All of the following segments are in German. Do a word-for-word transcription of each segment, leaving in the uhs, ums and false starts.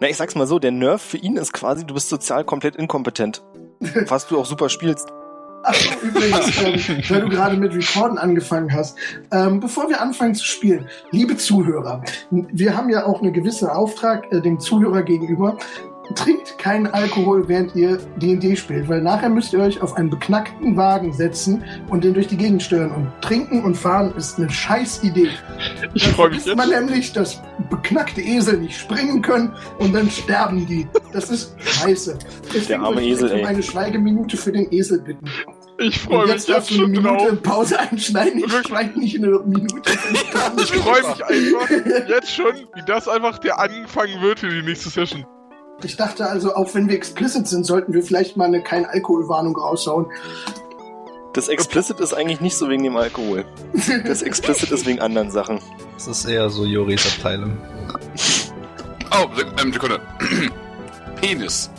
Na, ich sag's mal so, der Nerv für ihn ist quasi, du bist sozial komplett inkompetent. Was du auch super spielst. Ach so, übrigens, ähm, weil du gerade mit Recorden angefangen hast. Ähm, bevor wir anfangen zu spielen, liebe Zuhörer, wir haben ja auch einen gewissen Auftrag äh, dem Zuhörer gegenüber. Trinkt keinen Alkohol, während ihr D und D spielt, weil nachher müsst ihr euch auf einen beknackten Wagen setzen und den durch die Gegend steuern. Und trinken und fahren ist eine scheiß Idee. Ich freue mich jetzt. Man nämlich, dass beknackte Esel nicht springen können und dann sterben die. Das ist scheiße. Deswegen Der arme möchte ich Esel, um ey. eine Schweigeminute für den Esel bitten. Ich freue mich Jetzt darfst jetzt du eine schon Minute drauf. Pause einschneiden. Ich schweige nicht in eine Minute. Ich freue mich einfach jetzt schon, wie das einfach der Anfang wird für die nächste Session. Ich dachte also, auch wenn wir explicit sind, sollten wir vielleicht mal eine Kein-Alkohol-Warnung raushauen. Das Explicit ist eigentlich nicht so wegen dem Alkohol. Das Explicit ist wegen anderen Sachen. Das ist eher so Joris Abteilung. Oh, ähm, Sekunde. Penis.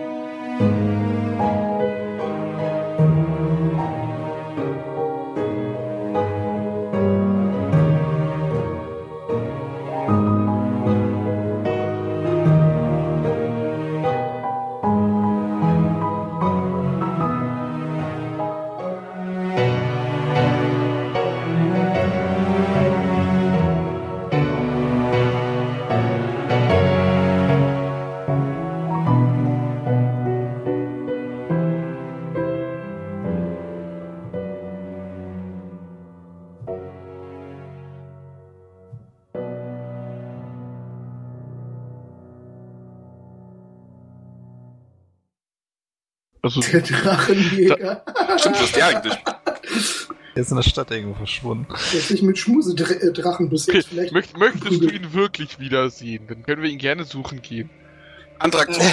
Also, Der Drachenjäger. Stimmt, was ist der eigentlich? Der ist in der Stadt irgendwo verschwunden. Der sich mit Schmusedrachen bis okay, jetzt vielleicht... möcht, möchtest du ihn wirklich wiedersehen? Dann können wir ihn gerne suchen gehen. Antrag zu.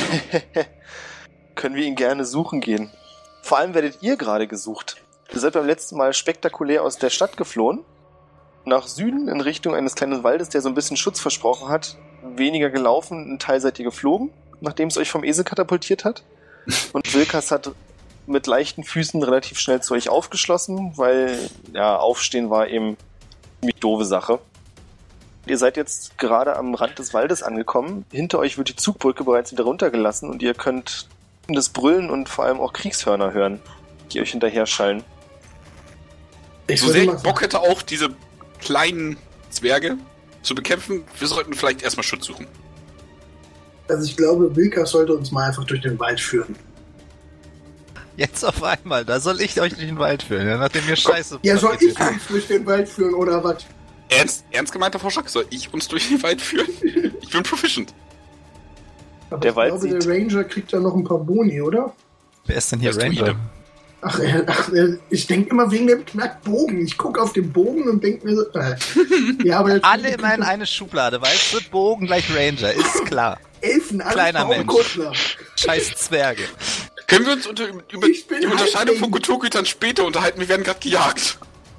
Können wir ihn gerne suchen gehen. Vor allem werdet ihr gerade gesucht. Ihr seid beim letzten Mal spektakulär aus der Stadt geflohen. Nach Süden in Richtung eines kleinen Waldes, der so ein bisschen Schutz versprochen hat. Weniger gelaufen, ein Teil seid ihr geflogen, nachdem es euch vom Esel katapultiert hat. Und Wilkas hat mit leichten Füßen relativ schnell zu euch aufgeschlossen, weil, ja, Aufstehen war eben eine ziemlich doofe Sache. Ihr seid jetzt gerade am Rand des Waldes angekommen. Hinter euch wird die Zugbrücke bereits wieder runtergelassen und ihr könnt das Brüllen und vor allem auch Kriegshörner hören, die euch hinterher schallen. Ich So würde sehr mal ich Bock hätte, auch diese kleinen Zwerge zu bekämpfen, wir sollten vielleicht erstmal Schutz suchen. Also ich glaube, Wilkas sollte uns mal einfach durch den Wald führen. Jetzt auf einmal, da soll ich euch durch den Wald führen, ja, nachdem mir Scheiße Ja, soll passiert ich ist. uns durch den Wald führen oder was? Ernst, ernst gemeinter Vorschlag? Soll ich uns durch den Wald führen? Ich bin proficient. Aber Der ich Wald glaube, sieht- der Ranger kriegt da noch ein paar Boni, oder? Wer ist denn hier Das ist Ranger? Druide. Ach, äh, ach äh, ich denke immer wegen dem knackt Bogen. Ich gucke auf den Bogen und denke mir so, äh. Ja, aber der Alle Druide immer in kriegt eine Schublade, weißt du? Bogen gleich Ranger, ist klar. Elfen, alles Kleiner Frauen, Mensch. Kuttler. Scheiß Zwerge. Können wir uns unter, über Ich bin die Unterscheidung von Halbling. Kulturgütern später unterhalten? Wir werden gerade gejagt.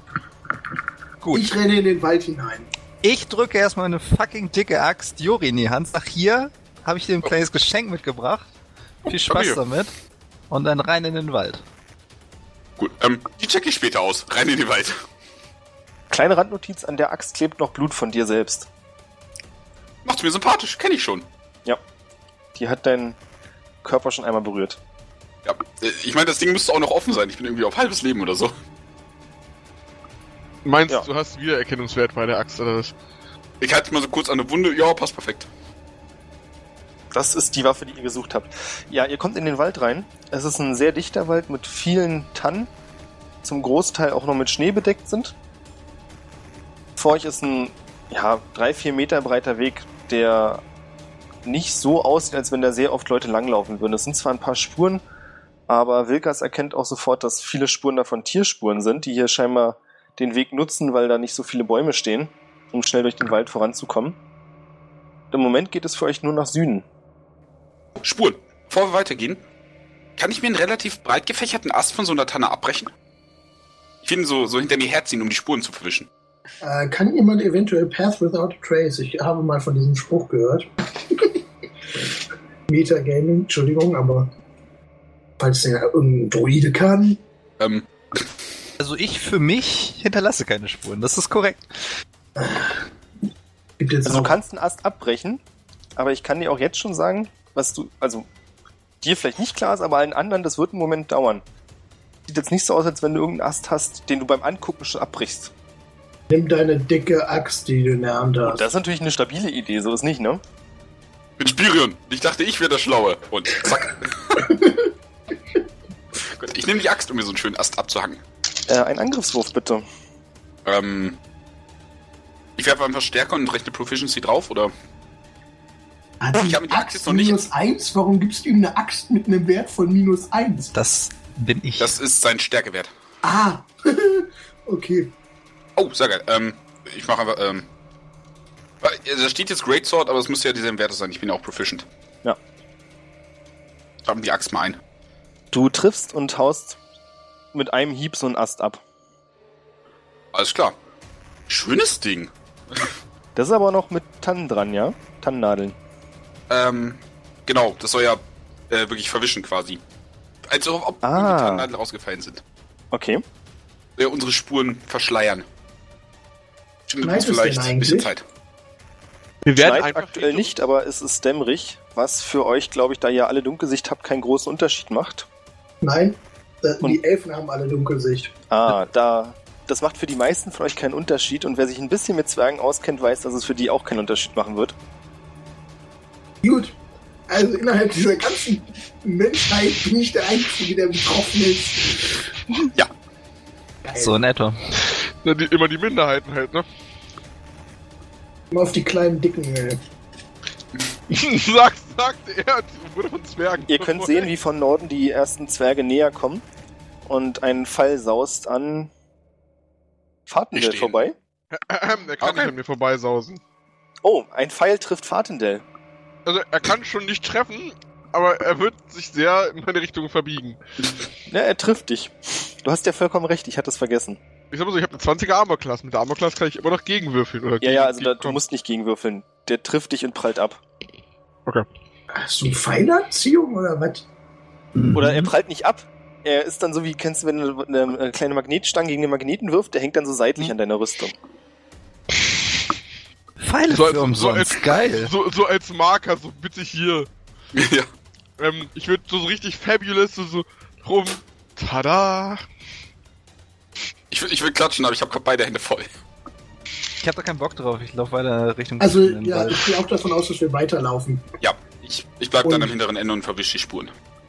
Gut. Ich renne in den Wald hinein. Ich drücke erstmal eine fucking dicke Axt Jori in die Hand. Sag, hier habe ich dir ein kleines Geschenk mitgebracht. Viel Spaß Okay. damit. Und dann rein in den Wald. Gut, ähm, die check ich später aus. Rein in den Wald. Kleine Randnotiz, an der Axt klebt noch Blut von dir selbst. Macht's mir sympathisch, kenne ich schon. Ja. Die hat deinen Körper schon einmal berührt. Ja, äh, ich meine, das Ding müsste auch noch offen sein. Ich bin irgendwie auf halbes Leben oder so. Meinst Ja. du, du hast Wiedererkennungswert bei der Axt oder was? Ich halte mal so kurz an der Wunde. Ja, passt perfekt. Das ist die Waffe, die ihr gesucht habt. Ja, ihr kommt in den Wald rein. Es ist ein sehr dichter Wald mit vielen Tannen, zum Großteil auch noch mit Schnee bedeckt sind. Vor euch ist ein, ja, drei, vier Meter breiter Weg, der nicht so aussieht, als wenn da sehr oft Leute langlaufen würden. Es sind zwar ein paar Spuren, aber Wilkas erkennt auch sofort, dass viele Spuren davon Tierspuren sind, die hier scheinbar den Weg nutzen, weil da nicht so viele Bäume stehen, um schnell durch den Wald voranzukommen. Im Moment geht es für euch nur nach Süden. Spuren. Bevor wir weitergehen, kann ich mir einen relativ breit gefächerten Ast von so einer Tanne abbrechen? Ich will ihn so, so hinter mir herziehen, um die Spuren zu verwischen. Äh, kann jemand eventuell Path Without a Trace? Ich habe mal von diesem Spruch gehört. Metagaming, Entschuldigung, aber falls der irgendein Druide kann. Ähm, Also ich für mich hinterlasse keine Spuren, das ist korrekt. Gibt jetzt Also du noch- kannst einen Ast abbrechen, aber ich kann dir auch jetzt schon sagen, was du, also dir vielleicht nicht klar ist, aber allen anderen, das wird einen Moment dauern. Sieht jetzt nicht so aus, als wenn du irgendeinen Ast hast, den du beim Angucken schon abbrichst. Nimm deine dicke Axt, die du in der Hand hast. Und das ist natürlich eine stabile Idee, so ist nicht, ne? Ich bin Spirion. Ich dachte, ich wäre der Schlaue. Und zack. Gut, ich nehme die Axt, um mir so einen schönen Ast abzuhacken. Äh, ein Angriffswurf, bitte. Ähm... Ich werfe einfach Stärke und rechne Proficiency drauf, oder? Hat Ich die habe die Axt Axt jetzt noch nicht- minus eins? Warum gibst du ihm eine Axt mit einem Wert von minus eins? Das bin ich. Das ist sein Stärkewert. Ah, okay. Oh, sehr geil. Ähm, ich mache einfach, ähm... Da steht jetzt Greatsword, aber es müsste ja dieselben Werte sein. Ich bin ja auch proficient. Ja. Tragen die Axt mal ein. Du triffst und haust mit einem Hieb so einen Ast ab. Alles klar. Schönes Ding. Das ist aber noch mit Tannen dran, ja? Tannennadeln. Ähm, genau, das soll ja äh, wirklich verwischen quasi. Als ob, ob Ah. irgendwie Tannennadeln rausgefallen sind. Okay. Ja, unsere Spuren verschleiern. Stimmt, Schneit uns es vielleicht denn ein bisschen eigentlich? Zeit. Wir werden Schneit einfach aktuell nicht, aber es ist dämmerig, was für euch, glaube ich, da ihr alle Dunkelsicht habt, keinen großen Unterschied macht. Nein, äh, Und- die Elfen haben alle Dunkelsicht. Ah, da... Das macht für die meisten von euch keinen Unterschied und wer sich ein bisschen mit Zwergen auskennt, weiß, dass es für die auch keinen Unterschied machen wird. Gut. Also innerhalb dieser ganzen Menschheit bin ich der Einzige, der betroffen ist. Ja. Geil. So in etwa. Ja, die, immer die Minderheiten halt, ne? Immer auf die kleinen Dicken. Ey. sagt, sagt er, die wurde von Zwergen. Ihr könnt sehen, wie von Norden die ersten Zwerge näher kommen und ein Pfeil saust an Ich Fatendell steh. vorbei. Der kann Okay. nicht an mir vorbeisausen. Oh, ein Pfeil trifft Fatendell. Also er kann schon nicht treffen, aber er wird sich sehr in meine Richtung verbiegen. Ja, er trifft dich. Du hast ja vollkommen recht, ich hatte es vergessen. Ich sag mal so, ich habe eine zwanziger Armor-Class. Mit der Armor-Class kann ich immer noch gegenwürfeln. Oder Ja, gegen, ja, also da, gegen- du musst nicht gegenwürfeln. Der trifft dich und prallt ab. Hast du Pfeilanziehung oder was? Oder er prallt nicht ab. Er ist dann so wie, kennst du, wenn du eine, eine kleine Magnetstange gegen den Magneten wirft, der hängt dann so seitlich an deiner Rüstung. Pfeile So als- für so umsonst. als- Geil. So, so als Marker, so bitte hier. ja. Ähm, ich würde so, so richtig fabulous, so, so rum. Tada! Ich will, ich will klatschen, aber ich habe beide Hände voll. Ich hab da keinen Bock drauf. Ich laufe weiter Richtung Also, in den ja, Wald. ich gehe auch davon aus, dass wir weiterlaufen. Ja, ich, ich bleib dann Und- am hinteren Ende und verwisch die Spuren.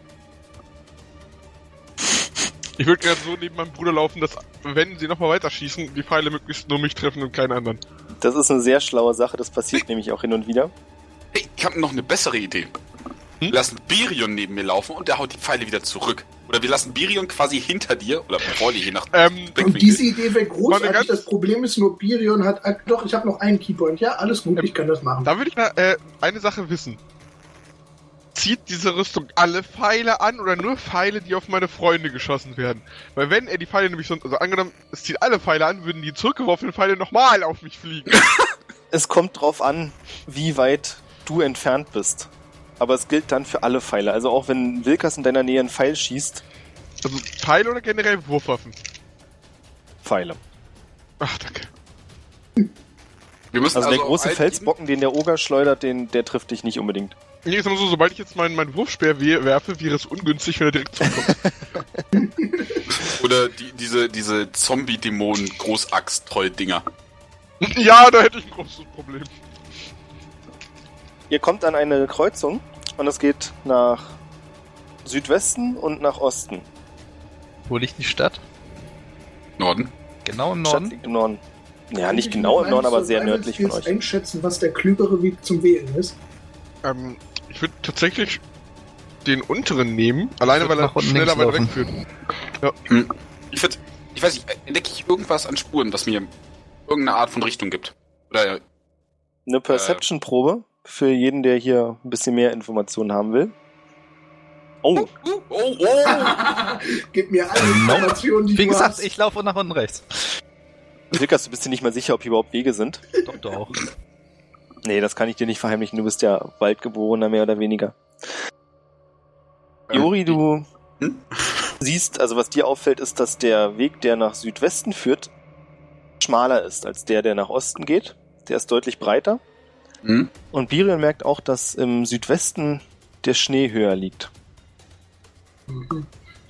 Ich würde gerne so neben meinem Bruder laufen, dass, wenn sie nochmal weiterschießen, die Pfeile möglichst nur mich treffen und keinen anderen. Das ist eine sehr schlaue Sache, das passiert nämlich auch hin und wieder. Hey, ich habe noch eine bessere Idee. Wir lassen Birion neben mir laufen und der haut die Pfeile wieder zurück. Oder wir lassen Birion quasi hinter dir, oder vor dir, je nach Ähm, Und Blickwinkel. diese Idee wäre Meine großartig. ganz- Das Problem ist nur, Birion hat... äh, Doch, ich habe noch einen Keypoint. Ja, alles gut, ich kann das machen. Da würde ich mal äh, eine Sache wissen. Zieht diese Rüstung alle Pfeile an oder nur Pfeile, die auf meine Freunde geschossen werden? Weil wenn er die Pfeile nämlich sonst, also angenommen, es zieht alle Pfeile an, würden die zurückgeworfenen Pfeile nochmal auf mich fliegen. Es kommt drauf an, wie weit du entfernt bist. Aber es gilt dann für alle Pfeile. Also auch wenn Wilkas in deiner Nähe einen Pfeil schießt, Also Pfeile oder generell Wurfwaffen? Pfeile. Ach, danke. Wir müssen Also, der große all Felsbrocken, den der Oger schleudert, den, der trifft dich nicht unbedingt. Nee, sag mal so, sobald ich jetzt meinen, meinen Wurfspeer we- werfe, wäre es ungünstig, wenn er direkt zukommt. jeden- Oder die, diese, diese Zombie-Dämonen-Großaxt-Troll-Dinger. Ja, da hätte ich ein großes Problem. Ihr kommt an eine Kreuzung und es geht nach Südwesten und nach Osten. Wo liegt die Stadt? Norden. Genau im Stadt Norden? liegt im Norden. Ja, nicht genau im Norden, aber sehr nördlich von euch. Einschätzen, was der klügere Weg zum Wählen ist. Ähm, ich würde tatsächlich den unteren nehmen, alleine Ich weil würd er nach unten schneller links weit laufen. wegführt. Ich würd, ich weiß nicht, entdecke ich irgendwas an Spuren, was mir irgendeine Art von Richtung gibt? Oder, Eine Perception-Probe für jeden, der hier ein bisschen mehr Informationen haben will. Oh, oh, oh, oh. Gib mir alle Informationen, die Wie du gesagt, hast. ich laufe nach unten rechts. Wilkas, du bist dir nicht mal sicher, ob hier überhaupt Wege sind. Doch, doch. Nee, das kann ich dir nicht verheimlichen. Du bist ja Waldgeborener, mehr oder weniger. Ähm, Jori, du Hm? siehst, also was dir auffällt, ist, dass der Weg, der nach Südwesten führt, schmaler ist als der, der nach Osten geht. Der ist deutlich breiter. Hm? Und Birion merkt auch, dass im Südwesten der Schnee höher liegt. Mhm.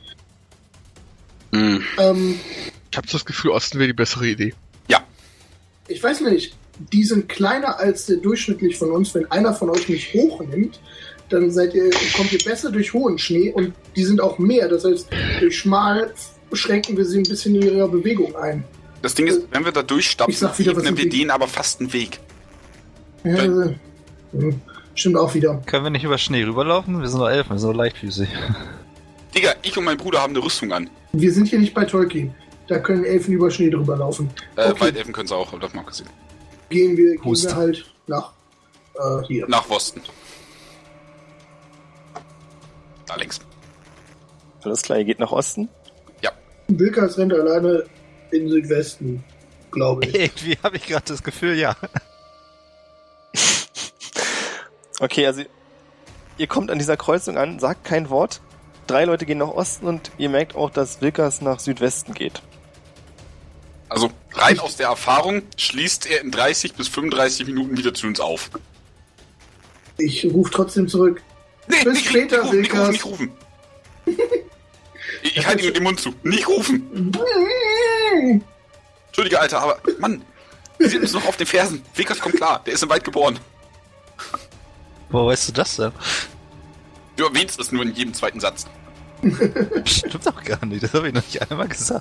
Hm. Ähm, Ich habe das Gefühl, Osten wäre die bessere Idee. Ja. ich weiß nicht, die sind kleiner als der durchschnittlich von uns. Wenn einer von euch mich hochnimmt, dann seid ihr, kommt ihr besser durch hohen Schnee und die sind auch mehr. Das heißt, durch schmal schränken wir sie ein bisschen in ihrer Bewegung ein. Das Ding ist, wenn wir da Ich durchstapfen, sag wieder, was ebnen im wir Weg- denen aber fast einen Weg. Ja, äh, hm, stimmt auch wieder. Können wir nicht über Schnee rüberlaufen? Wir sind doch Elfen, wir sind doch leichtfüßig. Digga, ich und mein Bruder haben eine Rüstung an. Wir sind hier nicht bei Tolkien. Da können Elfen über Schnee drüber laufen. Äh, Okay. Waldelfen können sie auch, hab das mal gesehen. Gehen wir, gehen Hust. wir halt nach äh, hier. Nach Wosten. Da links. Alles klar, ihr geht nach Osten. Wilkas rennt alleine in Südwesten, glaube ich. Irgendwie habe ich gerade das Gefühl, ja. Okay, also ihr kommt an dieser Kreuzung an, sagt kein Wort. Drei Leute gehen nach Osten und ihr merkt auch, dass Wilkas nach Südwesten geht. Also rein aus der Erfahrung schließt er in dreißig bis fünfunddreißig Minuten wieder zu uns auf. Ich rufe trotzdem zurück. Nee, Bis nicht, später, nicht rufen, nicht rufen, Wilkas. nicht rufen. Ich, ich halte ihm den Mund zu. Nicht rufen. Entschuldige, Alter, aber Mann, wir sind uns noch auf den Fersen. Wilkas kommt klar, der ist im Wald geboren. Woher weißt du das denn? Du erwähnst es nur in jedem zweiten Satz. Stimmt doch gar nicht, das habe ich noch nicht einmal gesagt.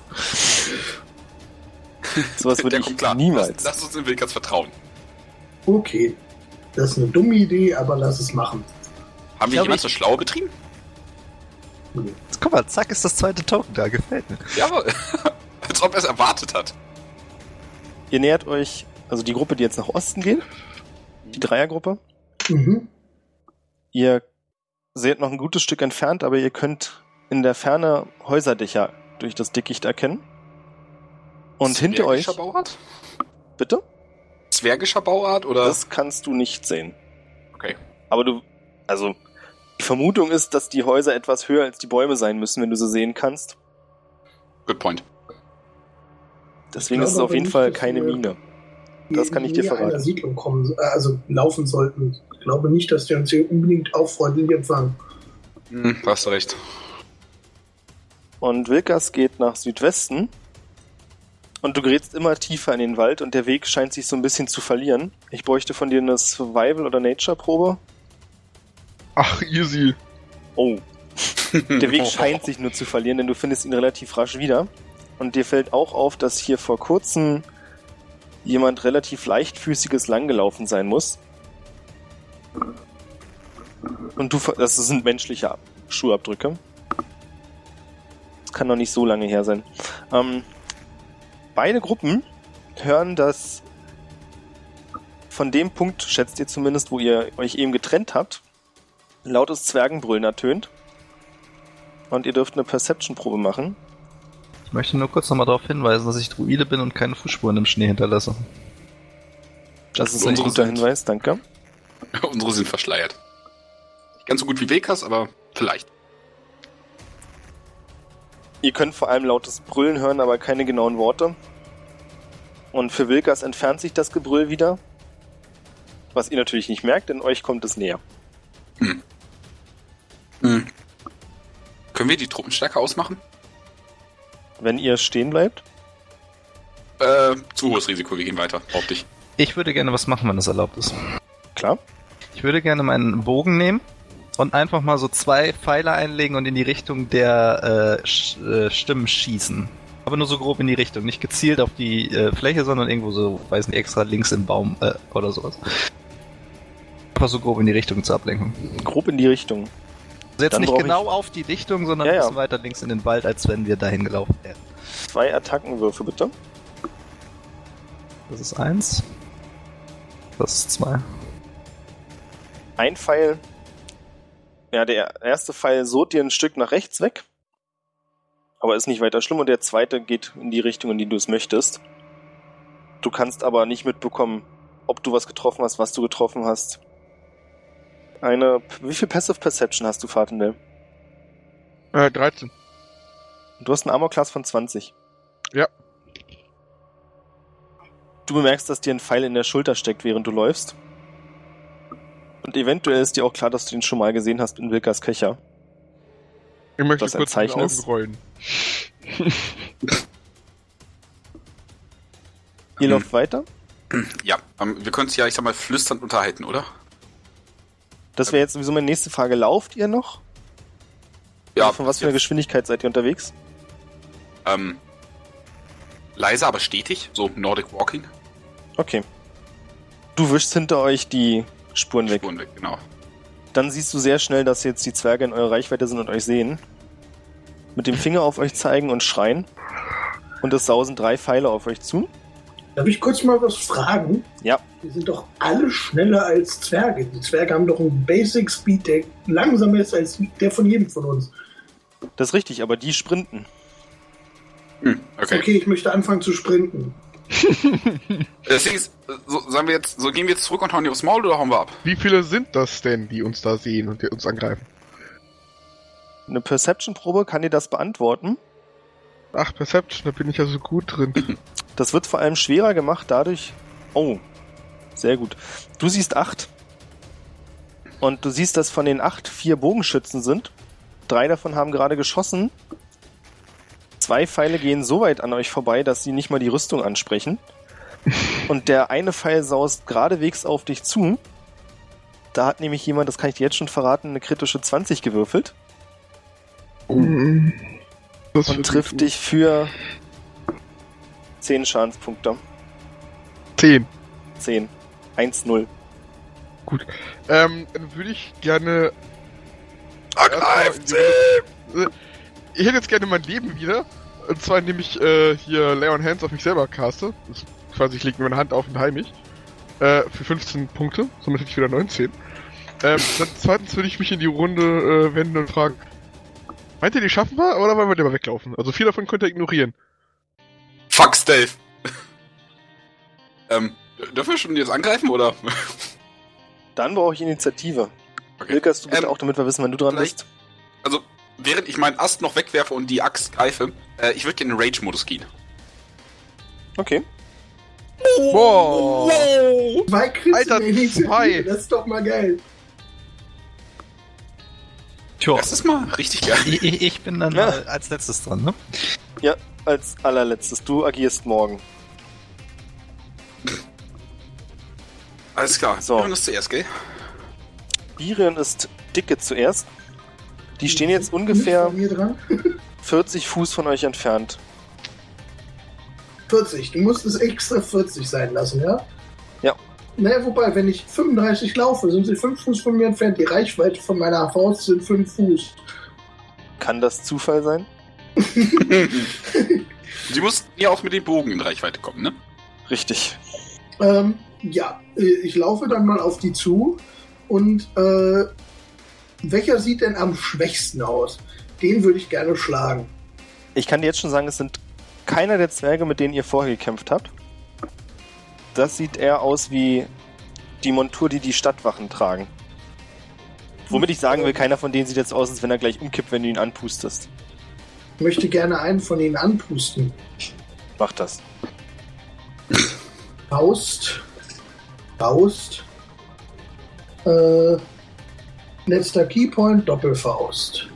Sowas würde Der ich kommt klar. niemals. Lass, lass uns in Wilkas vertrauen. Okay. Das ist eine dumme Idee, aber lass es machen. Haben wir glaub, jemand ich- so schlau betrieben? Jetzt, guck mal, zack, ist das zweite Token da, gefällt mir. Ja, aber als ob er es erwartet hat. Ihr nähert euch, also die Gruppe, die jetzt nach Osten geht, die Dreiergruppe. Mhm. Ihr seht noch ein gutes Stück entfernt, aber ihr könnt in der Ferne Häuserdächer durch das Dickicht erkennen. Und hinter euch... Zwergischer Bauart? Bitte? Zwergischer Bauart oder? Das kannst du nicht sehen. Okay. Aber du... Also, die Vermutung ist, dass die Häuser etwas höher als die Bäume sein müssen, wenn du sie sehen kannst. Good point. Deswegen Ich ist es glaube auf aber jeden nicht, Fall dass keine wir Mine. Das kann ich dir näher verraten. einer Siedlung kommen, äh, also laufen sollten. Ich glaube nicht, dass die uns hier unbedingt auffreundlich empfangen. Hm, da hast du recht. Und Wilkas geht nach Südwesten. Und du gerätst immer tiefer in den Wald und der Weg scheint sich so ein bisschen zu verlieren. Ich bräuchte von dir eine Survival- oder Nature-Probe. Ach, easy. Oh. Der Weg scheint sich nur zu verlieren, denn du findest ihn relativ rasch wieder. Und dir fällt auch auf, dass hier vor kurzem jemand relativ leichtfüßiges langgelaufen sein muss. Und du, ver- das sind menschliche Schuhabdrücke. Das kann noch nicht so lange her sein. Ähm, beide Gruppen hören, dass von dem Punkt, schätzt ihr zumindest, wo ihr euch eben getrennt habt, lautes Zwergenbrüllen ertönt. Und ihr dürft eine Perception-Probe machen. Ich möchte nur kurz nochmal darauf hinweisen, dass ich Druide bin und keine Fußspuren im Schnee hinterlasse. Das ist ein Unsere guter sind- Hinweis, danke. Unsere sind verschleiert. Nicht ganz so gut wie Wilkas, aber vielleicht. Ihr könnt vor allem lautes Brüllen hören, aber keine genauen Worte. Und für Wilkas entfernt sich das Gebrüll wieder. Was ihr natürlich nicht merkt, denn euch kommt es näher. Hm. Hm. Können wir die Truppenstärke ausmachen? Wenn ihr stehen bleibt, Äh, zu hohes Risiko, wir gehen weiter, behaupte ich. Ich würde gerne was machen, wenn es erlaubt ist. klar. Ich würde gerne meinen Bogen nehmen und einfach mal so zwei Pfeile einlegen und in die Richtung der äh, Sch äh, Stimmen schießen. Aber nur so grob in die Richtung, nicht gezielt auf die äh, Fläche, sondern irgendwo so, weiß nicht, extra links im Baum äh, oder sowas. Einfach so grob in die Richtung zur Ablenkung. Grob in die Richtung. Also jetzt Dann nicht brauch genau auf die Richtung, sondern Ja, ein ja. bisschen weiter links in den Wald, als wenn wir dahin gelaufen wären. Zwei Attackenwürfe, bitte. Das ist eins. Das ist zwei. Ein Pfeil. Ja, der erste Pfeil surrt dir ein Stück nach rechts weg. Aber ist nicht weiter schlimm. Und der zweite geht in die Richtung, in die du es möchtest. Du kannst aber nicht mitbekommen, ob du was getroffen hast, was du getroffen hast. Eine... Wie viel Passive Perception hast du, Fatendale? Äh, dreizehn. Du hast einen Armor-Class von zwanzig. Ja. Du bemerkst, dass dir ein Pfeil in der Schulter steckt, während du läufst. Und eventuell ist dir auch klar, dass du ihn schon mal gesehen hast in Wilkas Köcher. Ich möchte Was ein kurz Zeichen die Augen ist? rollen. Ihr lauft weiter. Ja, ähm, wir können uns ja, ich sag mal, flüsternd unterhalten, oder? Das wäre jetzt sowieso meine nächste Frage. Lauft ihr noch? Ja. Von was für einer Geschwindigkeit seid ihr unterwegs? Ähm, leise, aber stetig, so Nordic Walking. Okay. Du wischst hinter euch die Spuren weg. Spuren weg, genau. Dann siehst du sehr schnell, dass jetzt die Zwerge in eurer Reichweite sind und euch sehen. Mit dem Finger auf euch zeigen und schreien. Und es sausen drei Pfeile auf euch zu. Darf ich kurz mal was fragen? Ja. Die sind doch alle schneller als Zwerge. Die Zwerge haben doch einen Basic Speed, der langsamer ist als der von jedem von uns. Das ist richtig, aber die sprinten. Hm, okay. Okay, ich möchte anfangen zu sprinten. Das Ding ist, so, sagen wir jetzt, so gehen wir jetzt zurück und hauen die aufs Maul oder hauen wir ab? Wie viele sind das denn, die uns da sehen und die uns angreifen? Eine Perception-Probe kann dir das beantworten. Ach, Perception, da bin ich ja so gut drin. Das wird vor allem schwerer gemacht dadurch... Oh, sehr gut. Du siehst acht. Und du siehst, dass von den acht vier Bogenschützen sind. Drei davon haben gerade geschossen. Zwei Pfeile gehen so weit an euch vorbei, dass sie nicht mal die Rüstung ansprechen. Und der eine Pfeil saust geradewegs auf dich zu. Da hat nämlich jemand, das kann ich dir jetzt schon verraten, eine kritische zwanzig gewürfelt. Das Und trifft dich für zehn Schadenspunkte. zehn. zehn. eins null. Gut. Ähm, dann würde ich gerne... Angreift sie! Ich hätte jetzt gerne mein Leben wieder. Und zwar, indem ich äh, hier Lay on Hands auf mich selber caste. Das ist quasi, ich lege mir meine Hand auf und heil mich. Äh, für fünfzehn Punkte. Somit hätte ich wieder neunzehn. Ähm, dann zweitens würde ich mich in die Runde äh, wenden und fragen, meint ihr, die schaffen wir, oder wollen wir lieber weglaufen? Also vier davon könnt ihr ignorieren. Fuck Stealth! ähm, dürfen wir schon jetzt angreifen, oder? Dann brauche ich Initiative. Okay. Wilkas, du bitte Ähm, auch, damit wir wissen, wann du dran vielleicht- bist. Also, während ich meinen Ast noch wegwerfe und die Axt greife, äh, ich würde gerne in den Rage-Modus gehen. Okay. Boah! Zwei Krisen Alter, in Initiative, zwei. das ist doch mal geil. Tja, Das ist mal richtig geil. ich, ich ich bin dann Ja. äh, als letztes dran, ne? Ja, als allerletztes. Du agierst morgen. Alles klar. So. Wir hören das zuerst, gell? Birion ist dicke zuerst. Die stehen jetzt Nicht ungefähr von mir dran. vierzig Fuß von euch entfernt. vierzig. Du musst es extra vierzig sein lassen, ja? Ja. Naja, wobei, wenn ich fünfunddreißig laufe, sind sie fünf Fuß von mir entfernt. Die Reichweite von meiner Faust sind fünf Fuß. Kann das Zufall sein? Sie mussten ja auch mit dem Bogen in Reichweite kommen, ne? Richtig. Ähm, ja, äh, ich laufe dann mal auf die zu und äh, welcher sieht denn am schwächsten aus? Den würde ich gerne schlagen. Ich kann dir jetzt schon sagen, es sind keiner der Zwerge, mit denen ihr vorher gekämpft habt. Das sieht eher aus wie die Montur, die die Stadtwachen tragen. Womit ich sagen will, keiner von denen sieht jetzt aus, als wenn er gleich umkippt, wenn du ihn anpustest. Ich möchte gerne einen von ihnen anpusten. Mach das. Faust. Faust. Äh, letzter Keypoint, Doppelfaust.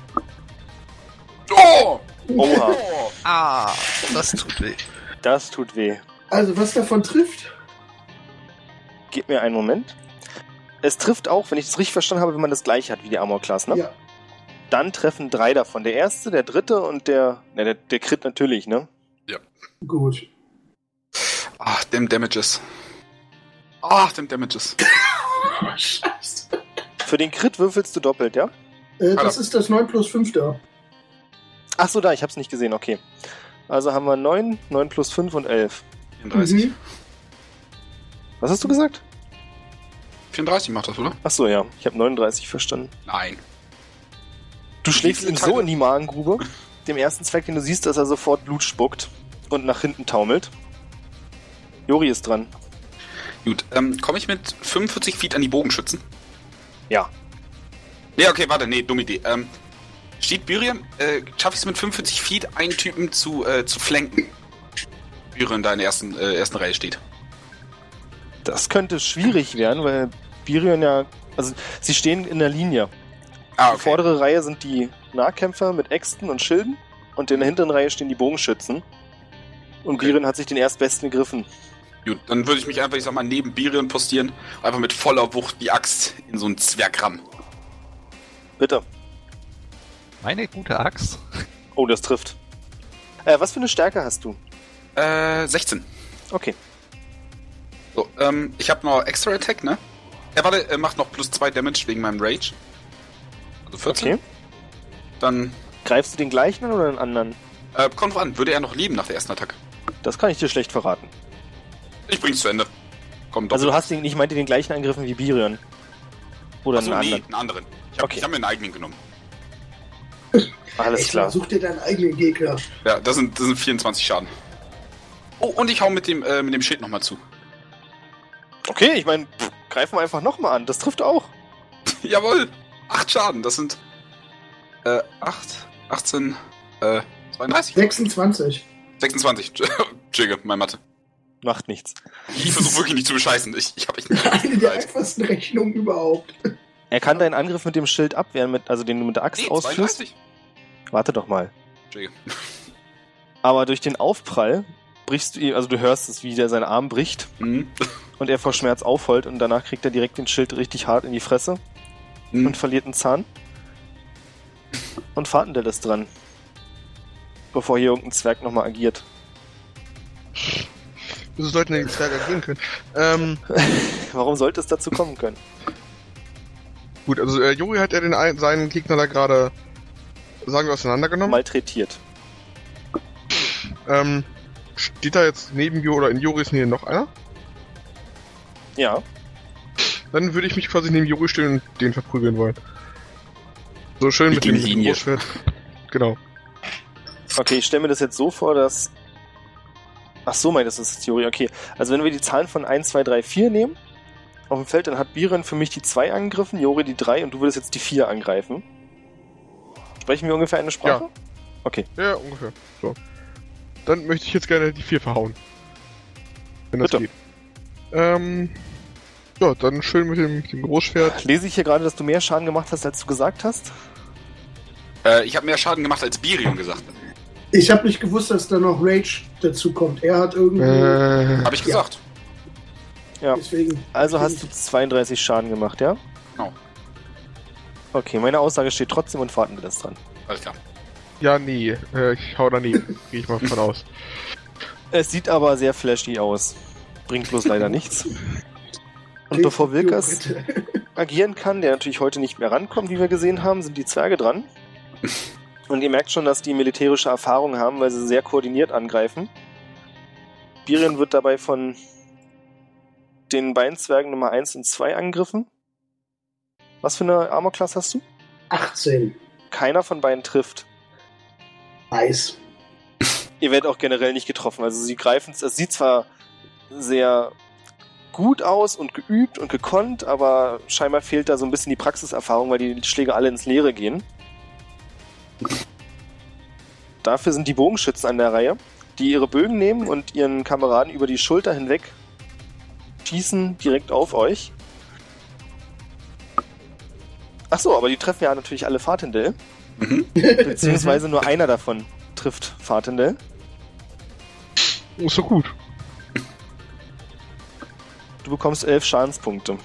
Oh! Oha, Ah, das tut weh. das tut weh. Also, was davon trifft? Gib mir einen Moment. Es trifft auch, wenn ich das richtig verstanden habe, wenn man das gleiche hat wie die Armor Class, ne? Ja. Dann treffen drei davon. Der erste, der dritte und der... Ne, der, der Crit natürlich, ne? Gut. Ach, dem Damages. Ach, dem Damages. Scheiße. Für den Crit würfelst du doppelt, ja? Äh, das Alter. ist das neun plus fünf da. Ach so, da, ich hab's nicht gesehen, okay. Also haben wir neun, neun plus fünf und elf. vierunddreißig. Mhm. Was hast du gesagt? vierunddreißig macht das, oder? Ach so, ja. Ich habe neununddreißig verstanden. Nein. Du schlägst viele ihm so Teile? in die Magengrube, dem ersten Zwerg, den du siehst, dass er sofort Blut spuckt und nach hinten taumelt. Jori ist dran. Gut, ähm, komme ich mit fünfundvierzig Feet an die Bogenschützen? Ja. Nee, okay, warte, nee, dumme Idee. Ähm, steht Birion, äh, schaffe ich es mit fünfundvierzig Feet, einen Typen zu, äh, zu flanken? Birion da in der ersten, äh, ersten Reihe steht. Das könnte schwierig werden, weil Birion ja Also, sie stehen in der Linie. Ah, Die okay. vordere Reihe sind die Nahkämpfer mit Äxten und Schilden und in der hinteren Reihe stehen die Bogenschützen. Und Okay. Birion hat sich den erstbesten gegriffen. Gut, dann würde ich mich einfach, ich sag mal, neben Birion postieren, einfach mit voller Wucht die Axt in so einen Zwerg rammen. Bitte. Meine gute Axt. Oh, das trifft. Äh, was für eine Stärke hast du? Äh, sechzehn. Okay. So, ähm, ich habe noch Extra Attack, ne? Er warte, er macht noch plus zwei Damage wegen meinem Rage. Also vierzehn. Okay. Dann, Greifst du den gleichen an oder einen anderen? äh, kommt drauf an, würde er noch leben nach der ersten Attacke? Das kann ich dir schlecht verraten. Ich bring's zu Ende. Komm, doch. Also du hast den, ich meinte den gleichen Angriffen wie Birion. Oder Achso, einen nee, anderen. einen anderen. Ich habe Okay. ich hab mir einen eigenen genommen. Alles Echt, klar. Such dir deinen eigenen Gegner. Ja, das sind, das sind vierundzwanzig Schaden. Oh, und ich hau mit dem, äh, mit dem Schild nochmal zu. Okay, ich meine, greifen wir einfach nochmal an. Das trifft auch. Jawohl! acht Schaden, das sind, äh, acht, achtzehn, äh, zweiunddreißig? sechsundzwanzig. sechsundzwanzig. Entschuldige, meine Mathe. Macht nichts. Ich versuche wirklich nicht zu bescheißen. Ich, ich habe echt nicht Eine der Zeit. einfachsten Rechnungen überhaupt. Er kann deinen Angriff mit dem Schild abwehren, mit, also den du mit der Axt Nee, ausführst. zweiunddreißig. Warte doch mal. Entschuldige. Aber durch den Aufprall brichst du ihm, also du hörst es, wie der seinen Arm bricht Mhm. und er vor Schmerz aufheult und danach kriegt er direkt den Schild richtig hart in die Fresse Mhm. und verliert einen Zahn. Und Fatendell ist dran. Bevor hier irgendein Zwerg nochmal agiert. Wieso sollten denn die Zwerge agieren können? Ähm, Warum sollte es dazu kommen können? gut, also äh, Juri hat ja den ein, seinen Gegner da gerade, sagen wir, auseinandergenommen. Malträtiert. Ähm, steht da jetzt neben Juri oder in Juris Nähe noch einer? Ja. Dann würde ich mich quasi neben Juri stellen und den verprügeln wollen. So schön mit Die dem Linie. Großschwert. Genau. Okay, ich stelle mir das jetzt so vor, dass... Ach so, mein, das ist Theorie. Okay, also wenn wir die Zahlen von eins, zwei, drei, vier nehmen, auf dem Feld, dann hat Birion für mich die zwei angegriffen, Jori die drei und du würdest jetzt die vier angreifen. Sprechen wir ungefähr eine Sprache? Ja. Okay. Ja, ungefähr. So. Dann möchte ich jetzt gerne die vier verhauen. Wenn das Bitte. geht. Ähm. Ja, dann schön mit dem, mit dem Großschwert. Lese ich hier gerade, dass du mehr Schaden gemacht hast, als du gesagt hast? Äh, ich habe mehr Schaden gemacht, als Birion gesagt hat. Ich habe nicht gewusst, dass da noch Rage dazu kommt. Er hat irgendwie. Äh. Habe ich gesagt. Ja. Deswegen. Also hast du zweiunddreißig Schaden gemacht, ja? Genau. Okay, meine Aussage steht trotzdem und Fatendell ist dran. Alles klar. Ja, nee. Äh, ich hau daneben. Gehe ich mal von aus. Es sieht aber sehr flashy aus. Bringt bloß leider nichts. Und bevor Wilkers Bitte. agieren kann, der natürlich heute nicht mehr rankommt, wie wir gesehen haben, sind die Zwerge dran. Und ihr merkt schon, dass die militärische Erfahrung haben, weil sie sehr koordiniert angreifen. Birion wird dabei von den beiden Zwergen Nummer eins und zwei angegriffen. Was für eine Armor-Class hast du? achtzehn. Keiner von beiden trifft. Nice. Ihr werdet auch generell nicht getroffen. Also sie greifen, es sieht zwar sehr gut aus und geübt und gekonnt, aber scheinbar fehlt da so ein bisschen die Praxiserfahrung, weil die Schläge alle ins Leere gehen. Dafür sind die Bogenschützen an der Reihe, die ihre Bögen nehmen und ihren Kameraden über die Schulter hinweg schießen direkt auf euch. Ach so, aber die treffen ja natürlich alle Fatendell. Mhm. Beziehungsweise nur einer davon trifft Fatendell. Ist doch gut. Du bekommst elf Schadenspunkte.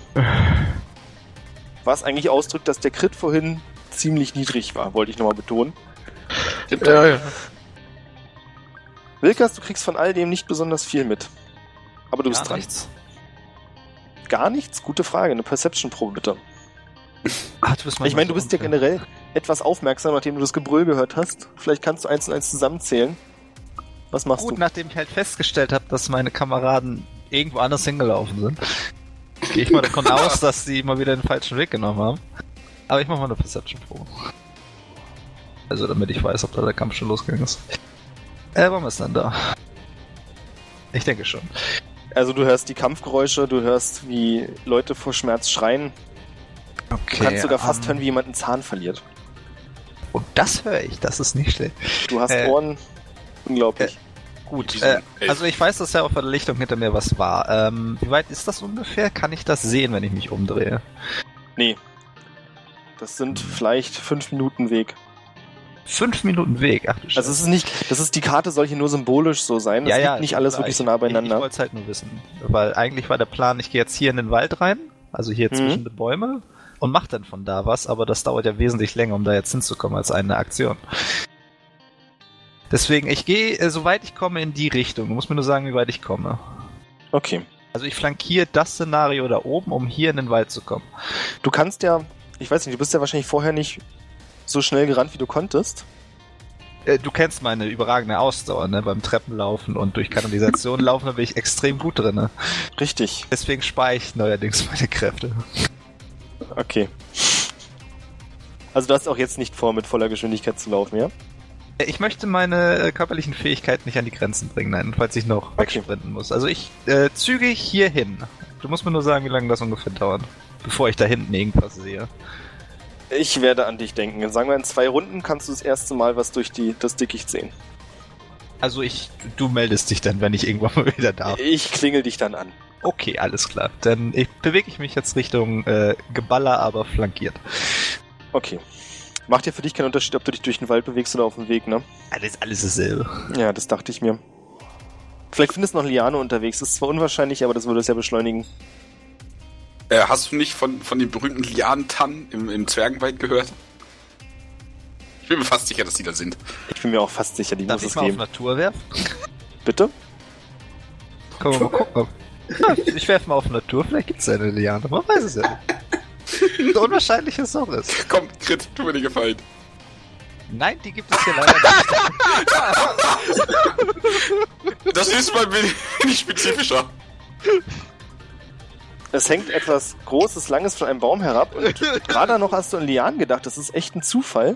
Was eigentlich ausdrückt, dass der Crit vorhin ziemlich niedrig war, wollte ich nochmal betonen. Ja, ja. Wilkas, du kriegst von all dem nicht besonders viel mit. Aber du bist Gar dran. nichts. Gar nichts? Gute Frage. Eine Perception-Probe bitte. Ach, du bist mal Ich meine, du so bist ja unfair. generell etwas aufmerksam, nachdem du das Gebrüll gehört hast. Vielleicht kannst du eins und eins zusammenzählen. Was machst Gut, du? nachdem ich halt festgestellt habe, dass meine Kameraden irgendwo anders hingelaufen sind, gehe ich mal davon aus, dass sie mal wieder den falschen Weg genommen haben. Aber ich mache mal eine Perception-Probe. Also damit ich weiß, ob da der Kampf schon losgegangen ist. Äh, warum ist denn da? Ich denke schon. Also du hörst die Kampfgeräusche, du hörst, wie Leute vor Schmerz schreien. Okay. Du kannst sogar fast ähm, hören, wie jemand einen Zahn verliert. Und das höre ich, das ist nicht schlecht. Du hast Äh, Ohren. Unglaublich. gut. Wie so ein Äh, also ich weiß, dass ja auf der Lichtung hinter mir was war. Ähm, wie weit ist das ungefähr? Kann ich das sehen, wenn ich mich umdrehe? Nee. Das sind vielleicht fünf Minuten Weg. Fünf Minuten Weg, ach du Scheiße. Also es ist nicht, das ist, die Karte soll hier nur symbolisch so sein. ja, Es ja, liegt nicht ist alles klar. wirklich so Ich- nah Ich, beieinander. ich wollte es halt nur wissen. Weil eigentlich war der Plan, ich gehe jetzt hier in den Wald rein, also hier Mhm. zwischen den Bäume, und mach dann von da was, aber das dauert ja wesentlich länger, um da jetzt hinzukommen, als eine Aktion. Deswegen, ich gehe, äh, soweit ich komme, in die Richtung. Du musst mir nur sagen, wie weit ich komme. Okay. Also ich flankiere das Szenario da oben, um hier in den Wald zu kommen. Du kannst ja, ich weiß nicht, du bist ja wahrscheinlich vorher nicht so schnell gerannt, wie du konntest. Äh, Du kennst meine überragende Ausdauer, ne? Beim Treppenlaufen und durch Kanalisation laufen, da bin ich extrem gut drin. Ne? Richtig. Deswegen spare ich neuerdings meine Kräfte. Okay. Also du hast auch jetzt nicht vor, mit voller Geschwindigkeit zu laufen, ja? Äh, Ich möchte meine äh, körperlichen Fähigkeiten nicht an die Grenzen bringen, nein, falls ich noch Okay. wegsprinten muss. Also ich äh, züge hier hin. Du musst mir nur sagen, wie lange das ungefähr dauert, bevor ich da hinten irgendwas sehe. Ich werde an dich denken. Sagen wir, in zwei Runden kannst du das erste Mal was durch die, das Dickicht sehen. Also ich, du meldest dich dann, wenn ich irgendwann mal wieder darf. Ich klingel dich dann an. Okay, alles klar. Dann ich, bewege ich mich jetzt Richtung äh, Geballer, aber flankiert. Okay. Macht ja für dich keinen Unterschied, ob du dich durch den Wald bewegst oder auf dem Weg, ne? Alles, alles dasselbe. Ja, das dachte ich mir. Vielleicht findest du noch Liane unterwegs. Das ist zwar unwahrscheinlich, aber das würde es ja beschleunigen. Äh, hast du nicht von, von den berühmten Lianentannen im, im Zwergenwald gehört? Ich bin mir fast sicher, dass die da sind. Ich bin mir auch fast sicher, die Darf muss ich es mal auf geben. Natur werfen? Bitte? Können wir mal gucken. Ja, ich werfe mal auf Natur, vielleicht gibt es eine Liane. Man weiß es ja nicht. So unwahrscheinlich es auch ist. Komm, Crit, tu mir den Gefallen. Nein, die gibt es hier leider nicht. Das ist mal wenig spezifischer. Es hängt etwas Großes, Langes von einem Baum herab und gerade noch hast du an Lianen gedacht. Das ist echt ein Zufall.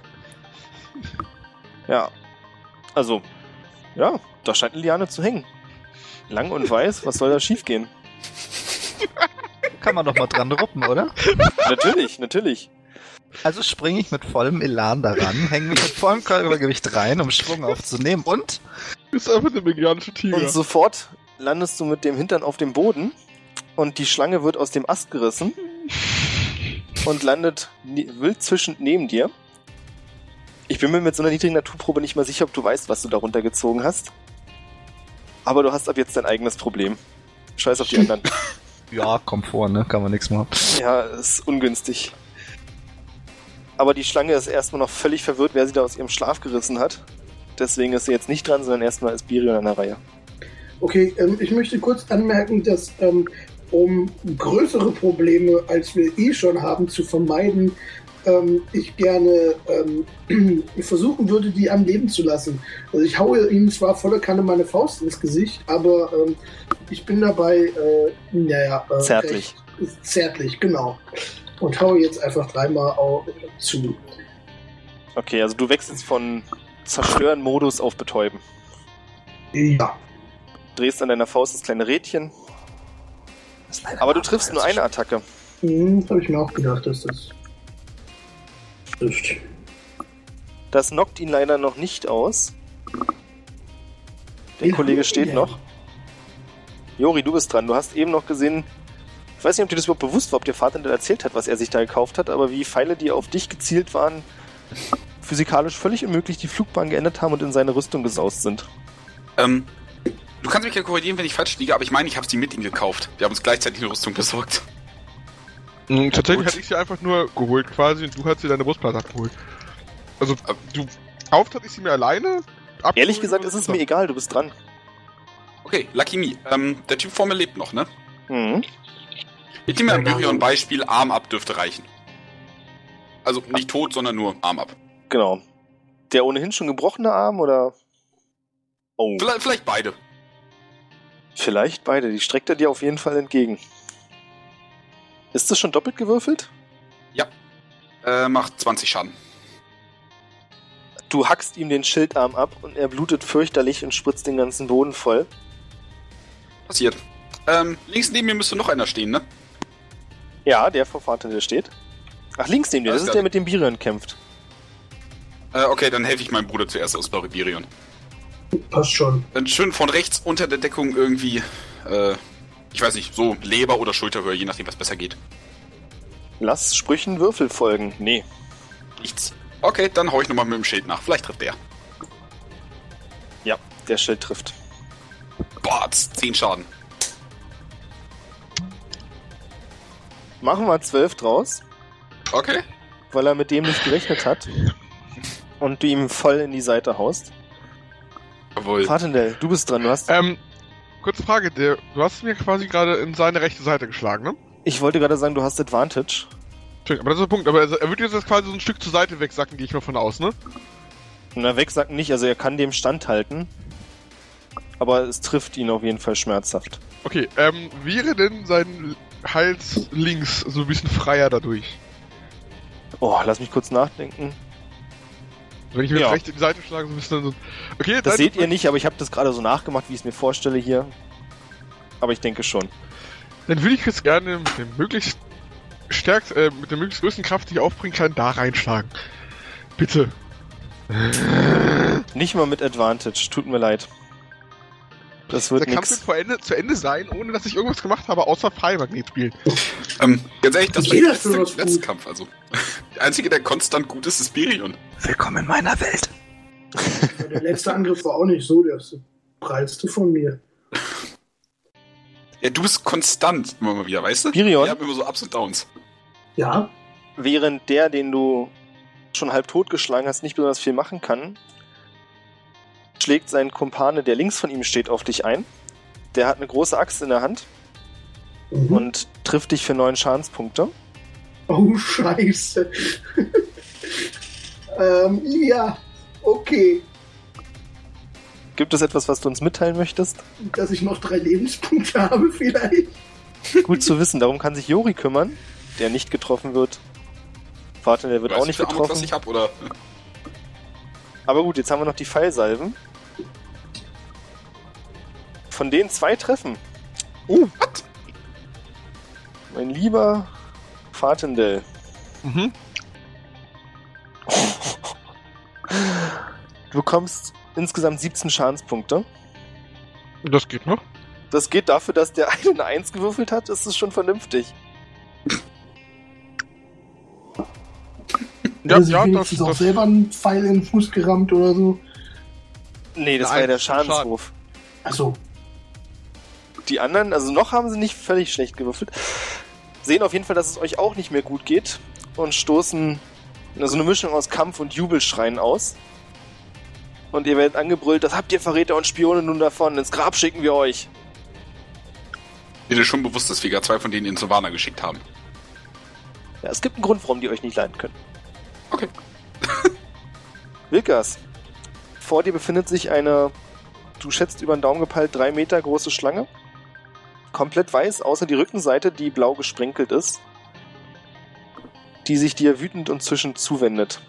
Ja. Also, ja, da scheint eine Liane zu hängen. Lang und weiß, was soll da schiefgehen? Kann man doch mal dran ruppen, oder? Natürlich, natürlich. Also springe ich mit vollem Elan daran, hänge mich mit vollem Körpergewicht rein, um Schwung aufzunehmen und Du bist einfach der medianische Tiger. Und sofort landest du mit dem Hintern auf dem Boden und die Schlange wird aus dem Ast gerissen und landet ne- wild zwischend neben dir. Ich bin mir mit so einer niedrigen Naturprobe nicht mal sicher, ob du weißt, was du da runtergezogen hast. Aber du hast ab jetzt dein eigenes Problem. Scheiß auf die anderen. ja, Komfort, ne? Kann man nichts machen. Ja, ist ungünstig. Aber die Schlange ist erstmal noch völlig verwirrt, wer sie da aus ihrem Schlaf gerissen hat. Deswegen ist sie jetzt nicht dran, sondern erstmal ist Birion an der Reihe. Okay, ähm, ich möchte kurz anmerken, dass ähm, um größere Probleme, als wir eh schon haben, zu vermeiden, ähm, ich gerne ähm, versuchen würde, die am Leben zu lassen. Also ich haue ihnen zwar volle Kanne meine Faust ins Gesicht, aber ähm, ich bin dabei, äh, naja, äh, Zärtlich. recht zärtlich, genau. Und haue jetzt einfach dreimal au- zu. Okay, also du wechselst von Zerstören-Modus auf Betäuben. Ja. Drehst an deiner Faust das kleine Rädchen. Aber du triffst nur eine Attacke. Hm, habe ich mir auch gedacht, dass das trifft. Das knockt ihn leider noch nicht aus. Der Ja, Kollege steht ja. noch. Jori, du bist dran. Du hast eben noch gesehen, ich weiß nicht, ob dir das überhaupt bewusst war, ob der Vater dir erzählt hat, was er sich da gekauft hat, aber wie Pfeile, die auf dich gezielt waren, physikalisch völlig unmöglich die Flugbahn geändert haben und in seine Rüstung gesaust sind. Ähm, du kannst mich ja korrigieren, wenn ich falsch liege, aber ich meine, ich habe sie mit ihm gekauft. Wir haben uns gleichzeitig eine Rüstung besorgt. Mhm, tatsächlich Gut. hatte ich sie einfach nur geholt quasi und du hast sie deine Brustplatte abgeholt. Also, du gekauft hatte ich sie mir alleine. abgeholt Ehrlich gesagt und ist es so. mir egal, du bist dran. Okay, Lucky Me. Ähm, der Typ vor mir lebt noch, ne? Mhm. Ich nehme mir Ja, ein ja. Beispiel, Arm ab dürfte reichen. Also nicht tot, sondern nur Arm ab. Genau. Der ohnehin schon gebrochene Arm oder... Oh, Vielleicht, vielleicht beide. vielleicht beide. Die streckt er dir auf jeden Fall entgegen. Ist das schon doppelt gewürfelt? Äh, macht zwanzig Schaden. Du hackst ihm den Schildarm ab und er blutet fürchterlich und spritzt den ganzen Boden voll. Passiert. Ähm, links neben mir müsste noch einer stehen, ne? Ja, der vor Vater, der steht. Ach, links neben dir, das Alles ist klar. der, mit dem Birion kämpft. Äh, okay, dann helfe ich meinem Bruder zuerst aus Baribirion. Passt schon. Dann schön von rechts unter der Deckung irgendwie, äh, ich weiß nicht, so Leber- oder Schulterhöhe, je nachdem, was besser geht. Lass Sprüchen Würfel folgen. Nee. Nichts. Okay, dann hau ich nochmal mit dem Schild nach. Vielleicht trifft der. Ja, der Schild trifft. Boah, zehn Schaden. Machen wir zwölf draus, Okay. weil er mit dem nicht gerechnet hat. Und du ihm voll in die Seite haust. Jawohl. Fatendell, du bist dran. Du hast. Ähm, kurze Frage, der, du hast mir quasi gerade in seine rechte Seite geschlagen, ne? Ich wollte gerade sagen, du hast Advantage. Entschuldigung, aber das ist der Punkt, aber er, er wird jetzt quasi so ein Stück zur Seite wegsacken, gehe ich mal von aus, ne? Na, wegsacken nicht, also er kann dem standhalten. Aber es trifft ihn auf jeden Fall schmerzhaft. Okay, ähm, wäre denn sein Hals links so ein bisschen freier dadurch? Oh, lass mich kurz nachdenken. Wenn ich mir Ja. jetzt recht in die Seite schlage, so ein bisschen so... Okay, Das dann- seht ihr nicht, aber ich habe das gerade so nachgemacht, wie ich es mir vorstelle hier. Aber ich denke schon. Dann würde ich jetzt gerne mit dem möglichst stärkst, äh, mit der möglichst größten Kraft, die ich aufbringen kann, da reinschlagen. Bitte. Nicht mal mit Advantage, tut mir leid. Das wird Der Kampf wird nix. vor Ende, zu Ende sein, ohne dass ich irgendwas gemacht habe, außer Pfeilmagnet spielen. Ähm, ganz ehrlich, das war Jeder der für letzte, was gut. letzte Kampf, also. Der einzige, der konstant gut ist, ist Birion. Willkommen in meiner Welt. Der letzte Angriff war auch nicht so der prallste von mir. Ja, du bist konstant immer mal wieder, weißt du? Birion? Wir haben immer so Ups und Downs. Ja, Während der, den du schon halb totgeschlagen hast, nicht besonders viel machen kann, schlägt sein Kumpane, der links von ihm steht, auf dich ein. Der hat eine große Axt in der Hand mhm. und trifft dich für neun Schadenspunkte. Oh, scheiße. ähm, ja, okay. Gibt es etwas, was du uns mitteilen möchtest? Dass ich noch drei Lebenspunkte habe vielleicht. Gut zu wissen, darum kann sich Jori kümmern, der nicht getroffen wird. Warte, der wird Weißt auch du, nicht wie viel Amok, getroffen. was ich hab, oder? Aber gut, jetzt haben wir noch die Pfeilsalven. Von denen zwei treffen. Oh, was? Mein lieber Fatendell. Mhm. Du bekommst insgesamt siebzehn Schadenspunkte. Das geht noch. Das geht dafür, dass der eine eine eins gewürfelt hat, ist es schon vernünftig. Ja, Hat er sich ja, wenigstens das- auch das- selber einen Pfeil in den Fuß gerammt oder so. Nee, das Eine war ja der eins zum Schaden. Schadenswurf. Achso. Die anderen, also noch haben sie nicht völlig schlecht gewürfelt, sehen auf jeden Fall, dass es euch auch nicht mehr gut geht und stoßen so eine Mischung aus Kampf und Jubelschreien aus. Und ihr werdet angebrüllt, das habt ihr Verräter und Spione nun davon, ins Grab schicken wir euch. Mir ist schon bewusst, dass wir gar zwei von denen in Sovana geschickt haben. Ja, es gibt einen Grund, warum die euch nicht leiden können. Okay. Wilkas, vor dir befindet sich eine, du schätzt über den Daumen gepeilt, drei Meter große Schlange. Komplett weiß, außer die Rückenseite, die blau gesprenkelt ist. Die sich dir wütend und zischend zuwendet.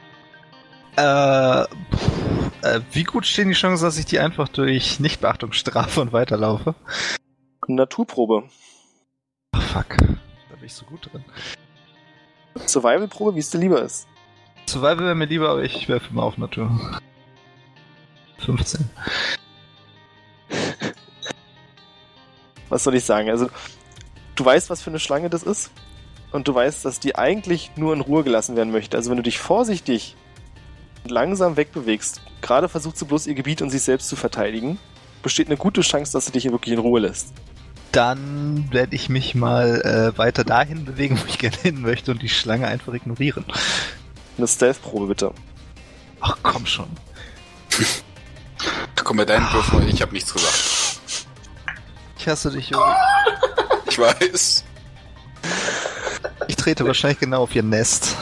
Äh, pff, äh, wie gut stehen die Chancen, dass ich die einfach durch Nichtbeachtung strafe und weiterlaufe? Naturprobe. Ach, fuck. Da bin ich so gut drin. Survival-Probe, wie es dir lieber ist. Survival wäre mir lieber, aber ich werfe mal auf Natur. fünfzehn. Was soll ich sagen? Also, du weißt, was für eine Schlange das ist. Und du weißt, dass die eigentlich nur in Ruhe gelassen werden möchte. Also, wenn du dich vorsichtig und langsam wegbewegst, gerade versucht sie bloß ihr Gebiet und sich selbst zu verteidigen, besteht eine gute Chance, dass sie dich hier wirklich in Ruhe lässt. Dann werde ich mich mal äh, weiter dahin bewegen, wo ich gerne hin möchte und die Schlange einfach ignorieren. Eine Stealth-Probe, bitte. Ach, komm schon. Komm bei deinen Würfen, ich habe nichts gesagt. Ich hasse dich, Juri. Ich weiß. Ich trete wahrscheinlich genau auf ihr Nest.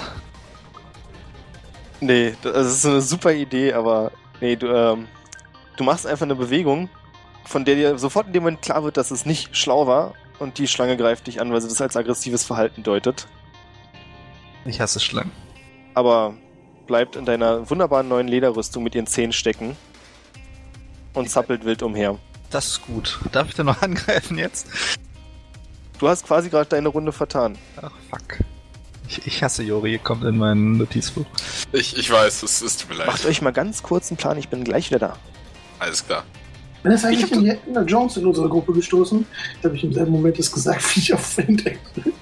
Nee, das ist eine super Idee, aber nee, du, ähm, du machst einfach eine Bewegung, von der dir sofort in dem Moment klar wird, dass es nicht schlau war und die Schlange greift dich an, weil sie das als aggressives Verhalten deutet. Ich hasse Schlangen. Aber bleibt in deiner wunderbaren neuen Lederrüstung mit ihren Zähnen stecken und zappelt wild umher. Das ist gut. Darf ich da noch angreifen jetzt? Du hast quasi gerade deine Runde vertan. Ach, fuck. Ich, ich hasse Jori, kommt in mein Notizbuch. Ich, ich weiß, es ist tut mir leid. Macht euch mal ganz kurz einen Plan, ich bin gleich wieder da. Alles klar. Wenn es eigentlich Ich hab in Indiana Jones in unsere Gruppe gestoßen, da habe ich im selben Moment das gesagt, wie ich auf Fendek.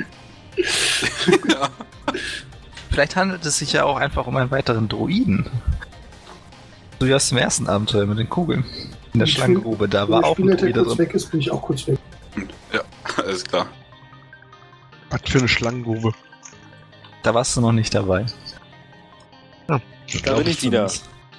Ja. Vielleicht handelt es sich ja auch einfach um einen weiteren Druiden. So wie aus dem ersten Abenteuer mit den Kugeln. In der Schlangengrube, da war auch ein Spieler, der Druide kurz drin. weg ist, bin ich auch kurz weg. Ja, alles klar. Was für eine Schlangengrube. Da warst du noch nicht dabei. Ja. Da bin ich wieder.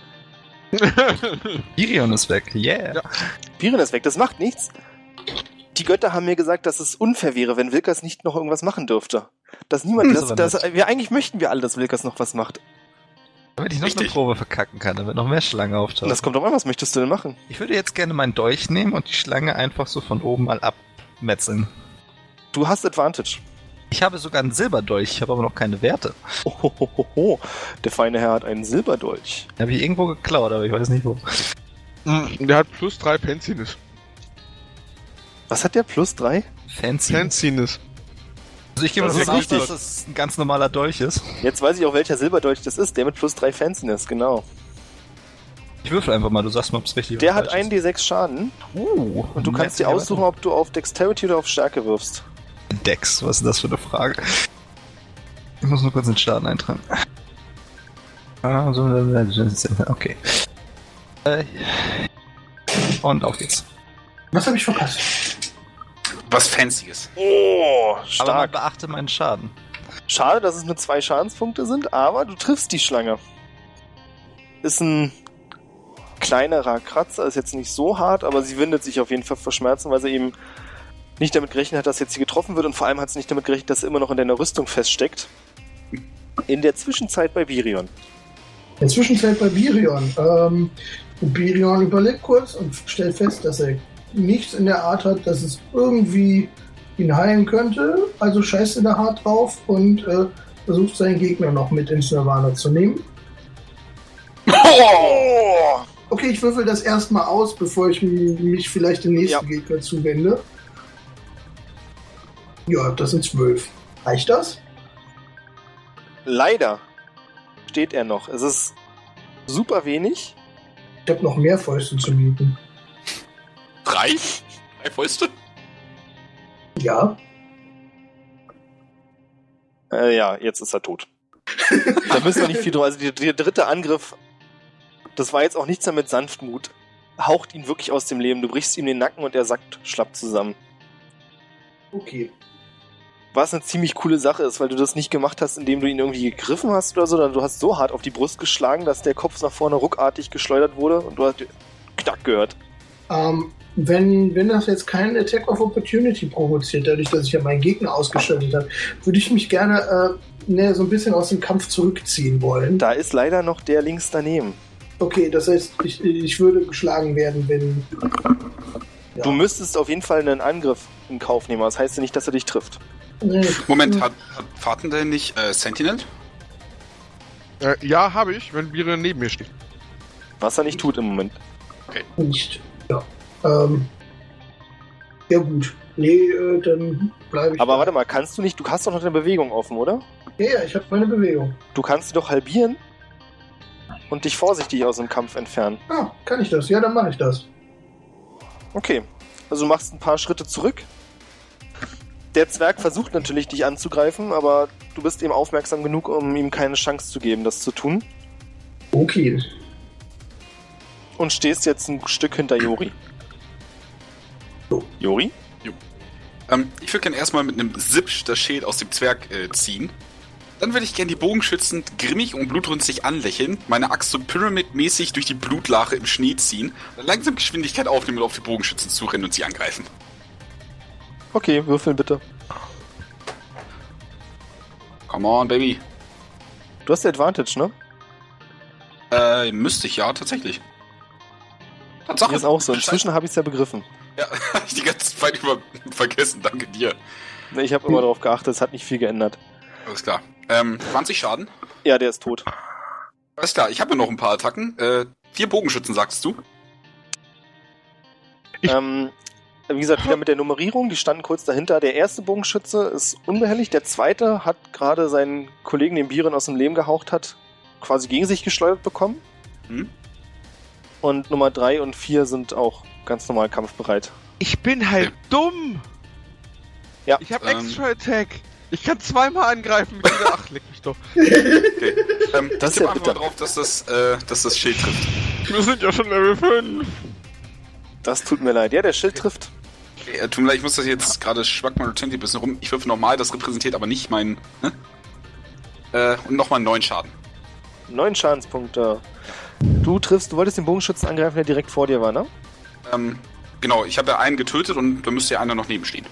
Virion ist weg, yeah. Ja. Viren ist weg, das macht nichts. Die Götter haben mir gesagt, dass es unfair wäre, wenn Wilkers nicht noch irgendwas machen dürfte. Dass niemand, Hm, das, das das, wir eigentlich möchten wir alle, dass Wilkers noch was macht. Damit ich noch Richtig. eine Probe verkacken kann, damit noch mehr Schlangen Und auftauchen. das kommt doch an, was möchtest du denn machen? Ich würde jetzt gerne meinen Dolch nehmen und die Schlange einfach so von oben mal abmetzeln. Du hast Advantage. Ich habe sogar einen Silberdolch, ich habe aber noch keine Werte. Ohohoho. Der feine Herr hat einen Silberdolch. Den habe ich irgendwo geklaut, aber ich weiß nicht wo. Der hat plus drei Fanciness. Was hat der? Plus drei? Fancy. Fanciness. Also ich gehe mal Das davon ist aus, dass richtig. das ein ganz normaler Dolch ist. Jetzt weiß ich auch, welcher Silberdolch das ist. Der mit plus drei Fanciness, genau. Ich würfel einfach mal, du sagst mal, ob es richtig Der oder hat falsch einen D sechs Schaden. ist. Uh, Und du kannst dir aussuchen, ob du auf Dexterity oder auf Stärke wirfst. Dex, was ist das für eine Frage? Ich muss nur kurz den Schaden eintragen. Ah, so, okay. Äh, Und auf geht's. Was habe ich verpasst? Was Fancyes. Oh, Aber man stark. beachte meinen Schaden. Schade, dass es nur zwei Schadenspunkte sind, aber du triffst die Schlange. Ist ein kleinerer Kratzer, ist jetzt nicht so hart, aber sie windet sich auf jeden Fall vor Schmerzen, weil sie eben nicht damit gerechnet hat, dass jetzt sie getroffen wird und vor allem hat sie nicht damit gerechnet, dass sie immer noch in deiner Rüstung feststeckt. In der Zwischenzeit bei Virion. In der Zwischenzeit bei Virion. Ähm, Virion überlegt kurz und stellt fest, dass er nichts in der Art hat, dass es irgendwie ihn heilen könnte. Also scheißt er da hart drauf und äh, versucht seinen Gegner noch mit ins Nirvana zu nehmen. Oh! Okay, ich würfel das erstmal aus, bevor ich m- mich vielleicht dem nächsten Ja. Gegner zuwende. Ja, das sind zwölf. Reicht das? Leider steht er noch. Es ist super wenig. Ich habe noch mehr Fäuste zu bieten. Drei? Drei Fäuste? Ja. Äh, ja, jetzt ist er tot. Da müssen wir nicht viel drüber. Also der, der dritte Angriff, das war jetzt auch nichts mehr mit Sanftmut. Haucht ihn wirklich aus dem Leben. Du brichst ihm den Nacken und er sackt schlapp zusammen. Okay. Was eine ziemlich coole Sache ist, weil du das nicht gemacht hast, indem du ihn irgendwie gegriffen hast oder so, sondern du hast so hart auf die Brust geschlagen, dass der Kopf nach vorne ruckartig geschleudert wurde und du hast Knack gehört. Ähm, wenn, wenn das jetzt keinen Attack of Opportunity provoziert, dadurch, dass ich ja meinen Gegner ausgeschaltet habe, würde ich mich gerne äh, ne, so ein bisschen aus dem Kampf zurückziehen wollen. Da ist leider noch der links daneben. Okay, das heißt, ich, ich würde geschlagen werden, wenn... Ja. Du müsstest auf jeden Fall einen Angriff in Kauf nehmen, das heißt ja nicht, dass er dich trifft. Nee. Moment, hat, hat Fahrten denn nicht äh, Sentinel? Äh, ja, habe ich, wenn Biren neben mir steht. Was er nicht tut im Moment. Nicht. Ja. Ähm, ja gut. Nee, äh, dann bleibe ich. Aber da. warte mal, kannst du nicht, du hast doch noch eine Bewegung offen, oder? Ja, ja, ich habe meine Bewegung. Du kannst sie doch halbieren und dich vorsichtig aus dem Kampf entfernen. Ah, kann ich das? Ja, dann mache ich das. Okay, also du machst ein paar Schritte zurück. Der Zwerg versucht natürlich, dich anzugreifen, aber du bist eben aufmerksam genug, um ihm keine Chance zu geben, das zu tun. Okay. Und stehst jetzt ein Stück hinter Jori. So. Jori? Ähm, ich würde gerne erstmal mit einem Zipsch das Schild aus dem Zwerg äh, ziehen. Dann würde ich gerne die Bogenschützen grimmig und blutrünstig anlächeln, meine Axt so Pyramid-mäßig durch die Blutlache im Schnee ziehen, dann langsam Geschwindigkeit aufnehmen und auf die Bogenschützen zurennen und sie angreifen. Okay, würfeln bitte. Come on, Baby. Du hast die Advantage, ne? Äh, müsste ich, ja, tatsächlich. Tatsache. Hier ist auch so. Scheiße. Inzwischen habe ich es ja begriffen. Ja, hab ich die ganze Zeit über vergessen, danke dir. Ich habe immer darauf geachtet, es hat nicht viel geändert. Alles klar. Ähm, zwanzig Schaden. Ja, der ist tot. Alles klar, ich habe ja noch ein paar Attacken. Äh, vier Bogenschützen, sagst du? Ich- Ähm, wie gesagt, wieder mit der Nummerierung, die standen kurz dahinter. Der erste Bogenschütze ist unbehelligt, der zweite hat gerade seinen Kollegen, den Biren aus dem Leben gehaucht hat, quasi gegen sich geschleudert bekommen. Hm? Und Nummer drei und vier sind auch ganz normal kampfbereit. Ich bin halt Okay. dumm. Ja. Ich hab Ähm. Extra Attack. Ich kann zweimal angreifen mit jeder... Ach, leck mich doch. Okay. Ähm, Das ich ist ja tippe einfach mal bitter. drauf, dass das, äh, dass das Schild trifft. Wir sind ja schon Level fünf. Das tut mir leid. Ja, der Schild trifft. Okay, äh, tut mir leid, ich muss das jetzt gerade schwack mal ein bisschen rum. Ich würfe normal, das repräsentiert aber nicht meinen. Ne? Äh, und nochmal neun Schaden. Neun Schadenspunkte. Du triffst, du wolltest den Bogenschützen angreifen, der direkt vor dir war, ne? Ähm, genau, ich habe ja einen getötet und da müsste ja einer noch nebenstehen.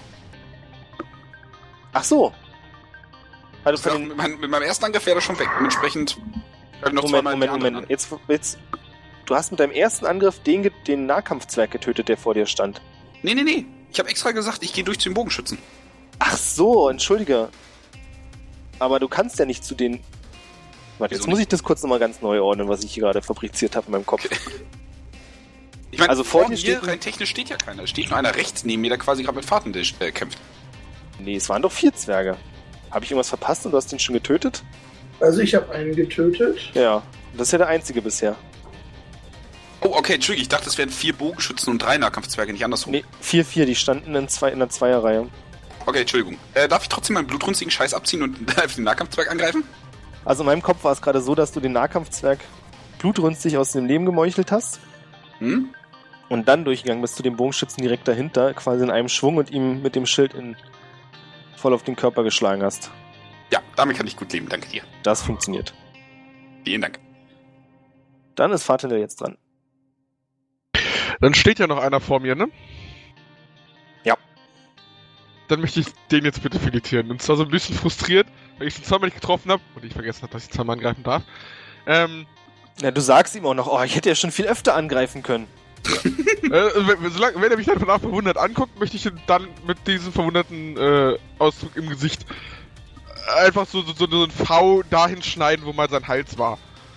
Ach so. Also Ja, von den, mit, mein, mit meinem ersten Angriff wäre das schon weg. Dementsprechend habe ich noch Moment, zweimal Moment, die anderen Moment. Jetzt, jetzt, du hast mit deinem ersten Angriff den, ge- den Nahkampfzwerg getötet, der vor dir stand. an. Nee, nee, nee. Ich habe extra gesagt, ich gehe durch zu den Bogenschützen. Ach so, entschuldige. Aber du kannst ja nicht zu den... Warte, jetzt Wieso muss nicht? ich das kurz nochmal ganz neu ordnen, was ich hier gerade fabriziert habe in meinem Kopf. Ich meine, Also vor vor dir mir steht ein- rein technisch steht ja keiner. Es steht nur einer rechts neben mir, der quasi gerade mit Fahrten äh, kämpft. Nee, es waren doch vier Zwerge. Habe ich irgendwas verpasst und du hast den schon getötet? Also ich habe einen getötet. Ja, das ist ja der einzige bisher. Oh, okay, Entschuldigung, ich dachte, es wären vier Bogenschützen und drei Nahkampfzwerge, nicht andersrum. Nee, vier, vier, die standen in, zwei, in einer Zweierreihe. Okay, Entschuldigung. Äh, darf ich trotzdem meinen blutrünstigen Scheiß abziehen und einfach den Nahkampfzwerg angreifen? Also in meinem Kopf war es gerade so, dass du den Nahkampfzwerg blutrünstig aus dem Leben gemeuchelt hast Hm? und dann durchgegangen bist zu dem Bogenschützen direkt dahinter, quasi in einem Schwung und ihm mit dem Schild in voll auf den Körper geschlagen hast. Ja, damit kann ich gut leben, danke dir. Das funktioniert. Vielen Dank. Dann ist Fatinel jetzt dran. Dann steht ja noch einer vor mir, ne? Ja. Dann möchte ich den jetzt bitte filetieren. Und zwar so ein bisschen frustriert, weil ich ihn zweimal nicht getroffen habe und ich vergessen habe, dass ich zweimal angreifen darf. Ähm, Ja, du sagst ihm auch noch, oh, ich hätte ja schon viel öfter angreifen können. äh, wenn, solange, wenn er mich dann danach verwundert anguckt, möchte ich ihn dann mit diesem verwunderten äh, Ausdruck im Gesicht einfach so, so, so ein V dahin schneiden, wo mal sein Hals war.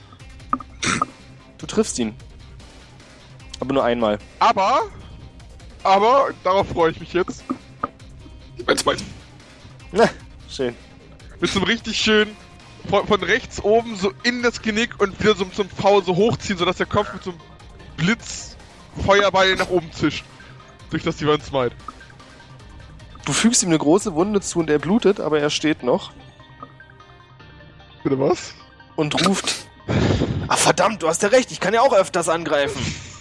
Du triffst ihn. Aber nur einmal. Aber, aber, darauf freue ich mich jetzt, Meins, meins. Na, schön. mit so einem richtig schön von, von rechts oben so in das Genick und wieder so zum V so hochziehen, sodass der Kopf mit so einem Blitzfeuerball nach oben zischt. Durch das die Wand smite. Du fügst ihm eine große Wunde zu und er blutet, aber er steht noch Bitte was? und ruft, ach verdammt, du hast ja recht, ich kann ja auch öfters angreifen.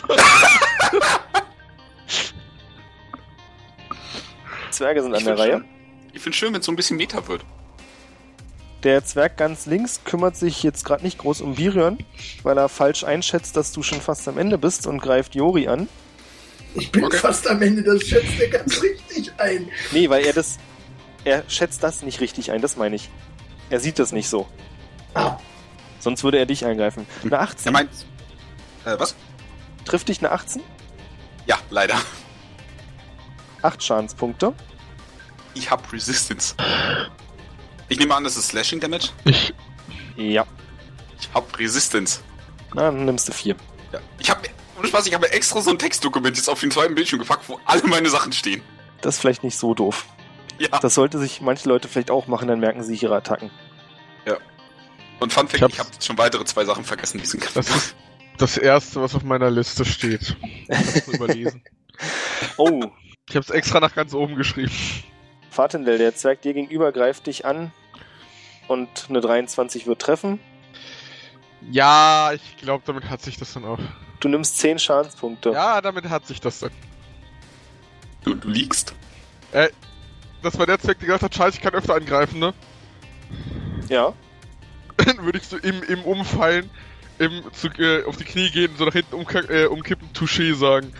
Zwerge sind an Ich der find Reihe. schön- Ich finde schön, wenn es so ein bisschen Meta wird. Der Zwerg ganz links kümmert sich jetzt gerade nicht groß um Birion, weil er falsch einschätzt, dass du schon fast am Ende bist und greift Jori an. Ich bin Okay. fast am Ende, das schätzt er ganz richtig ein. Nee, weil er das... Er schätzt das nicht richtig ein, das meine ich. Er sieht das nicht so. Ah, Sonst würde er dich eingreifen. Eine Er achtzehn. meint. Äh, was? Trifft dich eine achtzehn? Ja, leider. acht Schadenspunkte. Ich hab Resistance. Ich nehme an, das ist Slashing Damage. Ich. Ja. Ich hab Resistance. Na, dann nimmst du vier. Ja. Ich hab. Ohne Spaß, ich habe mir extra so ein Textdokument jetzt auf den zweiten Bildschirm gepackt, wo alle meine Sachen stehen. Das ist vielleicht nicht so doof. Ja. Das sollte sich manche Leute vielleicht auch machen, dann merken sie sich ihre Attacken. Und Fun Fact, Ich hab's- ich habe schon weitere zwei Sachen vergessen, die sind Das ist das erste, was auf meiner Liste steht. Ich muss überlesen. Oh, Ich hab's extra nach ganz oben geschrieben. Fatindel, der Zwerg dir gegenüber greift dich an und eine dreiundzwanzig wird treffen. Ja, ich glaube, damit hat sich das dann auch. Du nimmst zehn Schadenspunkte. Ja, damit hat sich das dann. Du, du liegst. Das war der Zweck, der gesagt hat, scheiße, ich kann öfter angreifen, ne? Ja. Dann würde ich so im, im Umfallen, im, zu, äh, auf die Knie gehen, so nach hinten umka- äh, umkippen, Touché sagen.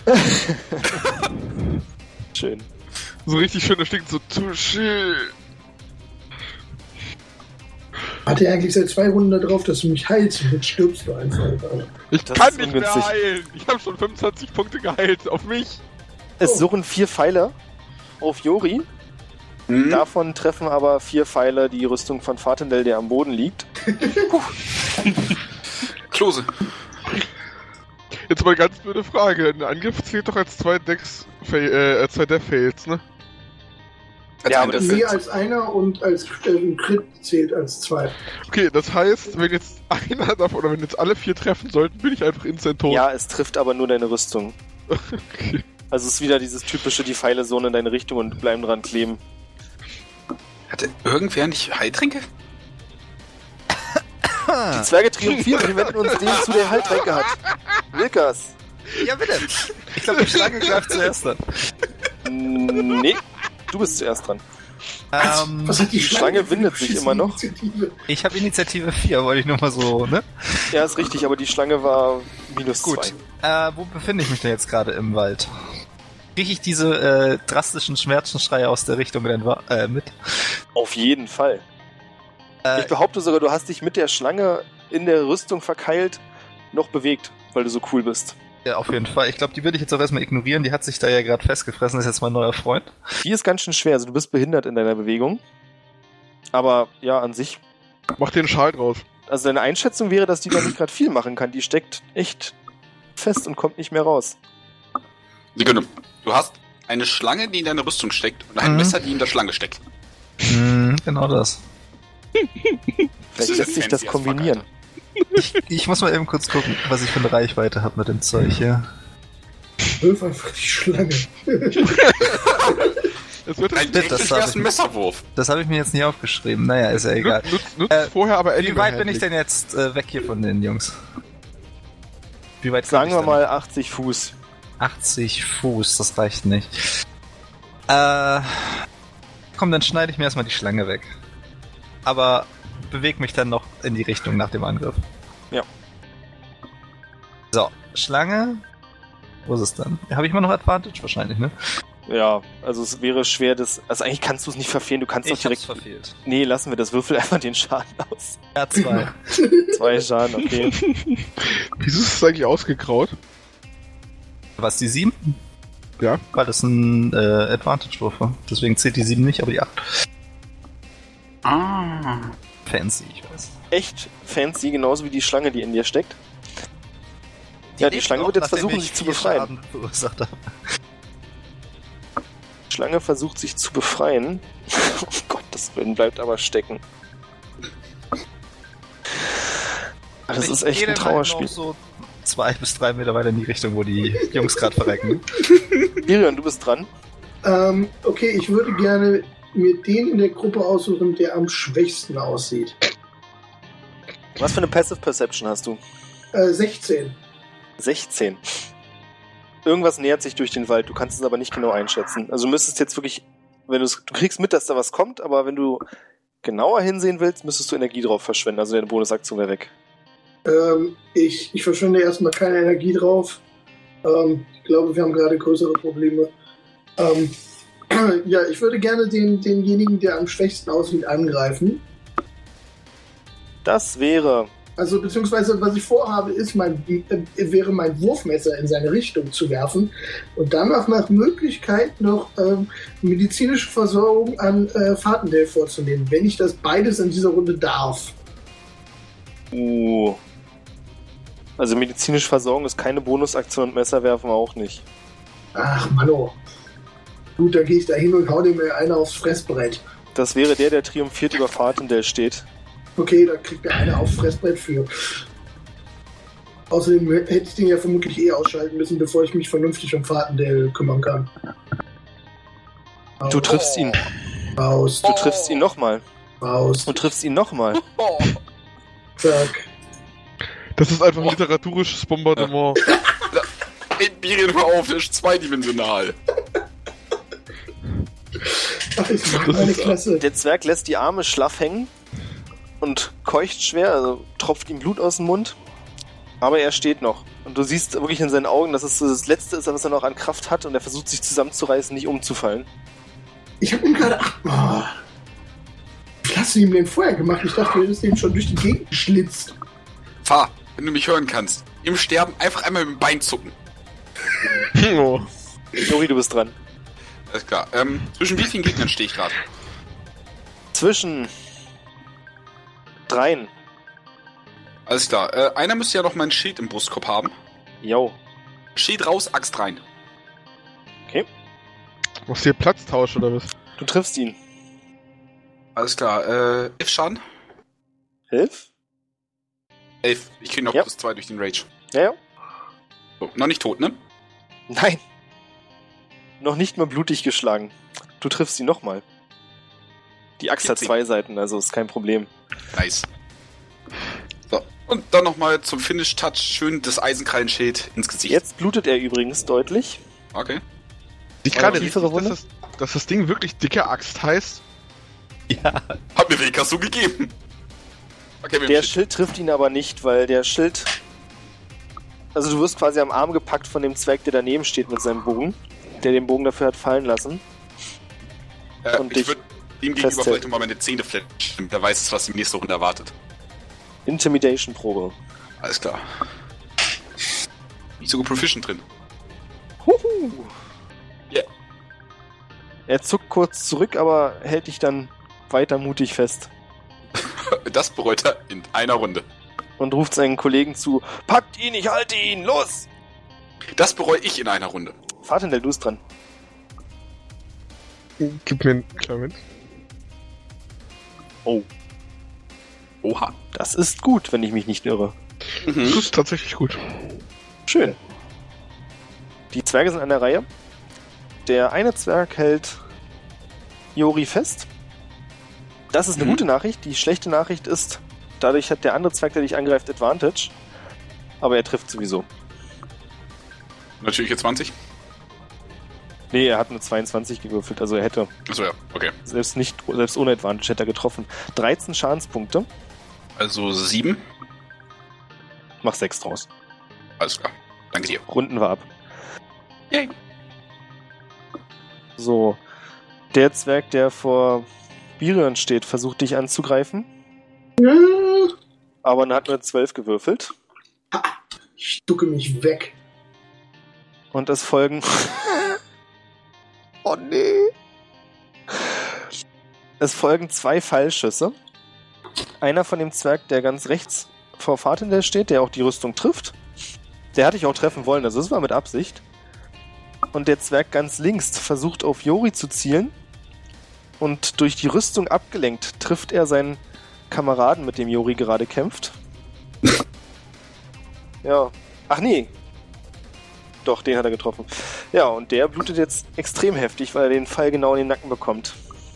Schön. So richtig schön, da steht so Touché. hat er eigentlich seit zwei Runden da drauf, dass du mich heilst und jetzt stirbst du einfach. Alter. Ich Das kann ist nicht ungünstig. mehr heilen. Ich habe schon fünfundzwanzig Punkte geheilt. Auf mich. Es Oh. surren vier Pfeile auf Jori. Hm? Davon treffen aber vier Pfeile die Rüstung von Fatindel, der am Boden liegt. Klose. Jetzt mal eine ganz blöde Frage. Ein Angriff zählt doch als zwei Decks, äh, als zwei Death Fails, ne? Als Ja, ein aber das Defekt. Mehr als einer und als äh, ein Crit zählt als zwei. Okay, das heißt, wenn jetzt einer davon, oder wenn jetzt alle vier treffen sollten, bin ich einfach instant tot. Ja, es trifft aber nur deine Rüstung. Okay. Also es ist wieder dieses typische, die Pfeile so in deine Richtung und bleiben dran kleben. Hatte irgendwer nicht Heiltränke? Die Zwerge triumphieren, wir wenden uns dem zu, der Heiltränke hat. Wilkas. Ja, bitte. Ich glaube, die Schlange greift zuerst an. Nee, du bist zuerst dran. Ähm, Was hat die die Schlange windet sich immer noch. Initiative? ich habe Initiative vier, wollte ich nur mal so, ne? Ja, ist richtig, aber die Schlange war minus Gut. zwei. Äh, wo befinde ich mich denn jetzt gerade im Wald? Kriege ich diese äh, drastischen Schmerzensschreie aus der Richtung denn, wa- äh, mit? Auf jeden Fall. Äh, Ich behaupte sogar, du hast dich mit der Schlange in der Rüstung verkeilt noch bewegt, weil du so cool bist. ja, auf jeden Fall. Ich glaube, die würde ich jetzt auch erstmal ignorieren. Die hat sich da ja gerade festgefressen. Das ist jetzt mein neuer Freund. Die ist ganz schön schwer, also du bist behindert in deiner Bewegung. Aber ja, an sich, Mach den Schal draus. also deine Einschätzung wäre, dass die da nicht gerade viel machen kann. Die steckt echt fest und kommt nicht mehr raus. Sekunde. Du hast eine Schlange, die in deine Rüstung steckt und ein Mhm. Messer, die in der Schlange steckt. Hm, genau das. Vielleicht lässt sich das Fancy as fuck, kombinieren. Ich, ich muss mal eben kurz gucken, was ich für eine Reichweite habe mit dem Zeug hier. Wirf einfach die Schlange. Es wird Ein Das technisch darf wär's ich ein nicht. Messerwurf. Das habe ich mir jetzt nie aufgeschrieben. Naja, ist ja egal. Nutz, nutz, nutz Äh, vorher aber Wie weit bin Animal ich denn jetzt äh, weg hier von den Jungs? Wie weit Sagen komm wir ich mal achtzig Fuß. denn? achtzig Fuß, das reicht nicht. Äh, komm, dann schneide ich mir erstmal die Schlange weg. Aber beweg mich dann noch in die Richtung nach dem Angriff. Ja. So, Schlange. Wo ist es dann? Habe ich immer noch Advantage wahrscheinlich, ne? Ja, also es wäre schwer, das. Also eigentlich kannst du es nicht verfehlen, du kannst doch Ich hab's direkt. verfehlt. Nee, lassen wir das. Würfel einfach den Schaden aus. Ja, zwei. Zwei Schaden, okay. Wieso ist es eigentlich ausgegraut? Was, die sieben? Ja. Weil das ein äh, Advantage-Wurf war. Deswegen zählt die sieben nicht, aber die acht. Ah. Fancy, ich weiß. Echt fancy, genauso wie die Schlange, die in dir steckt. Ja, die lebt Schlange noch, wird jetzt nachdem versuchen, ich sich zu vier befreien. Schaden verursacht habe. Die Schlange versucht sich zu befreien. Oh Gottes Willen, bleibt aber stecken. Das Ich ist echt gehe ein dann halt Trauerspiel. noch so zwei bis drei Meter weiter in die Richtung, wo die Jungs gerade verrecken. Irion, du bist dran. Ähm, okay, ich würde gerne mir den in der Gruppe aussuchen, der am schwächsten aussieht. Was für eine Passive Perception hast du? Äh, sechzehn. sechzehn. Irgendwas nähert sich durch den Wald, du kannst es aber nicht genau einschätzen. Also du müsstest jetzt wirklich, wenn du du kriegst mit, dass da was kommt, aber wenn du genauer hinsehen willst, müsstest du Energie drauf verschwenden, also deine Bonusaktion wäre weg. Ähm, ich, ich verschwende erstmal keine Energie drauf. Ähm, ich glaube, wir haben gerade größere Probleme. Ähm, ja, ich würde gerne den, denjenigen, der am schwächsten aussieht, angreifen. Das wäre, Also beziehungsweise was ich vorhabe, ist mein, äh, wäre mein Wurfmesser in seine Richtung zu werfen und danach nach Möglichkeit noch ähm, medizinische Versorgung an äh, Fartendale vorzunehmen, wenn ich das beides in dieser Runde darf. uh, also medizinische Versorgung ist keine Bonusaktion und Messer werfen auch nicht. Ach, Manno. Gut, dann gehe ich da hin und hau dem einer aufs Fressbrett. Das wäre der, der triumphiert über Fartendale steht. Okay, da kriegt der eine aufs Fressbrett für. Außerdem hätte ich den ja vermutlich eh ausschalten müssen, bevor ich mich vernünftig um Fartendale kümmern kann. Du triffst ihn. Raus, Du triffst ihn nochmal. raus, Du triffst ihn nochmal. zack. Das ist einfach literaturisches Bombardement. Birien, hör auf, das ist zweidimensional. Ach, ich mag Das meine ist- Klasse. Der Zwerg lässt die Arme schlaff hängen und keucht schwer, also tropft ihm Blut aus dem Mund. Aber er steht noch. Und du siehst wirklich in seinen Augen, dass es so das Letzte ist, was er noch an Kraft hat und er versucht sich zusammenzureißen, nicht umzufallen. Ich hab ihm gerade... Ach, oh. Wie hast du ihm denn vorher gemacht? Ich dachte, du hättest ihm schon durch die Gegend geschlitzt. Fahr, wenn du mich hören kannst. Im Sterben einfach einmal mit dem Bein zucken. Oh. Jori, du bist dran. Alles klar. Ähm, zwischen wie vielen Gegnern stehe ich gerade? Zwischen dreien. Alles klar. Äh, einer müsste ja noch meinen Schild im Brustkorb haben. Jo. Schild raus, Axt rein. Okay. Machst du hier Platztausch oder was? Du triffst ihn. Alles klar, äh, elf Schaden? Hilf? elf. Ich krieg noch Ja. plus zwei durch den Rage. Ja, ja. So, noch nicht tot, ne? Nein. Noch nicht mal blutig geschlagen. Du triffst ihn nochmal. Die Axt hat vierzehn. zwei Seiten, also ist kein Problem. Nice. So, und dann nochmal zum Finish-Touch schön das Eisenkrallenschild ins Gesicht. Jetzt blutet er übrigens deutlich. Okay. Ich Oder gerade tiefere richtig, Wunde? dass das, dass das Ding wirklich dicke Axt heißt. Ja, Hat mir Vekas so gegeben. Okay, wir Der haben Shit. Schild trifft ihn aber nicht, weil der Schild... Also du wirst quasi am Arm gepackt von dem Zwerg, der daneben steht mit seinem Bogen, der den Bogen dafür hat fallen lassen. Äh, und ich dich würde ihm gegenüber festhalten. vielleicht nochmal meine Zähne fletschen. Der weiß, was die nächste Runde erwartet. Intimidation-Probe. Alles klar. Nicht so gut Proficient drin. Huhu. Ja. Er zuckt kurz zurück, aber hält dich dann weiter mutig fest Das bereut er in einer Runde. und ruft seinen Kollegen zu: Packt ihn, ich halte ihn, los! Das bereue ich in einer Runde. Fatendel, du bist dran. Gib mir einen kleinen Moment. Oh, Oha. das ist gut, wenn ich mich nicht irre. Das Mhm. ist tatsächlich gut. Schön. Die Zwerge sind an der Reihe. Der eine Zwerg hält Jori fest. Das ist eine Mhm. gute Nachricht. Die schlechte Nachricht ist, dadurch hat der andere Zwerg, der dich angreift, Advantage. Aber er trifft sowieso. Natürlich jetzt zwanzig. Nee, er hat eine zweiundzwanzig gewürfelt, also er hätte Achso, ja, okay. selbst nicht, selbst ohne Advantage hätte er getroffen. dreizehn Schadenspunkte. Also sieben. Mach sechs draus. Alles klar. Danke dir. Runden wir ab. Yay. So. Der Zwerg, der vor Birion steht, versucht dich anzugreifen, Ja, aber er hat nur zwölf gewürfelt. ich ducke mich weg. Und es folgen... oh nee. Es folgen zwei Pfeilschüsse. Einer von dem Zwerg, der ganz rechts vor Fatendel steht, der auch die Rüstung trifft. Der hatte ich auch treffen wollen, also das war mit Absicht. Und der Zwerg ganz links versucht auf Jori zu zielen. Und durch die Rüstung abgelenkt trifft er seinen Kameraden, mit dem Jori gerade kämpft. Ja. Ach nee. Doch, den hat er getroffen. Ja, und der blutet jetzt extrem heftig, weil er den Pfeil genau in den Nacken bekommt.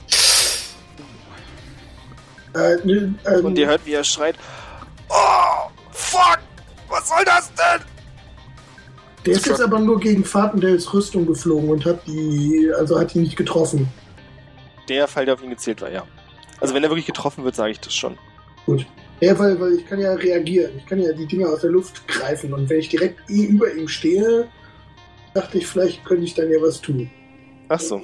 Äh, ne, ähm, Und ihr hört, wie er schreit: Oh, fuck! Was soll das denn? der ist jetzt aber nur gegen Fatendels Rüstung geflogen und hat die, also hat ihn nicht getroffen. Der Pfeil, der auf ihn gezählt war, ja. Also wenn er wirklich getroffen wird, sage ich das schon. Ja, weil, weil ich kann ja reagieren. Ich kann ja die Dinger aus der Luft greifen. Und wenn ich direkt eh über ihm stehe, dachte ich, vielleicht könnte ich dann ja was tun. Ach so.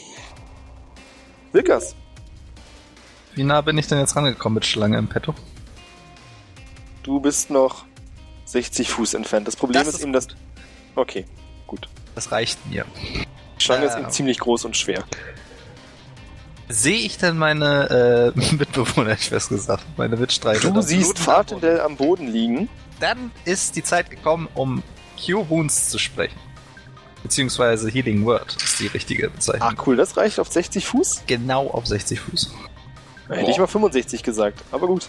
Wilkas, wie nah bin ich denn jetzt rangekommen mit Schlange im Petto? du bist noch sechzig Fuß entfernt. Das Problem Das ist, ist eben, dass... Okay, gut. Das reicht mir. Die Schlange ist Äh. eben ziemlich groß und schwer. Sehe ich denn meine äh, Mitbewohner, ich weiß gesagt, meine Mitstreiter? Du da siehst bluten am Fatendel am Boden liegen. Boden? Dann ist die Zeit gekommen, um Cure Wounds zu sprechen. Beziehungsweise Healing Word ist die richtige Bezeichnung. Ach cool, das reicht auf sechzig Fuß? Genau auf sechzig Fuß. Da hätte ich mal fünfundsechzig gesagt, aber gut.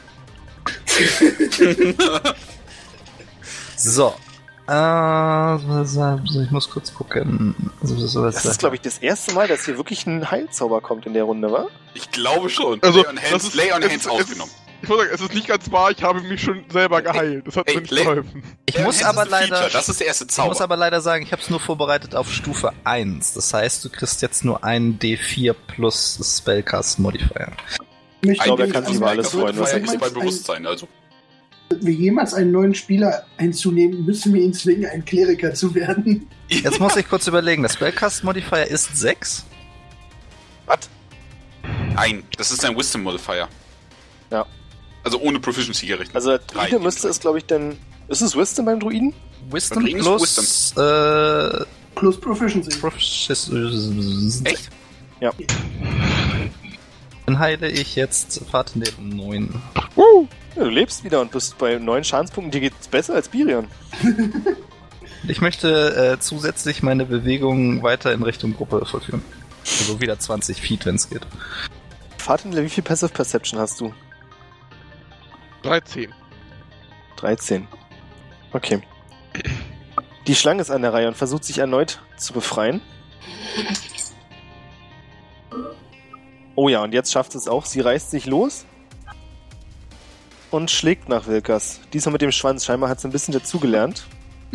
So. Äh, ich muss kurz gucken. Das ist, glaube ich, das erste Mal, dass hier wirklich ein Heilzauber kommt in der Runde, wa? Ich glaube schon. Also, Lay on das Hands, ist- Lay on es- Hands es- ausgenommen. Ich muss sagen, es ist nicht ganz wahr, ich habe mich schon selber geheilt. Das hat Ey, mir nicht Le- geholfen. Ich Lay on muss Hands aber ist ein leider. Feature, das ist der erste Ich muss Zauber. aber leider sagen, ich habe es nur vorbereitet auf Stufe eins. Das heißt, du kriegst jetzt nur einen D vier plus Spellcast Modifier. Ich Ich glaube, er denke, kann sich ein- über alles Modifier freuen, was er ist kriegt. bei Bewusstsein, also. Wenn wir jemals einen neuen Spieler einzunehmen, müssen wir ihn zwingen, ein Kleriker zu werden. Jetzt muss ich kurz überlegen. Der Spellcast Modifier ist sechs. Was? Nein, das ist ein Wisdom Modifier. Ja. Also ohne Proficiency gerechnet. Also der Drei. Druide müsste es, glaube ich, denn... Ist es Wisdom beim Druiden? Wisdom Kriegen ist plus äh, Plus Proficiency. Proficiency. Echt? Ja. Dann heile ich jetzt Fahrten den neun. Ja, du lebst wieder und bist bei neun Schadenspunkten. Dir geht's besser als Birion. Ich möchte äh, zusätzlich meine Bewegung weiter in Richtung Gruppe vollführen. Also wieder zwanzig Feet, wenn's geht. Fahrtendler, wie viel Passive Perception hast du? dreizehn. dreizehn. Okay. Die Schlange ist an der Reihe und versucht sich erneut zu befreien. Oh ja, und jetzt schafft es auch. Sie reißt sich los und schlägt nach Wilkas. Diesmal mit dem Schwanz. Scheinbar hat sie ein bisschen dazugelernt.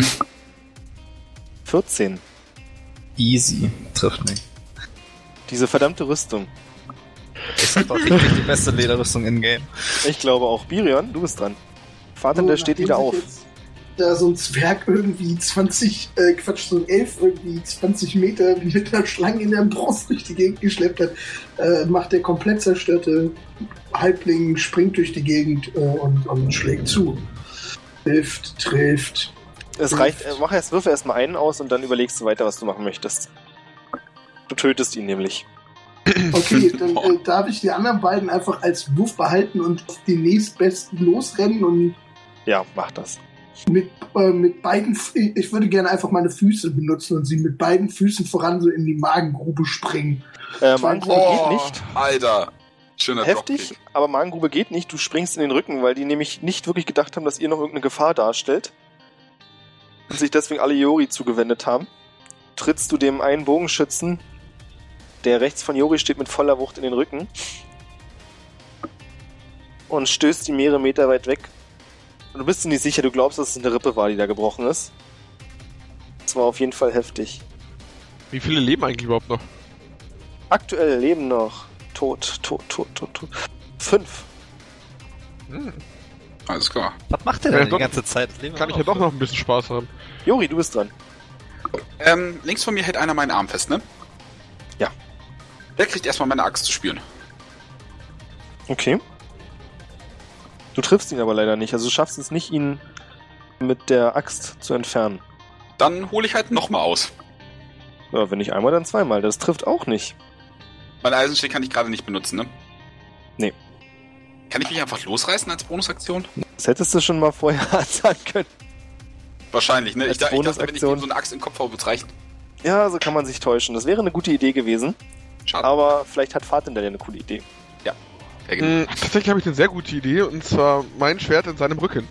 vierzehn. Easy. Trifft mich. Diese verdammte Rüstung. Das ist doch wirklich die beste Lederrüstung in-game. Ich glaube auch. Birion, du bist dran. Vater, der steht wieder auf. Da so ein Zwerg irgendwie zwanzig, äh, Quatsch, so ein Elf irgendwie zwanzig Meter mit einer Schlange in der Brust durch die Gegend geschleppt hat, äh, macht der komplett zerstörte Halbling, springt durch die Gegend äh, und, und schlägt zu. Trifft, trifft. Es reicht, äh, mach erst, wirf erst mal einen aus und dann überlegst du weiter, was du machen möchtest. Du tötest ihn nämlich. Okay, dann äh, darf ich die anderen beiden einfach als Wurf behalten und auf den nächstbesten losrennen und Ja, mach das. mit, äh, mit beiden, F- ich würde gerne einfach meine Füße benutzen und sie mit beiden Füßen voran so in die Magengrube springen. Äh, Magengrube Oh, geht nicht. Alter. Schöner Heftig, Dropkick. aber Magengrube geht nicht. Du springst in den Rücken, weil die nämlich nicht wirklich gedacht haben, dass ihr noch irgendeine Gefahr darstellt. Und sich deswegen alle Yori zugewendet haben. Trittst du dem einen Bogenschützen, der rechts von Yori steht, mit voller Wucht in den Rücken. Und stößt ihn mehrere Meter weit weg. Und du bist dir nicht sicher, du glaubst, dass es eine Rippe war, die da gebrochen ist. Das war auf jeden Fall heftig. Wie viele leben eigentlich überhaupt noch? Aktuell leben noch. Tot, tot, tot, tot, tot. Fünf. Hm. Alles klar. Was macht der Ja, denn die doch. ganze Zeit? Das Leben Kann ich auch ja doch noch. noch ein bisschen Spaß haben. Yori, du bist dran. Ähm, links von mir hält einer meinen Arm fest, ne? Ja. Der kriegt erstmal meine Axt zu spüren. Okay. Du triffst ihn aber leider nicht. Also du schaffst es nicht, ihn mit der Axt zu entfernen. Dann hole ich halt nochmal aus. Ja, wenn nicht einmal, dann zweimal. Das trifft auch nicht. Mein Eisenstich kann ich gerade nicht benutzen, ne? Nee. Kann ich mich einfach losreißen als Bonusaktion? Das hättest du schon mal vorher sagen können. Wahrscheinlich, ne? Als Ich, da, ich dachte, wenn ich Bonusaktion. ihm so eine Axt in den Kopf haue, wird's reichen. Ja, so kann man sich täuschen. Das wäre eine gute Idee gewesen. Schade. Aber vielleicht hat Fahrtender ja eine coole Idee. Ja, genau. Hm, tatsächlich habe ich eine sehr gute Idee, und zwar mein Schwert in seinem Rücken.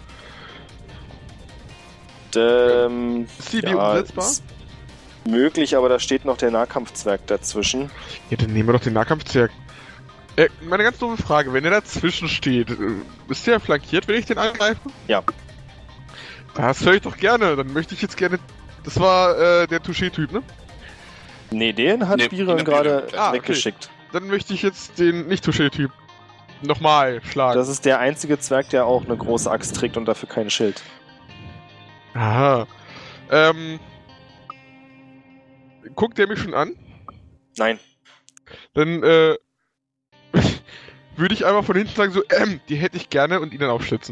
Ähm, Ist die Idee ja, umsetzbar? ist möglich, aber da steht noch der Nahkampfzwerg dazwischen. Ja, dann nehmen wir doch den Nahkampfzwerg. Äh, meine ganz doofe Frage, wenn der dazwischen steht, äh, ist der flankiert, wenn ich den angreife? Ja. Das höre ich doch gerne, dann möchte ich jetzt gerne... Das war äh, der Touché-Typ, ne? Nee, den hat Nee, Birion den hat gerade Birion. Ah, okay. weggeschickt. Dann möchte ich jetzt den Nicht-Touché-Typ nochmal schlagen. Das ist der einzige Zwerg, der auch eine große Axt trägt und dafür kein Schild. Aha. Ähm... Guckt der mich schon an? Nein. Dann, äh... würde ich einfach von hinten sagen so, ähm, die hätte ich gerne, und ihn dann aufschlitzen.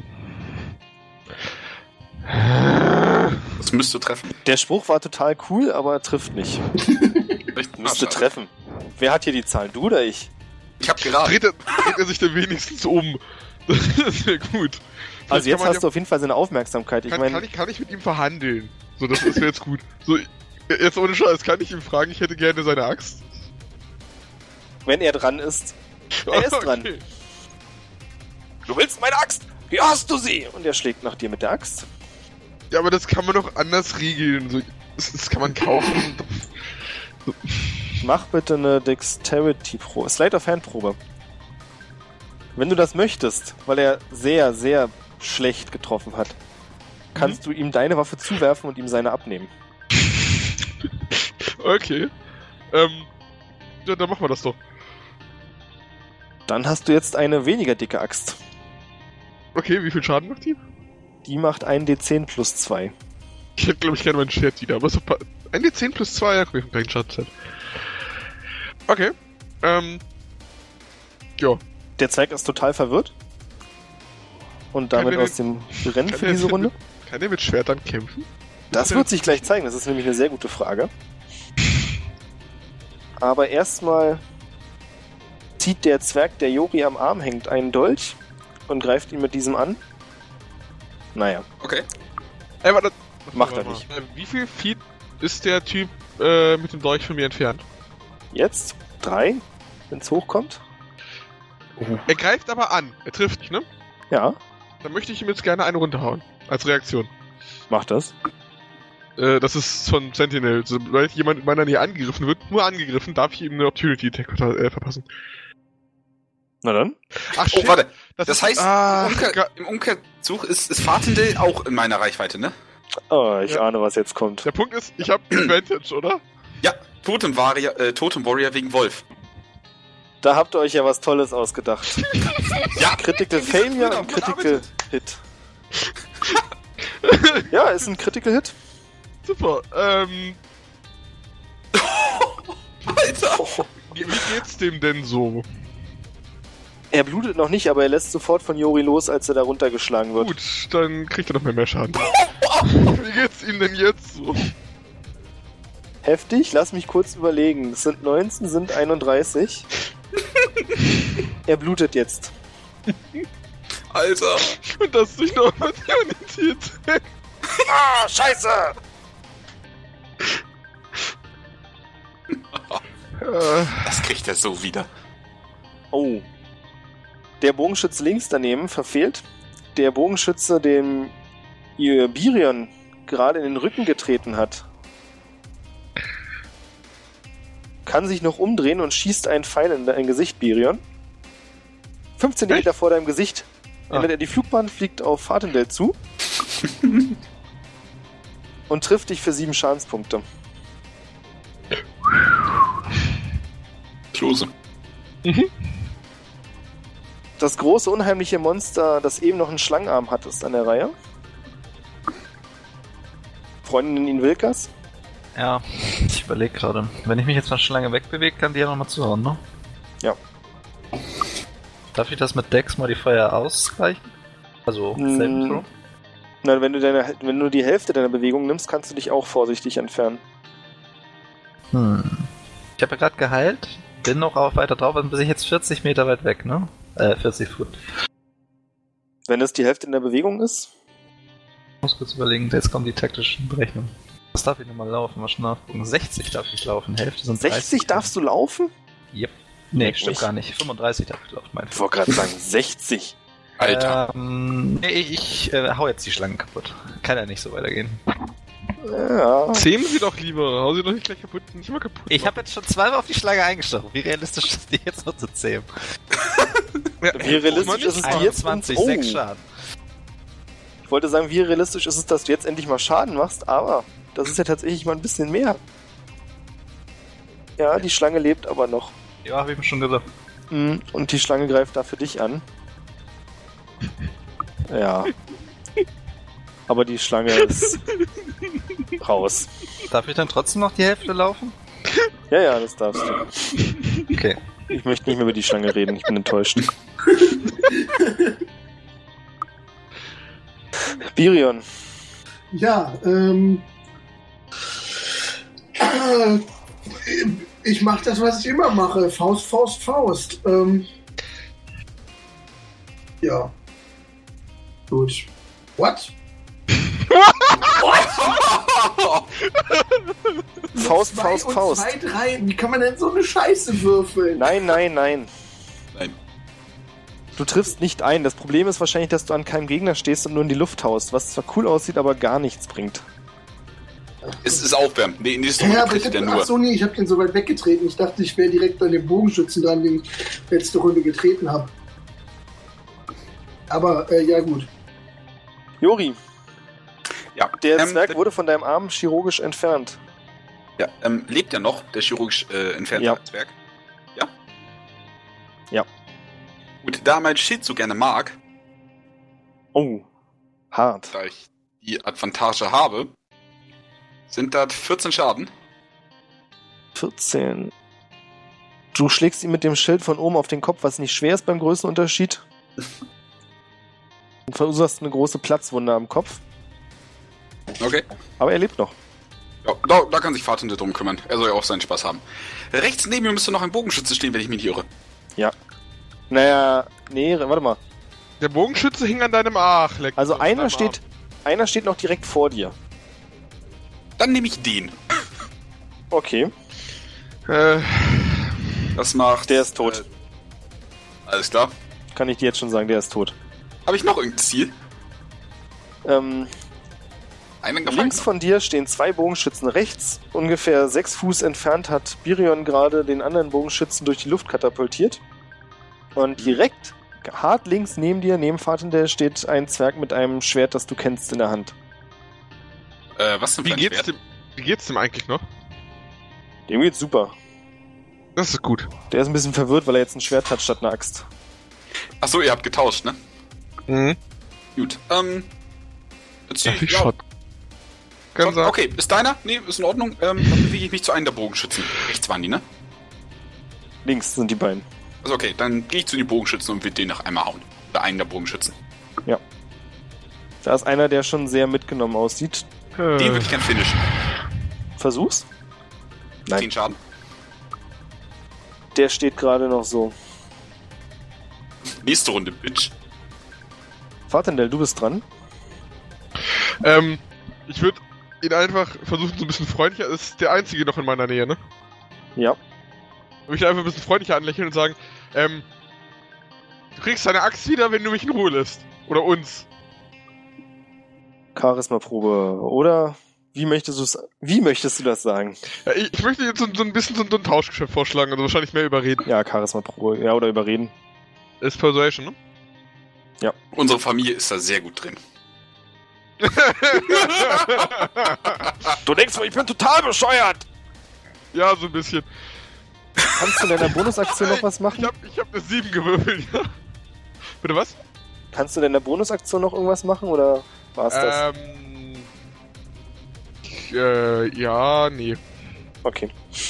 Das müsste treffen. Der Spruch war total cool, aber trifft nicht. Echt? Müsste Ah, schade. treffen. Wer hat hier die Zahlen? Du oder ich? Ich hab geraten. Dreht er, dreht er sich dann wenigstens um. Das ist ja gut. Also Vielleicht jetzt kann man hast du auf jeden Fall seine Aufmerksamkeit. Ich Kann, meine, kann, ich, kann ich mit ihm verhandeln? So, das ist jetzt gut. So, jetzt ohne Scheiß, kann ich ihm fragen, ich hätte gerne seine Axt? wenn er dran ist. Er ist dran. Okay. Du willst meine Axt? Hier hast du sie! Und er schlägt nach dir mit der Axt. Ja, aber das kann man doch anders regeln. So, das, das kann man kaufen. Mach bitte eine Dexterity-Probe. Slide of Hand-Probe. Wenn du das möchtest, weil er sehr, sehr schlecht getroffen hat, kannst du ihm deine Waffe zuwerfen und ihm seine abnehmen. Okay. Ähm, ja, dann machen wir das doch. Dann hast du jetzt eine weniger dicke Axt. Okay, wie viel Schaden macht die? Die macht ein D zehn plus zwei. Ich hätte, glaube ich, gerne mein Schwert wieder, aber so pa- ein D zehn plus zwei, ja, guck ich keinen Schaden. Okay. Ähm. Ja. Der Zwerg ist total verwirrt. Und damit Kann der aus dem Rennen kann für der diese mit- Runde. Kann der mit Schwertern kämpfen? Das wird sich gleich zeigen. Das ist nämlich eine sehr gute Frage. Aber erstmal zieht der Zwerg, der Yori am Arm hängt, einen Dolch und greift ihn mit diesem an. Naja, Okay. Ey, warte. Macht er warte nicht. mal. Äh, Wie viel Feet ist der Typ äh, mit dem Dolch von mir entfernt? Jetzt. Drei, wenn es hochkommt. Er greift aber an. Er trifft dich, ne? Ja, Dann möchte ich ihm jetzt gerne eine runterhauen. Als Reaktion. mach das. Äh, das ist von Sentinel. Sobald jemand in meiner Nähe angegriffen wird, nur angegriffen, darf ich ihm eine Opportunity-Attack äh, verpassen. Na dann. Ach, Oh, shit. warte. Das, Das ist, heißt, ah, im, Umkehr, im Umkehrzug ist, ist Fatendale auch in meiner Reichweite, ne? Oh, ich Ja. ahne, was jetzt kommt. der Punkt ist, ich habe Advantage, oder? Ja, Totem Warrior, äh, Totem Warrior wegen Wolf. Da habt ihr euch ja was Tolles ausgedacht. Ja, Critical Failure und Gut Critical Hit. Ja, ist ein Critical Hit. Super. Ähm, Alter. wie wie geht's dem denn so? Er blutet noch nicht, aber er lässt sofort von Jori los, als er da runtergeschlagen wird. Gut, dann kriegt er noch mehr, mehr Schaden. Wie geht's ihm denn jetzt so? Heftig, lass mich kurz überlegen. Es sind neunzehn, sind einunddreißig. Er blutet jetzt. Alter. Und das durch eine Opportunität. Ah, scheiße! äh, Das kriegt er so wieder. Oh. Der Bogenschütze links daneben verfehlt. Der Bogenschütze, dem ihr Birion gerade in den Rücken getreten hat, kann sich noch umdrehen und schießt einen Pfeil in dein Gesicht, Birion. Fünf Zentimeter vor deinem Gesicht ändert Ah. er die Flugbahn, fliegt auf Fatendale zu und trifft dich für sieben Schadenspunkte. Klose. Das große, unheimliche Monster, das eben noch einen Schlangenarm hat, ist an der Reihe. Freundin in Wilkas. Ja, ich überlege gerade. Wenn ich mich jetzt mal schon lange wegbewege, kann die ja nochmal zuhauen, ne? Ja. Darf ich das mit Dex Modifier ausgleichen? Also, Mm. Saving Throw? Na, wenn du, deine, wenn du die Hälfte deiner Bewegung nimmst, kannst du dich auch vorsichtig entfernen. Hm. Ich habe ja gerade geheilt, bin noch auch weiter drauf, also bin ich jetzt vierzig Meter weit weg, ne? Äh, vierzig Foot. Wenn es die Hälfte in der Bewegung ist, Ich muss kurz überlegen, jetzt kommen die taktischen Berechnungen. Was darf ich nochmal laufen? Mal schon nachgucken. sechzig darf ich laufen, Hälfte sind dreißig. sechzig darfst du laufen? Yep. Nee, Leck stimmt mich. gar nicht. fünfunddreißig darf ich laufen, mein Ich wollte gerade sagen, sechzig. Alter. Ähm, nee, ich äh, hau jetzt die Schlangen kaputt. Kann ja nicht so weitergehen. Ja. zähmen sie doch lieber. Hau sie doch nicht gleich kaputt. Nicht mal kaputt. Ich habe jetzt schon zweimal auf die Schlange eingestochen. Wie realistisch ist die jetzt noch zu zähmen? Ja, Wie realistisch man ist es nicht- dir jetzt? einundzwanzig, Oh. sechs Schaden. Ich wollte sagen, wie realistisch ist es, dass du jetzt endlich mal Schaden machst, aber das ist ja tatsächlich mal ein bisschen mehr. Ja, die Schlange lebt aber noch. Ja, hab ich mir schon gesagt. Mm, Und die Schlange greift da für dich an. Ja. Aber die Schlange ist raus. Darf ich dann trotzdem noch die Hälfte laufen? Ja, ja, das darfst du. Okay. Ich möchte nicht mehr über die Schlange reden, ich bin enttäuscht. Birion. Ja, ähm. Äh, ich mach das, was ich immer mache. Faust, Faust, Faust. Ähm. Ja. Gut. What? Faust, Zwei Faust, und Faust. Zwei, drei. Wie kann man denn so eine Scheiße würfeln? Nein, nein, nein. Nein. Du triffst nicht ein. Das Problem ist wahrscheinlich, dass du an keinem Gegner stehst und nur in die Luft haust, was zwar cool aussieht, aber gar nichts bringt. Es ist aufwärmen. Nee, in die Ja, Runde aber ich kriegt hab, er ach nur. so, nee, ich hab den so weit weggetreten. Ich dachte, ich wäre direkt an dem Bogenschützen dran, den ich letzte Runde getreten habe. Aber, äh, ja gut. Jori, Ja, der ähm, Zwerg wurde von deinem Arm chirurgisch entfernt. Ja, ähm, lebt er noch, der chirurgisch äh, entfernte Ja. Zwerg? Ja? Ja. Gut, da er mein Schild so gerne mag, Oh, hart. da ich die Advantage habe, sind das vierzehn Schaden. vierzehn. Du schlägst ihm mit dem Schild von oben auf den Kopf, was nicht schwer ist beim Größenunterschied. Und verursachst eine große Platzwunde am Kopf. Okay. Aber er lebt noch. Ja, da, da kann sich Fahrtende drum kümmern. Er soll ja auch seinen Spaß haben. Rechts neben mir müsste noch ein Bogenschütze stehen, wenn ich mich nicht irre. Ja. Naja, nee, warte mal. Der Bogenschütze hing an deinem Ach. Leck, Also an einer deinem steht, einer steht noch direkt vor dir. Dann nehme ich den. Okay. Arm. Äh, Das macht... Der ist tot. Äh, alles klar. Kann ich dir jetzt schon sagen, der ist tot. Habe ich noch irgendein Ziel? Ähm, Einen gefallen? links von dir stehen zwei Bogenschützen. Rechts, ungefähr sechs Fuß entfernt, hat Birion gerade den anderen Bogenschützen durch die Luft katapultiert. Und direkt, hart links neben dir, neben Fatendell, steht ein Zwerg mit einem Schwert, das du kennst, in der Hand. Äh, was denn für Wie ein geht's, Schwert? dem, wie geht's dem eigentlich noch? Dem geht's super. Das ist gut. Der ist ein bisschen verwirrt, weil er jetzt ein Schwert hat statt einer Axt. Achso, ihr habt getauscht, ne? Mhm. Gut. Ähm. Jetzt, Darf ich ja, Shot? Kann Shot- sagen. okay, ist deiner? Nee, ist in Ordnung. Ähm, dann bewege ich mich zu einem der Bogenschützen. Rechts waren die, ne? Links sind die beiden. Also okay, dann gehe ich zu den Bogenschützen und will den noch einmal hauen. Oder einen der Bogenschützen. Da ist einer, der schon sehr mitgenommen aussieht. Äh, Den würde ich gern finishen. Versuch's. Nein. Zehn Schaden. Der steht gerade noch so. Nächste Runde, Bitch. Fatendell, du bist dran. ähm, ich würde ihn einfach versuchen, so ein bisschen freundlicher. Das ist der einzige noch in meiner Nähe, ne? Ja. Ich möchte einfach ein bisschen freundlicher anlächeln und sagen, ähm, du kriegst deine Axt wieder, wenn du mich in Ruhe lässt. Oder uns. Charisma-Probe. Oder wie möchtest, du's, wie möchtest du das sagen? Ja, ich, ich möchte jetzt so, so ein bisschen so, so ein Tauschgeschäft vorschlagen, also wahrscheinlich mehr überreden. Ja, Charisma-Probe. Ja, oder überreden. Ist Persuasion, ne? Unsere Familie ist da sehr gut drin. Du denkst wohl, ich bin total bescheuert! Ja, so ein bisschen. Kannst du in deiner Bonusaktion noch was Ich machen? hab, ich hab eine sieben gewürfelt, ja. Bitte was? Kannst du in deiner Bonusaktion noch irgendwas machen, oder war's das? Ähm. Äh, ja, nee. Okay.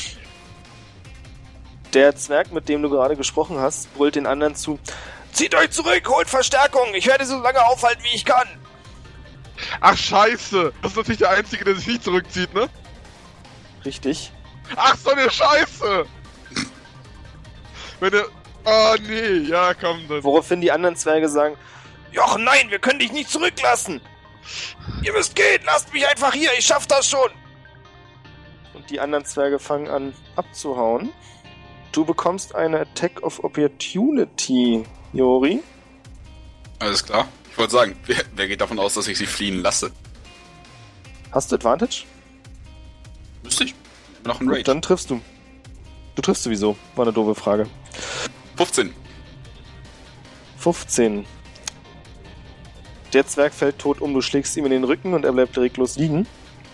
Der Zwerg, mit dem du gerade gesprochen hast, brüllt den anderen zu. Zieht euch zurück, holt Verstärkung! Ich werde so lange aufhalten, wie ich kann! Ach, scheiße! Das ist natürlich der Einzige, der sich nicht zurückzieht, ne? Richtig. Ach, so eine Scheiße! Wenn der... Oh, nee, ja, komm, dann... Woraufhin die anderen Zwerge sagen, Jochen, nein, wir können dich nicht zurücklassen! Ihr müsst gehen, lasst mich einfach hier, ich schaff das schon! Und die anderen Zwerge fangen an abzuhauen. Du bekommst eine Attack of Opportunity, Jori. Alles klar. Ich wollte sagen, wer, wer geht davon aus, dass ich sie fliehen lasse? Hast du Advantage? Müsste ich. Noch ein Gut, Rage. dann triffst du. Du triffst sowieso, war eine doofe Frage. fünfzehn. fünfzehn. Der Zwerg fällt tot um, du schlägst ihm in den Rücken und er bleibt reglos liegen.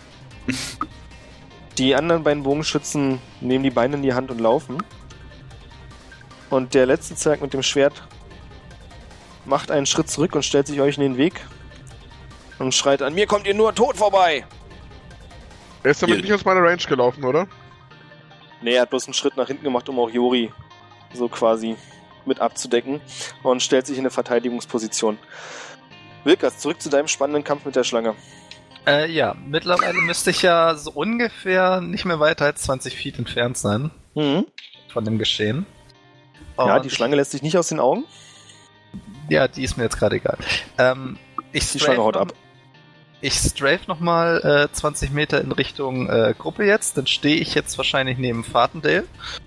Die anderen beiden Bogenschützen nehmen die Beine in die Hand und laufen. Und der letzte Zwerg mit dem Schwert macht einen Schritt zurück und stellt sich euch in den Weg und schreit an, mir kommt ihr nur tot vorbei! Er ist damit Hier. nicht aus meiner Range gelaufen, oder? Nee, er hat bloß einen Schritt nach hinten gemacht, um auch Jori so quasi mit abzudecken und stellt sich in eine Verteidigungsposition. Wilkas, zurück zu deinem spannenden Kampf mit der Schlange. Äh, ja, mittlerweile müsste ich ja so ungefähr nicht mehr weiter als zwanzig Feet entfernt sein Mhm. von dem Geschehen. Ja, Und die Schlange lässt sich nicht aus den Augen. Ja, die ist mir jetzt gerade egal. Ähm, ich Die Schlange haut noch- ab. Ich strafe nochmal äh, zwanzig Meter in Richtung äh, Gruppe jetzt. Dann stehe ich jetzt wahrscheinlich neben Fatendale.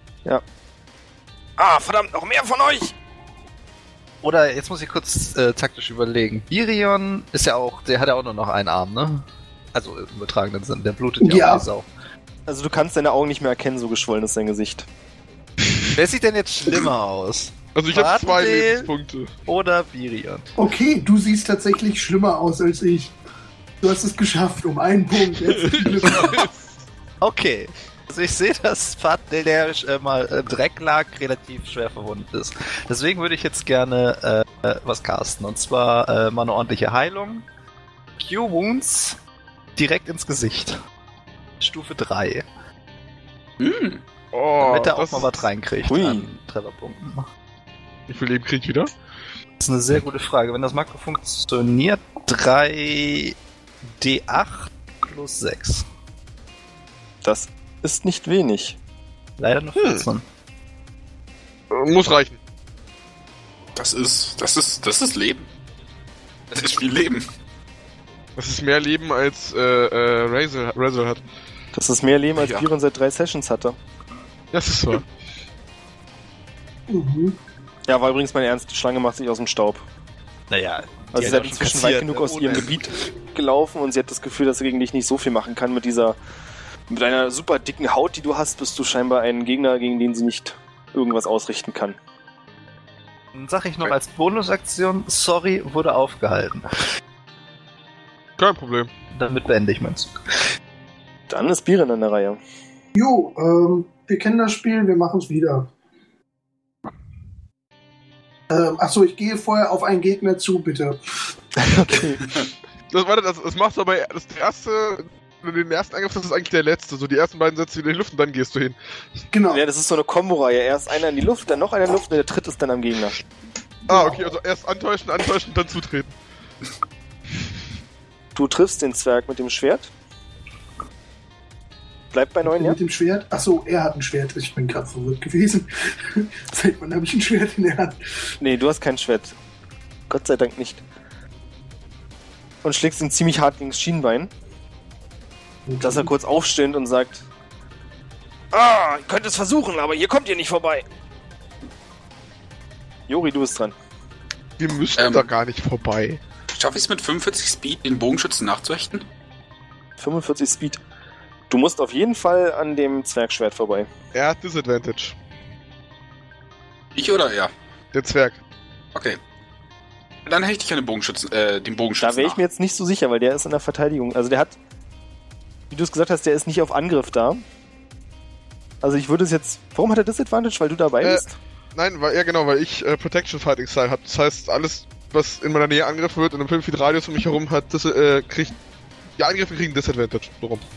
Ah, verdammt, noch mehr von euch! Oder jetzt muss ich kurz äh, taktisch überlegen. Birion ist ja auch, der hat ja auch nur noch einen Arm, ne? Also im übertragenen Sinn, der blutet ja, Ja. auch die Sau. Also du kannst deine Augen nicht mehr erkennen, so geschwollen ist sein Gesicht. Wer sieht denn jetzt schlimmer aus? Also ich habe zwei Fatendale Lebenspunkte. Oder Birion? Okay, du siehst tatsächlich schlimmer aus als ich. Du hast es geschafft, um einen Punkt. Jetzt Glück. Okay. Also ich sehe, dass Fatendale, der äh, mal im Dreck lag, relativ schwer verwundet ist. Deswegen würde ich jetzt gerne äh, äh, was casten. Und zwar äh, mal eine ordentliche Heilung. Q-Wounds direkt ins Gesicht. Stufe drei. Hm. Oh, Damit er auch das mal was reinkriegt Hui. an Trefferpunkten. Wie viel Leben krieg ich wieder? Das ist eine sehr gute Frage. Wenn das Makro funktioniert, drei D acht plus sechs. Das ist nicht wenig. Leider nur vierzehn. Äh, Muss reichen. Das ist, das ist, das ist Leben. Das ist viel Leben. Das ist mehr Leben als äh, äh, Razel, Razel hat. Das ist mehr Leben, als Ja. Birion seit drei Sessions hatte. Das ist so. Mhm. Ja, war übrigens meine ernste Schlange macht sich aus dem Staub. Naja. Also sie hat inzwischen weit genug aus ihrem Gebiet gelaufen und sie hat das Gefühl, dass sie gegen dich nicht so viel machen kann. Mit dieser, mit einer super dicken Haut, die du hast, bist du scheinbar ein Gegner, gegen den sie nicht irgendwas ausrichten kann. Dann sag ich noch als Bonusaktion, sorry, wurde aufgehalten. Kein Problem. Damit beende ich meinen Zug. Dann ist Biren an der Reihe. Jo, ähm, wir kennen das Spiel, wir machen es wieder. Ähm, achso, ich gehe vorher auf einen Gegner zu, bitte. Okay. Das, warte, das, das machst du aber das erste, wenn du den ersten Angriff, das ist eigentlich der letzte. So die ersten beiden setzt du in die Luft und dann gehst du hin. Genau. Ja, das ist so eine Kombo-Reihe. Erst einer in die Luft, dann noch einer in die Luft und der dritte ist dann am Gegner. Ah, okay, also erst antäuschen, antäuschen und dann zutreten. Du triffst den Zwerg mit dem Schwert. Bleibt bei neun, ja? Mit dem Schwert? Achso, er hat ein Schwert. Ich bin gerade verwirrt gewesen. Seit wann habe ich ein Schwert in der Hand? Nee, du hast kein Schwert. Gott sei Dank nicht. Und schlägst ihn ziemlich hart gegen das Schienbein. Dass er kurz aufstöhnt und sagt: Ah, ihr könnt es versuchen, aber hier kommt ihr nicht vorbei. Jori, du bist dran. Wir müssen Ähm. da gar nicht vorbei. Schaffe ich es mit fünfundvierzig Speed, den Bogenschützen nachzuhechten? fünfundvierzig Speed. Du musst auf jeden Fall an dem Zwergschwert vorbei. Er hat Disadvantage. Ich oder er? Der Zwerg. Okay. Dann hechte ich an den Bogenschützen, äh, den Bogenschützen Da wäre ich nach. mir jetzt nicht so sicher, weil der ist in der Verteidigung. Also der hat, wie du es gesagt hast, der ist nicht auf Angriff da. Also ich würde es jetzt... Warum hat er Disadvantage? Weil du dabei Äh, bist? Nein, weil, ja genau, weil ich äh, Protection Fighting Style habe. Das heißt, alles, was in meiner Nähe angegriffen wird, in einem fünf Feet Radius um mich herum hat, das, äh, kriegt... Die Angriffe kriegen Disadvantage. So rum.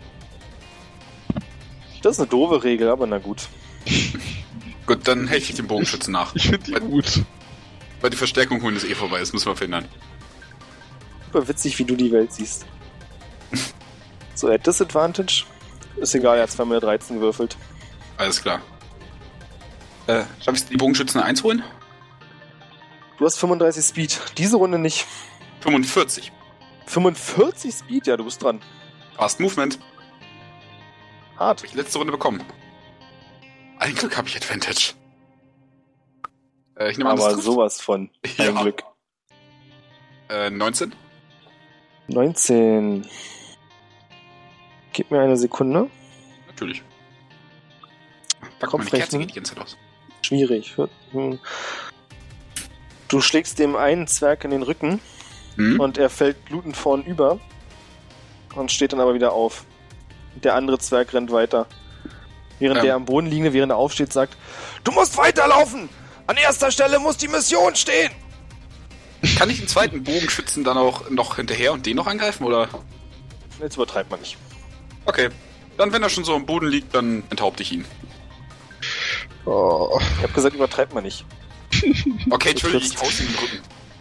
Das ist eine doofe Regel, aber na gut. Gut, dann hechte ich den Bogenschützen nach. Ich finde die gut. Weil die Verstärkung holen ist eh vorbei, das müssen wir verhindern. Super witzig, wie du die Welt siehst. So, er hat Disadvantage. Ist egal, er hat zweimal dreizehn gewürfelt. Alles klar. Äh, schaffe ich es, die Bogenschützen eins holen? Du hast fünfunddreißig Speed. Diese Runde nicht. fünfundvierzig. fünfundvierzig Speed? Ja, du bist dran. Fast Movement. Hart. Hab ich letzte Runde bekommen. Ein Glück habe ich Advantage. Äh, ich nehme an, das Aber trifft. sowas von. Ein Ja. Glück. Äh, neunzehn. neunzehn. Gib mir eine Sekunde. Natürlich. Pack Kopf meine Kerze rechnen. geht die ganze Zeit aus. Schwierig. Hm. Du schlägst dem einen Zwerg in den Rücken Hm? und er fällt blutend vornüber und steht dann aber wieder auf. Der andere Zwerg rennt weiter. Während Ähm. der am Boden liegende, während er aufsteht, sagt: Du musst weiterlaufen! An erster Stelle muss die Mission stehen! Kann ich den zweiten Bogenschützen dann auch noch hinterher und den noch angreifen, oder? Jetzt übertreibt man nicht. Okay. Dann, wenn er schon so am Boden liegt, dann enthaupte ich ihn. Oh. Ich hab gesagt, übertreibt man nicht. Okay, Entschuldigung, ich triffst. hau's in den Rücken.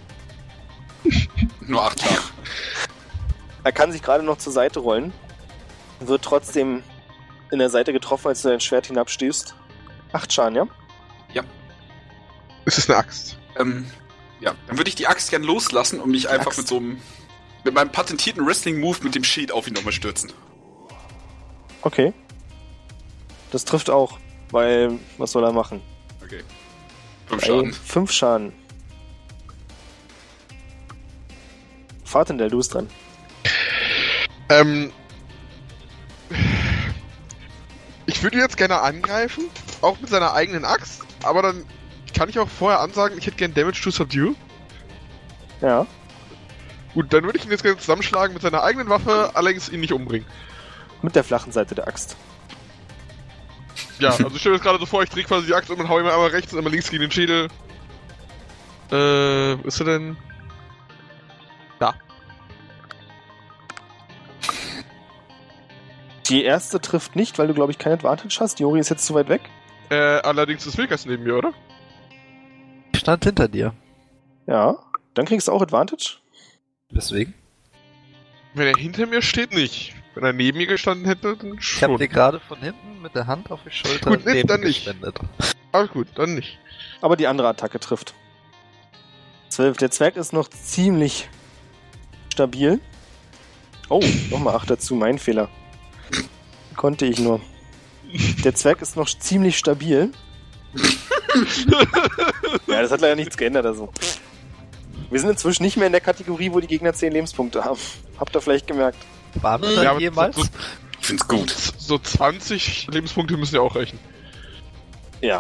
Nur acht Jahre. Er kann sich gerade noch zur Seite rollen. Wird trotzdem in der Seite getroffen, als du dein Schwert hinabstehst. Acht Schaden, ja? Es ist eine Axt. Ähm, ja, dann würde ich die Axt gern loslassen und mich einfach Axt. mit so einem... mit meinem patentierten Wrestling-Move mit dem Schild auf ihn nochmal stürzen. Okay. Das trifft auch, weil, was soll er machen? Okay. Fünf Ey, Schaden. Fünf Schaden. Fatendell, du bist dran. Ähm... Ich würde jetzt gerne angreifen, auch mit seiner eigenen Axt, aber dann kann ich auch vorher ansagen, ich hätte gern Damage to Subdue. Ja. Gut, dann würde ich ihn jetzt gerne zusammenschlagen mit seiner eigenen Waffe, allerdings ihn nicht umbringen. Mit der flachen Seite der Axt. Ja, also ich stelle mir das gerade so vor, ich drehe quasi die Axt um und hau ihm einmal rechts und einmal links gegen den Schädel. Äh, wo ist er denn? Da. Die erste trifft nicht, weil du, glaube ich, kein Advantage hast. Jori ist jetzt zu weit weg. Äh, allerdings ist Wilkas neben mir, oder? Ich stand hinter dir. Ja. Dann kriegst du auch Advantage. Deswegen. Wenn er hinter mir steht, nicht. Wenn er neben mir gestanden hätte, dann Ich habe schon. dir gerade von hinten mit der Hand auf die Schulter Gut, nee, Leben dann nicht. gespendet. Aber gut, dann nicht. Aber die andere Attacke trifft. zwölf. Der Zwerg ist noch ziemlich stabil. Oh, nochmal acht dazu. Mein Fehler. Konnte ich nur. Der Zwerg ist noch ziemlich stabil. Ja, das hat leider nichts geändert, also. Wir sind inzwischen nicht mehr in der Kategorie, wo die Gegner zehn Lebenspunkte haben. Habt ihr vielleicht gemerkt? Waren wir Ja, da aber jemals? so- Ich find's gut. So zwanzig Lebenspunkte müssen ja auch reichen. Ja.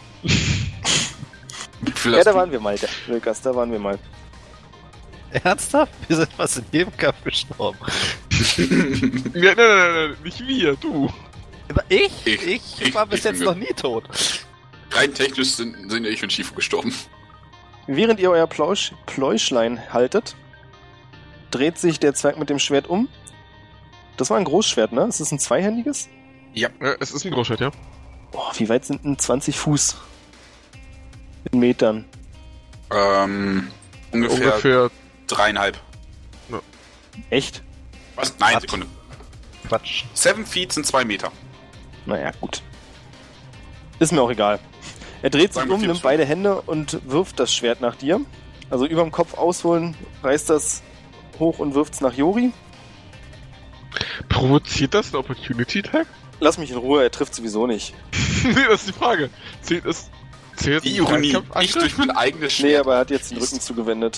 Gefühl, Ja, hast da du- waren wir mal, der Wilkas, da waren wir mal. Ernsthaft? Wir sind fast in jedem Kampf gestorben. Ja, nein, nein, nein, nein, nicht wir, du. Aber ich? Ich- Ich, ich- war bis ich jetzt bin noch ge- nie tot. Rein technisch sind, sind ich und Shifu gestorben. Während ihr euer Plausch, Pläuschlein haltet, dreht sich der Zwerg mit dem Schwert um. Das war ein Großschwert, ne? Ist das ein zweihändiges? Ja, es ist ein Großschwert, ja. Boah, wie weit sind denn zwanzig Fuß? In Metern. Ähm, ungefähr, Ungefähr. dreieinhalb. Echt? Was? Nein, Was? Sekunde. Quatsch. Seven Feet sind zwei Meter. Naja, gut. Ist mir auch egal. Er dreht sich Sagen wir um, vier nimmt bis beide Hände und wirft das Schwert nach dir. Also überm Kopf ausholen, reißt das hoch und wirft's nach Jori. Provoziert das ein Opportunity-Tag? Lass mich in Ruhe, er trifft sowieso nicht. Nee, das ist die Frage. Zählt es. Zählt Die ein Ironie. Zweikampfangriff? Ich durch mein eigenes Schwert. Nee, aber er hat jetzt den Rücken zugewendet.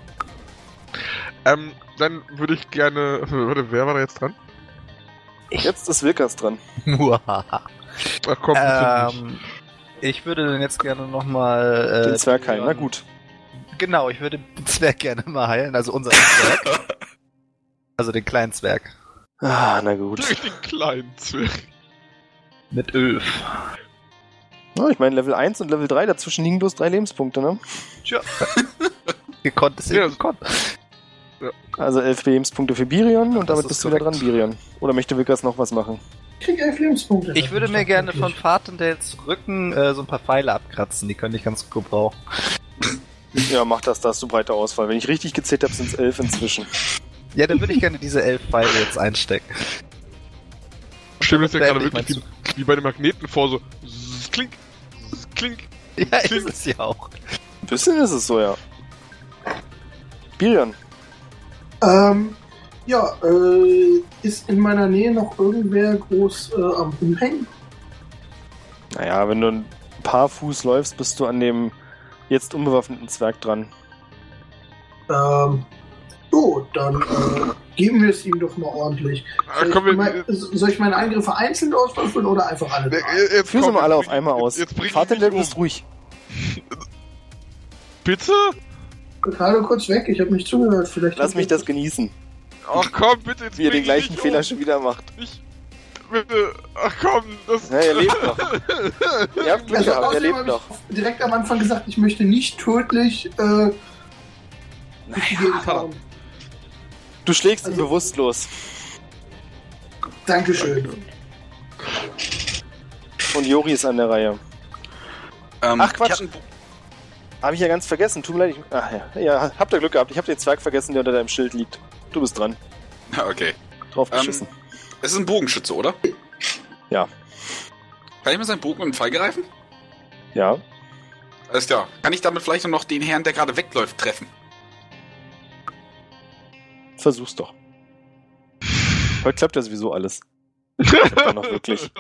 Ähm, dann würde ich gerne. Warte, wer war da jetzt dran? Jetzt ist Wilkas dran. Muahaha. Ach komm, bitte nicht. ähm, ich würde dann jetzt gerne nochmal... Äh, Den Zwerg heilen, na Tyrion- gut. Genau, ich würde den Zwerg gerne mal heilen, also unseren Zwerg. Also den kleinen Zwerg. Ah, na gut. Durch den kleinen Zwerg. Mit Öl. Ja, ich meine, Level eins und Level drei, dazwischen liegen bloß drei Lebenspunkte, ne? Tja. Gekonnt ist Ja, eben gekonnt. Also elf Lebenspunkte für Birion und Das damit ist bist du wieder korrekt. dran, Birion. Oder möchte Wilkas noch was machen? Ich krieg elf Lebenspunkte. Ich würde mir gerne von Fatendales Rücken äh, so ein paar Pfeile abkratzen, die könnte ich ganz gut gebrauchen. Ja, mach das, da hast du breite Auswahl. Wenn ich richtig gezählt habe, sind es elf inzwischen. Ja, dann würde ich gerne diese elf Pfeile jetzt einstecken. Stimmt das ja Beende gerade ich wirklich meinen wie, wie bei den Magneten vor, so. zzz, Klink, zzz, klink. Ja, ist es ja auch. Ein bisschen ist es so, ja. Birion. Ähm, ja, äh, ist in meiner Nähe noch irgendwer groß äh, am Rumhängen? Naja, wenn du ein paar Fuß läufst, bist du an dem jetzt unbewaffneten Zwerg dran. Ähm, so, dann äh, geben wir es ihm doch mal ordentlich. Ah, Soll, komm, ich, wir, mein, soll ich meine Angriffe einzeln auswürfeln oder einfach alle äh, drei? jetzt Führ sie komm, mal alle jetzt auf einmal bring- aus. Jetzt bring Vater ich mich um. ist ruhig. Bitte? Gerade kurz weg, ich habe nicht zugehört. Vielleicht Lass mich das genießen, Ach komm, bitte, jetzt wie er bring den gleichen mich Fehler um. schon wieder macht. Ich, bitte, ach komm, das... Ja, er lebt noch. Ihr habt Glück Also gehabt, er außerdem lebt habe noch. ich direkt am Anfang gesagt, ich möchte nicht tödlich äh, durch die Gegend hauen. Du schlägst ihn Also- bewusstlos. Dankeschön. Und Jori ist an der Reihe. Ähm, Ach, Quatsch. ich hab einen Bo- Habe ich ja ganz vergessen. Tut mir leid. Ich, ach ja. Ja, habt ihr Glück gehabt. Ich habe den Zwerg vergessen, der unter deinem Schild liegt. Du bist dran. Okay. Drauf Ähm, geschissen. Es ist ein Bogenschütze, oder? Ja. Kann ich mir seinen Bogen und einen Pfeil greifen? Ja. Alles klar. Kann ich damit vielleicht noch den Herrn, der gerade wegläuft, treffen? Versuch's doch. Heute klappt ja sowieso alles. Klappt ja noch wirklich.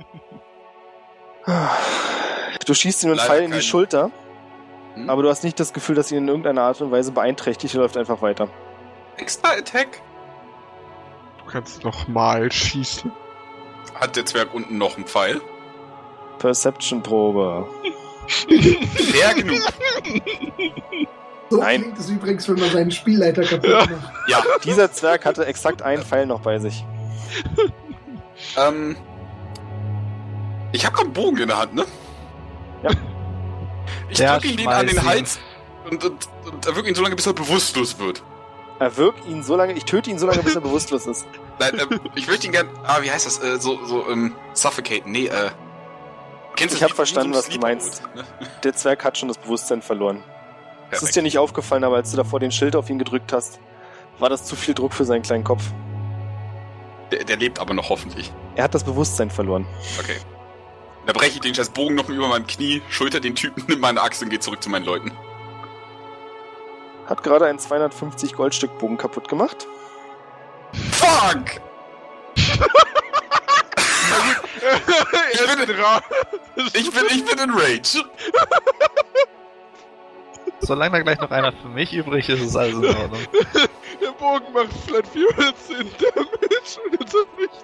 Du schießt ihn mit Leider Pfeil in die kein- Schulter, Hm? aber du hast nicht das Gefühl, dass ihn in irgendeiner Art und Weise beeinträchtigt. Er läuft einfach weiter. Extra Attack? Du kannst noch mal schießen. Hat der Zwerg unten noch einen Pfeil? Perception-Probe. Fair genug. So Nein. klingt es übrigens, wenn man seinen Spielleiter kaputt Ja. macht. Ja. Dieser Zwerg hatte exakt einen Pfeil noch bei sich. Ähm. Ich hab grad einen Bogen in der Hand, ne? Ja. Ich Ja, drück ihn den an den schmeiß ihn. Hals und, und, und erwürge ihn so lange, bis er bewusstlos wird. Erwürg ihn so lange, ich töte ihn so lange, bis er bewusstlos ist. Nein, ähm, ich möchte ihn gern. Ah, wie heißt das? Äh, so, so, ähm, suffocaten. Nee, äh. Kennst Ich das hab wie- verstanden, wie so was ein du meinst. Sleeper-Mode, ne? Der Zwerg hat schon das Bewusstsein verloren. Es ist Perfekt. dir nicht aufgefallen, aber als du davor den Schild auf ihn gedrückt hast, war das zu viel Druck für seinen kleinen Kopf. Der, der lebt aber noch hoffentlich. Er hat das Bewusstsein verloren. Okay. Da breche ich den scheiß Bogen noch über meinem Knie, schulter den Typen, nimm meine Axt und geh zurück zu meinen Leuten. Hat gerade einen zweihundertfünfzig Goldstück Bogen kaputt gemacht. Fuck! er ist dran. Ich bin, ich bin in Rage. Solange da gleich noch einer für mich übrig ist, ist alles in Ordnung. Der Bogen macht vielleicht vierhundertzehn Damage und jetzt zerbricht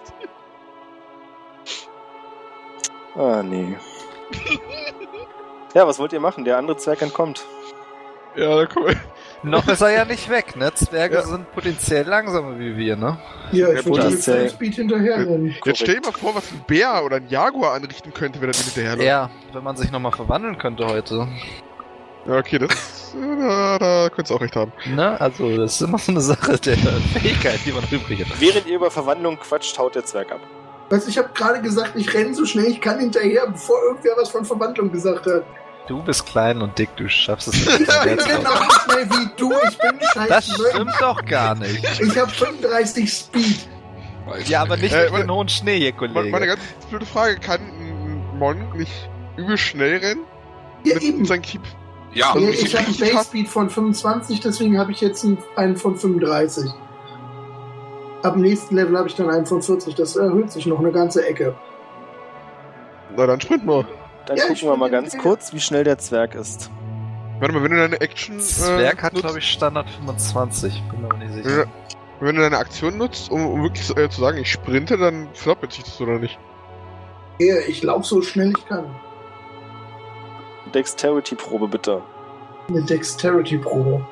ihn. Ah, nee. Ja, was wollt ihr machen? Der andere Zwerg entkommt. Ja, da komm ich. Noch ist er ja nicht weg, ne? Zwerge Ja. sind potenziell langsamer wie wir, ne? Ja, ich Ja, würde mit potenziell. Speed hinterherrennen. Jetzt stell dir mal vor, was ein Bär oder ein Jaguar anrichten könnte, wenn er den hinterherläuft. Ja, wenn man sich nochmal verwandeln könnte heute. Ja, okay, das, da, da könntest du auch recht haben. Ne? Also, das ist immer so eine Sache der Fähigkeit, die man übrig hat. Während ihr über Verwandlung quatscht, haut der Zwerg ab. Weißt, ich habe gerade gesagt, ich renne so schnell ich kann hinterher, bevor irgendwer was von Verwandlung gesagt hat. Du bist klein und dick, du schaffst es Ich nicht. bin genau so schnell wie du, ich bin Das scheiß Mönch. stimmt doch gar nicht. Ich habe fünfunddreißig Speed. Ja, aber nicht Äh, durch meine- den hohen Schnee hier, Meine, meine Kollege. ganz blöde Frage, kann ein Mon nicht übel schnell rennen? Ja, Mit eben. seinem Keep? Ja, Also Ja, ich- ich habe einen ich- Base Speed von fünfundzwanzig, deswegen habe ich jetzt einen, einen von fünfunddreißig. Ab dem nächsten Level habe ich dann einen von vierzig. Das erhöht sich noch eine ganze Ecke. Na dann sprint mal. Dann Ja, ich gucken wir mal bin ganz hinterher. kurz, wie schnell der Zwerg ist. Warte mal, wenn du deine Action. Zwerg äh, hat, nutzt, glaube ich, Standard fünfundzwanzig. Bin mir aber nicht wenn, sicher. du, wenn du deine Aktion nutzt, um, um wirklich so, äh, zu sagen, ich sprinte, dann verdoppelt sich das oder nicht? Ja, ich laufe so schnell ich kann. Dexterity-Probe bitte. Eine Dexterity-Probe.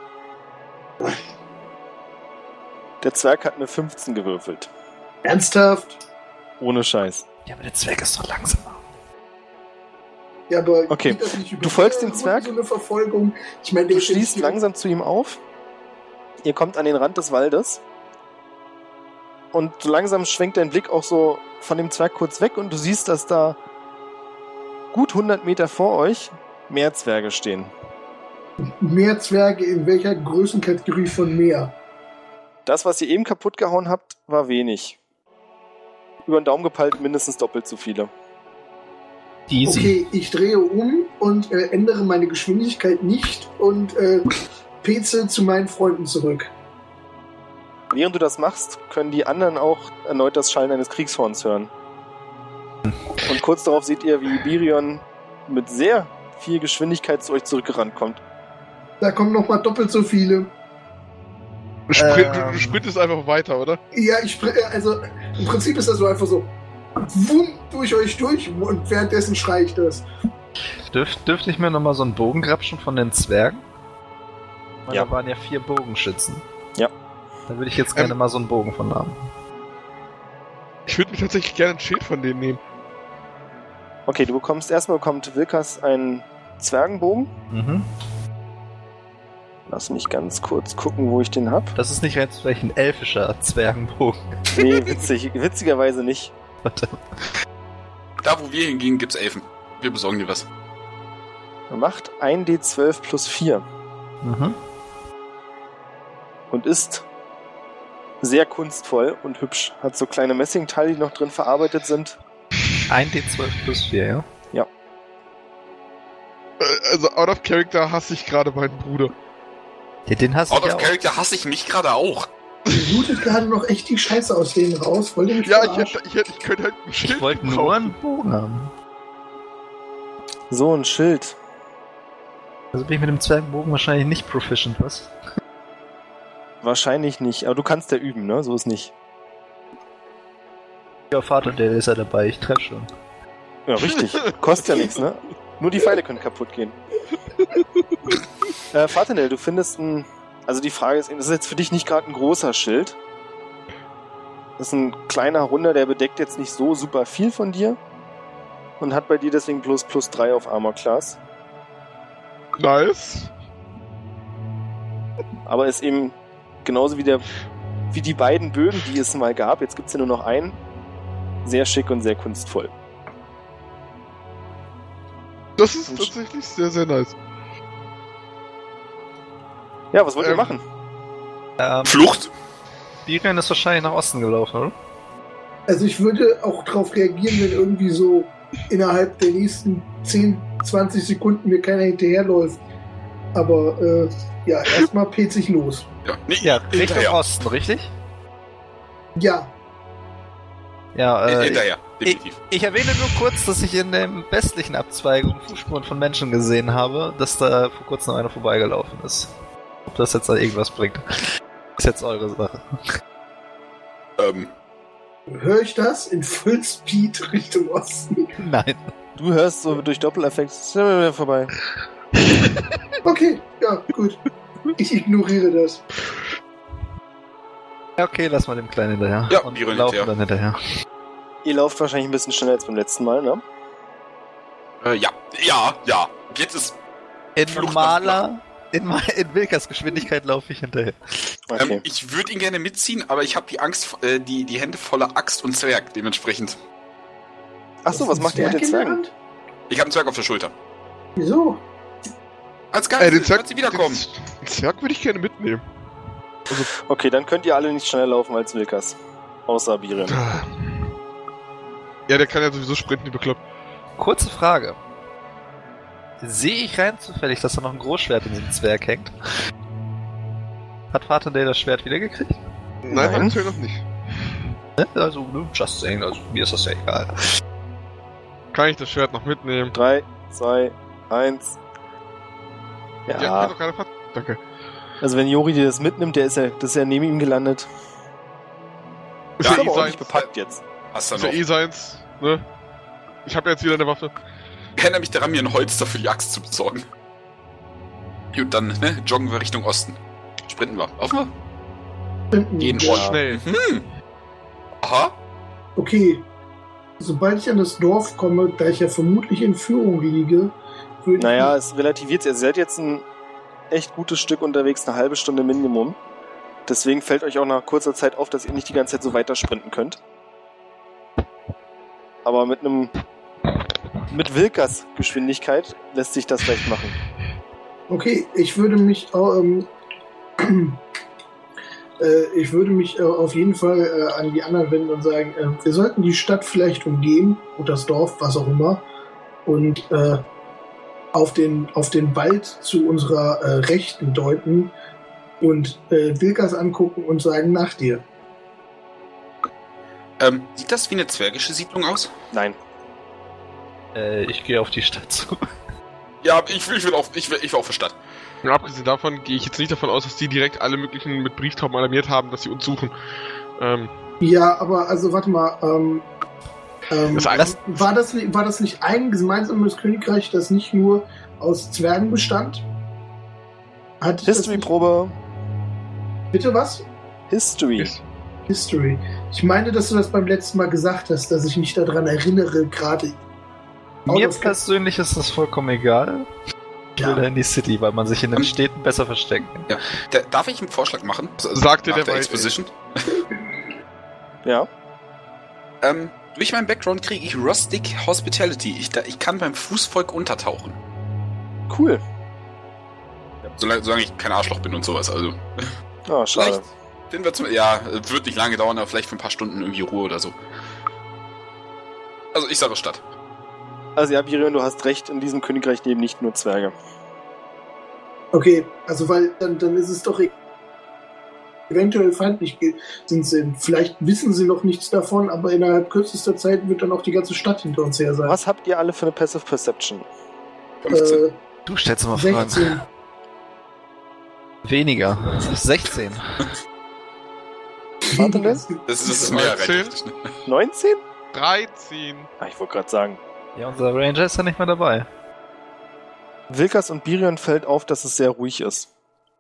Der Zwerg hat eine fünfzehn gewürfelt. Ernsthaft? Ohne Scheiß. Ja, aber der Zwerg ist doch langsamer. Ja, aber Okay. geht das nicht über Du folgst dem mehrere Zwerg? Runden, so eine Verfolgung. Ich meine, der Du schließt langsam zu ihm auf. Ihr kommt an den Rand des Waldes. Und so langsam schwenkt dein Blick auch so von dem Zwerg kurz weg und du siehst, dass da gut hundert Meter vor euch mehr Zwerge stehen. Mehr Zwerge in welcher Größenkategorie von mehr? Das, was ihr eben kaputt gehauen habt, war wenig. Über den Daumen gepeilt mindestens doppelt so viele. Easy. Okay, ich drehe um und äh, ändere meine Geschwindigkeit nicht und äh, peze zu meinen Freunden zurück. Während du das machst, können die anderen auch erneut das Schallen eines Kriegshorns hören. Und kurz darauf seht ihr, wie Birion mit sehr viel Geschwindigkeit zu euch zurückgerannt kommt. Da kommen nochmal doppelt so viele. Du, sprint, du, Ähm. du sprintest einfach weiter, oder? Ja, ich spr- äh, also im Prinzip ist das so einfach so wumm, durch euch durch und währenddessen schreie ich das. Dürf, dürfte ich mir nochmal so einen Bogen grapschen von den Zwergen? Weil Ja. Da waren ja vier Bogenschützen. Ja. Da würde ich jetzt gerne Ähm. mal so einen Bogen von haben. Ich würde mir tatsächlich gerne ein Schild von denen nehmen. Okay, du bekommst erstmal bekommt Wilkas einen Zwergenbogen. Mhm. Lass mich ganz kurz gucken, wo ich den hab. Das ist nicht jetzt vielleicht ein elfischer Zwergenbogen. Nee, witzig, witzigerweise nicht. Verdammt. Da, wo wir hingehen, gibt's Elfen. Wir besorgen dir was. Er macht ein D zwölf plus vier Mhm. und ist sehr kunstvoll und hübsch. Hat so kleine Messingteile, die noch drin verarbeitet sind. ein D zwölf plus vier, ja? Äh, Also, out of character hasse ich gerade meinen Bruder. Ja, den hast du Out ja of auch. Character hasse ich mich gerade auch. Ihr lootet gerade noch echt die Scheiße aus denen raus. Wollt ihr mich Ja, ich, verarschen? hätte, ich, hätte, ich könnte halt ein Schild Ich wollte nur gebrauchen. einen Bogen haben. So, ein Schild. Also bin ich mit dem Zwergenbogen wahrscheinlich nicht proficient, was? Wahrscheinlich nicht, aber du kannst ja üben, ne? So ist nicht. Ja, Vater, der ist ja dabei, ich treffe schon. Ja, richtig. Kostet ja nichts, ne? Nur die Pfeile können kaputt gehen. äh, Fatinel, du findest ein... Also die Frage ist, das ist jetzt für dich nicht gerade ein großer Schild. Das ist ein kleiner Runder, der bedeckt jetzt nicht so super viel von dir. Und hat bei dir deswegen plus plus drei auf Armor Class. Nice. Aber ist eben genauso wie der wie die beiden Bögen, die es mal gab, jetzt gibt's ja nur noch einen, sehr schick und sehr kunstvoll. Das ist tatsächlich sehr, sehr nice. Ja, was wollt ihr Ähm, machen? Ähm, Flucht? Birion ist wahrscheinlich nach Osten gelaufen, oder? Also ich würde auch darauf reagieren, wenn irgendwie so innerhalb der nächsten zehn, zwanzig Sekunden mir keiner hinterherläuft. Aber äh, ja, erstmal pez ich los. Ja, nee, Ja, Richtung hinterher. Osten, richtig? Ja, Ja, Äh, äh, hinterher, ich, definitiv. ich erwähne nur kurz, dass ich in den westlichen Abzweigungen Fußspuren von Menschen gesehen habe, dass da vor kurzem einer vorbeigelaufen ist. Ob das jetzt da irgendwas bringt, ist jetzt eure Sache. Ähm, Höre ich das in Fullspeed Richtung Osten? Nein. Du hörst so durch Doppeleffekt, sind wir wieder vorbei. Okay, ja, gut. Ich ignoriere das. Ja, okay, lass mal dem Kleinen hinterher. Ja, und Biron laufen hinterher. dann hinterher. Ihr lauft wahrscheinlich ein bisschen schneller als beim letzten Mal, ne? äh, ja, ja, ja. Jetzt ist. In Flucht normaler, in, ma- in Wilkers Geschwindigkeit laufe ich hinterher. Okay. Ähm, ich würde ihn gerne mitziehen, aber ich habe die Angst, äh, die, die Hände voller Axt und Zwerg, dementsprechend. Achso, was macht ihr mit den Zwerg in der Zwergen? Hand? Ich habe einen Zwerg auf der Schulter. Wieso? Als Äh, Geist, den Zwerg, wenn sie wiederkommen. Den, den Zwerg würde ich gerne mitnehmen. Okay, dann könnt ihr alle nicht schneller laufen als Wilkas. Außer Birion. Ja, der kann ja sowieso sprinten, wie bekloppt. Kurze Frage. Sehe ich rein zufällig, dass da noch ein Großschwert in diesem Zwerg hängt? Hat Vater der das Schwert wiedergekriegt? Nein, Nein. aktuell noch nicht. Ne? Also, ne, just saying, also mir ist das ja egal. Kann ich das Schwert noch mitnehmen? drei, zwei, eins. Ja, Ja, kann doch keiner ver- Danke. also wenn Jori dir das mitnimmt, der ist ja, das ist ja neben ihm gelandet. Ist Ja, ja, Ist eh aber auch seins. nicht bepackt jetzt. Hast du Ist ja noch. eh seins, ne? Ich habe jetzt wieder eine Waffe. Ich erinnere mich daran, mir ein Holster für die Axt zu besorgen. Gut, dann ne, joggen wir Richtung Osten. Sprinten wir. Laufen wir? Gehen Ja. Schnell. Hm. Aha. Okay. Sobald ich an das Dorf komme, da ich ja vermutlich in Führung liege, würde Naja, es relativiert sich. Ihr seid jetzt ein echt gutes Stück unterwegs, eine halbe Stunde Minimum. Deswegen fällt euch auch nach kurzer Zeit auf, dass ihr nicht die ganze Zeit so weiter sprinten könnt. Aber mit einem mit Wilkers Geschwindigkeit lässt sich das leicht machen. ich, okay, ich würde mich auch, ähm, äh, ich würde mich äh, auf jeden Fall äh, an die anderen wenden und sagen, äh, wir sollten die Stadt vielleicht umgehen und das Dorf, was auch immer, und äh, auf den auf den Wald zu unserer äh, Rechten deuten und äh, Wilkers angucken und sagen, nach dir. Ähm, sieht das wie eine zwergische Siedlung aus? Nein. Äh, ich gehe auf die Stadt zu. Ja, ich will, ich will auch, ich will, ich will auch für Stadt. Und abgesehen davon gehe ich jetzt nicht davon aus, dass die direkt alle möglichen mit Brieftauben alarmiert haben, dass sie uns suchen. Ähm, Ja, aber also warte mal, ähm, ähm, Das heißt- war, das, nicht- war das nicht ein gemeinsames Königreich, das nicht nur aus Zwergen bestand? Hatte ich das nicht- History-Probe. Bitte was? History. ist, History. Ich meine, dass du das beim letzten Mal gesagt hast, dass ich mich daran erinnere, gerade. Mir Out of- persönlich ist das vollkommen egal. Ich will Ja. in die City, weil man sich in den Ähm, Städten besser verstecken kann. Ja. Da, darf ich einen Vorschlag machen? Sagte Nach der der Weise. Exposition. Ja. Ähm, durch meinen Background kriege ich Rustic Hospitality. Ich, da, ich kann beim Fußvolk untertauchen. Cool. Solange, solange ich kein Arschloch bin und sowas. Also, Ah, schade. vielleicht finden wir zum, ja, es wird nicht lange dauern, aber vielleicht für ein paar Stunden irgendwie Ruhe oder so. Also, ich sage Stadt. Also ja, Birion, du hast recht, in diesem Königreich leben nicht nur Zwerge. Okay, also weil dann, dann ist es doch e- eventuell feindlich ge- sind sie. Vielleicht wissen sie noch nichts davon, aber innerhalb kürzester Zeit wird dann auch die ganze Stadt hinter uns her sein. Was habt ihr alle für eine Passive Perception? fünfzehn. Äh, Du stellst immer Fragen. sechzehn. Weniger. sechzehn. Warte, ne? Das ist, das ist mehr neunzehn? realistisch. Ne? neunzehn? dreizehn. Ah, ich wollte gerade sagen. Ja, unser Ranger ist ja nicht mehr dabei. Wilkas und Birion fällt auf, dass es sehr ruhig ist.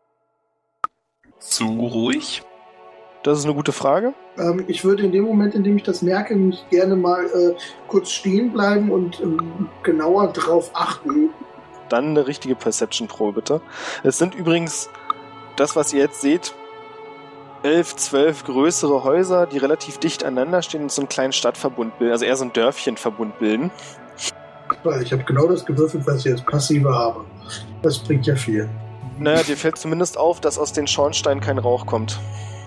Zu ruhig? Das ist eine gute Frage. Ähm, ich würde in dem Moment, in dem ich das merke, mich gerne mal äh, kurz stehen bleiben und ähm, genauer drauf achten. Dann eine richtige Perception-Probe, bitte. Es sind übrigens, das, was ihr jetzt seht, elf, zwölf größere Häuser, die relativ dicht aneinander stehen und so einen kleinen Stadtverbund bilden, also eher so ein Dörfchenverbund bilden. Weil ich habe genau das gewürfelt, was ich jetzt passive habe. Das bringt ja viel. Naja, dir fällt zumindest auf, dass aus den Schornsteinen kein Rauch kommt.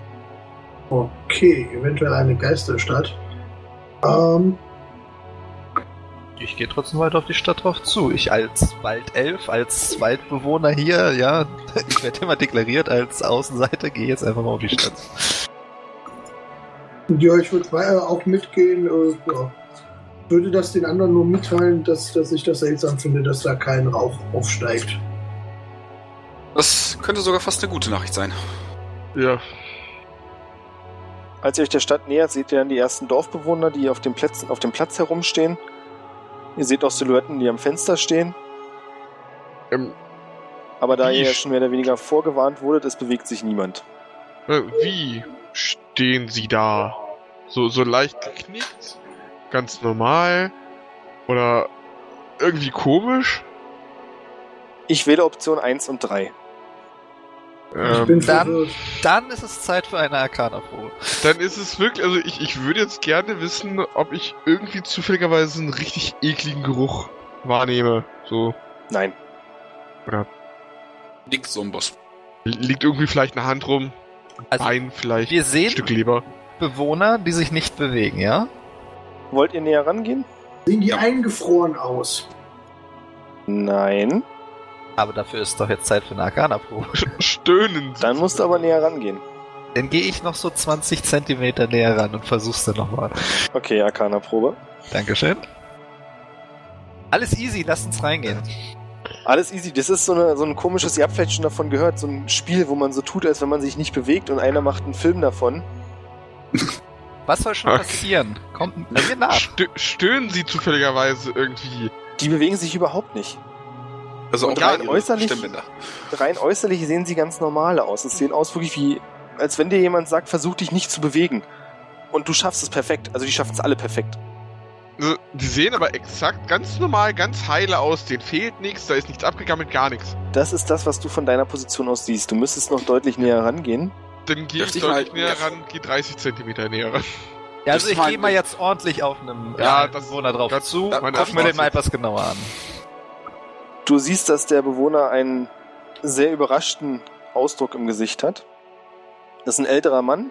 Okay, eventuell eine Geisterstadt. Ähm, Ich gehe trotzdem weiter auf die Stadt drauf zu. Ich als Waldelf, als Waldbewohner hier, ja, ich werde immer deklariert als Außenseiter, gehe jetzt einfach mal auf die Stadt. Ja, ich würde auch mitgehen. Äh, ja. Würde das den anderen nur mitteilen, dass, dass ich das seltsam finde, dass da kein Rauch aufsteigt. Das könnte sogar fast eine gute Nachricht sein. Ja. Als ihr euch der Stadt nähert, seht ihr dann die ersten Dorfbewohner, die auf dem Platz, auf dem Platz herumstehen. Ihr seht auch Silhouetten, die am Fenster stehen. Ähm, Aber da wie ihr ja sch- schon mehr oder weniger vorgewarnt wurdet, es bewegt sich niemand. äh, wie stehen sie da? So, so leicht geknickt? Ganz normal? Oder irgendwie komisch? Ich wähle Option eins und drei. Ich Ähm, bin dann- verwirrt. Dann ist es Zeit für eine Arcana-Probe. Dann ist es wirklich, also ich, ich würde jetzt gerne wissen, ob ich irgendwie zufälligerweise einen richtig ekligen Geruch wahrnehme. So, Nein. Nix, so ein Boss. liegt irgendwie vielleicht eine Hand rum, ein Also, Bein vielleicht, Wir ein sehen Stück Leber. Bewohner, die sich nicht bewegen, ja? Wollt ihr näher rangehen? Sehen die Ja. eingefroren aus? Nein. Aber dafür ist doch jetzt Zeit für eine Arcana-Probe. Stöhnen. Dann musst du aber näher rangehen. Dann gehe ich noch so zwanzig Zentimeter näher ran und versuch's dann nochmal. Okay, Arcana-Probe. Dankeschön. Alles easy, lasst uns reingehen. Alles easy. Das ist so, eine, so ein komisches, ihr habt vielleicht schon davon gehört, so ein Spiel, wo man so tut, als wenn man sich nicht bewegt und einer macht einen Film davon. Was soll schon Okay. passieren? Kommt mir nach. Stö stöhnen sie zufälligerweise irgendwie? Die bewegen sich überhaupt nicht. Also Und auch rein ihre äußerlich- Stimmbänder. Rein äußerlich sehen sie ganz normal aus. Es sehen aus wirklich wie, als wenn dir jemand sagt, versuch dich nicht zu bewegen. Und du schaffst es perfekt. Also die schaffen es alle perfekt. Also, die sehen aber exakt ganz normal, ganz heile aus. Denen fehlt nichts, da ist nichts abgegammelt, gar nichts. Das ist das, was du von deiner Position aus siehst. Du müsstest noch deutlich näher rangehen. Dann gehe Darf ich ich deutlich mal- näher ja. ran, gehe dreißig Zentimeter näher ran. Ja, also Das ich war- gehe mal jetzt ordentlich auf einem Ja, äh, das- Bewohner drauf das- zu. das- Gucken das- wir den mal etwas genauer an. Du siehst, dass der Bewohner einen sehr überraschten Ausdruck im Gesicht hat. Das ist ein älterer Mann,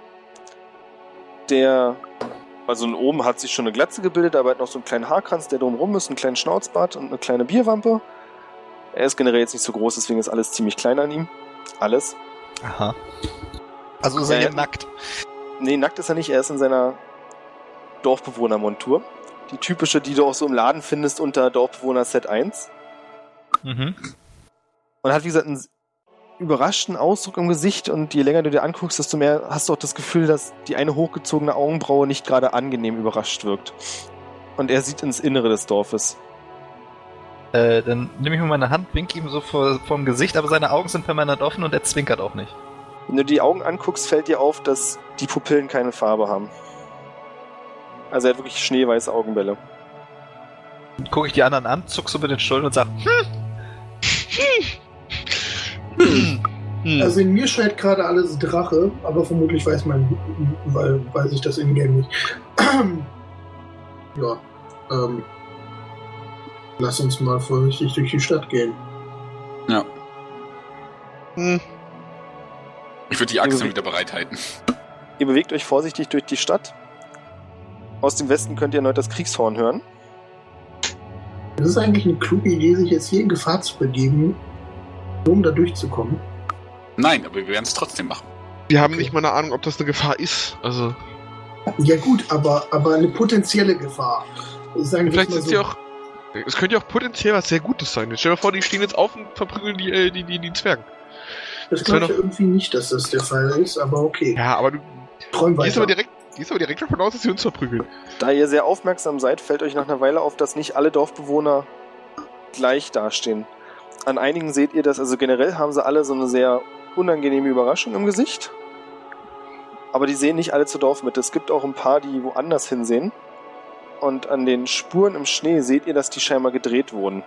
der, also oben hat sich schon eine Glatze gebildet, aber er hat noch so einen kleinen Haarkranz, der drumrum ist, einen kleinen Schnauzbart und eine kleine Bierwampe. Er ist generell jetzt nicht so groß, deswegen ist alles ziemlich klein an ihm. Alles. Aha. Also ist Ja, er ja. nackt. Nee, nackt ist er nicht, er ist in seiner Dorfbewohnermontur. Die typische, die du auch so im Laden findest unter Dorfbewohner Set eins. Mhm. Und hat, wie gesagt, einen überraschten Ausdruck im Gesicht und je länger du dir anguckst, desto mehr hast du auch das Gefühl, dass die eine hochgezogene Augenbraue nicht gerade angenehm überrascht wirkt. Und er sieht ins Innere des Dorfes. Äh, dann nehme ich mir meine Hand, wink ihm so vor, vorm Gesicht, aber seine Augen sind permanent offen und er zwinkert auch nicht. Wenn du die Augen anguckst, fällt dir auf, dass die Pupillen keine Farbe haben. Also er hat wirklich schneeweiße Augenbälle. Dann gucke ich die anderen an, zuck so mit den Schultern und sag, Hm. Also in mir schreit gerade alles Drache, aber vermutlich weiß man, weil weiß ich das in-game nicht. Ja, ähm, lass uns mal vorsichtig durch die Stadt gehen. Ja. Hm. Ich würde die Axt dann wieder bereithalten. Ihr bewegt euch vorsichtig durch die Stadt. Aus dem Westen könnt ihr erneut das Kriegshorn hören. Es ist eigentlich eine kluge Idee, sich jetzt hier in Gefahr zu begeben, um da durchzukommen. Nein, aber wir werden es trotzdem machen. Wir haben Okay. nicht mal eine Ahnung, ob das eine Gefahr ist. Also, Ja gut, aber, aber eine potenzielle Gefahr. Sagen wir vielleicht mal sind so. sie auch. Es könnte ja auch potenziell was sehr Gutes sein. Jetzt stell dir mal vor, die stehen jetzt auf und verprügeln die, äh, die, die, die Zwerge. Das das glaube ich wär ja irgendwie nicht, dass das der Fall ist, aber okay. Ja, aber du Träum gehst weiter. aber direkt, gehst aber direkt davon aus, dass sie uns verprügeln. Da ihr sehr aufmerksam seid, fällt euch nach einer Weile auf, dass nicht alle Dorfbewohner gleich dastehen. An einigen seht ihr das, also generell haben sie alle so eine sehr unangenehme Überraschung im Gesicht. Aber die sehen nicht alle zur Dorfmitte. Es gibt auch ein paar, die woanders hinsehen. Und an den Spuren im Schnee seht ihr, dass die scheinbar gedreht wurden.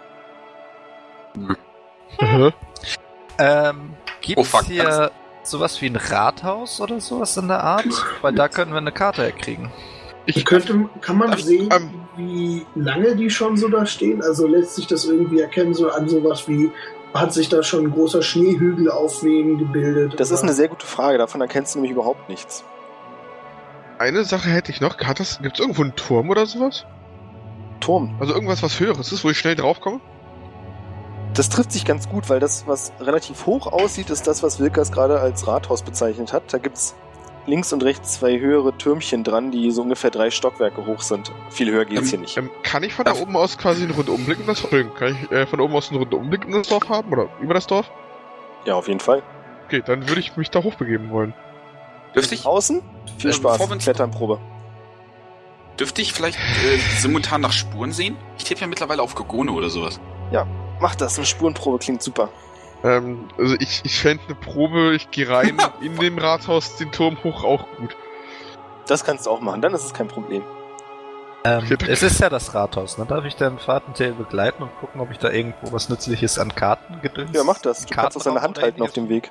ähm, gibt's Oh, fuck, hier sowas wie ein Rathaus oder sowas in der Art? Weil da können wir eine Karte herkriegen. Ich Könnte, kann man Darf ich- sehen, ähm, wie lange die schon so da stehen? Also lässt sich das irgendwie erkennen, so an sowas wie, hat sich da schon ein großer Schneehügel auf wen gebildet? Das ist Oder- eine sehr gute Frage, davon erkennst du nämlich überhaupt nichts. Eine Sache hätte ich noch. Hat das, gibt's irgendwo einen Turm oder sowas? Turm. Also irgendwas, was Höheres ist, wo ich schnell draufkomme? Das trifft sich ganz gut, weil das, was relativ hoch aussieht, ist das, was Wilkas gerade als Rathaus bezeichnet hat. Da gibt's links und rechts zwei höhere Türmchen dran, die so ungefähr drei Stockwerke hoch sind. Viel höher geht's ähm, hier nicht. Ähm, kann ich von da oben aus quasi einen Rundumblick in das Dorf? Kann ich äh, von oben aus einen Rundumblick in das Dorf haben? Oder über das Dorf? Ja, auf jeden Fall. Okay, dann würde ich mich da hochbegeben wollen. Dürfte ich, Außen? Viel Ähm, Spaß. bevor wir uns- Kletternprobe. dürfte ich vielleicht äh, simultan nach Spuren sehen? Ich tippe ja mittlerweile auf Gegone oder sowas. Mach das, eine Spurenprobe klingt super. Ähm, also ich, ich fände eine Probe, ich gehe rein in dem Rathaus, den Turm hoch, auch gut. Das kannst du auch machen, dann ist es kein Problem. Ähm, Okay, danke. es ist ja das Rathaus, ne? Darf ich den Fahrtentail begleiten und gucken, ob ich da irgendwo was Nützliches an Karten gedöns? Ja, mach das. Du kannst aus deiner Hand oder halten auf ähnliches? dem Weg.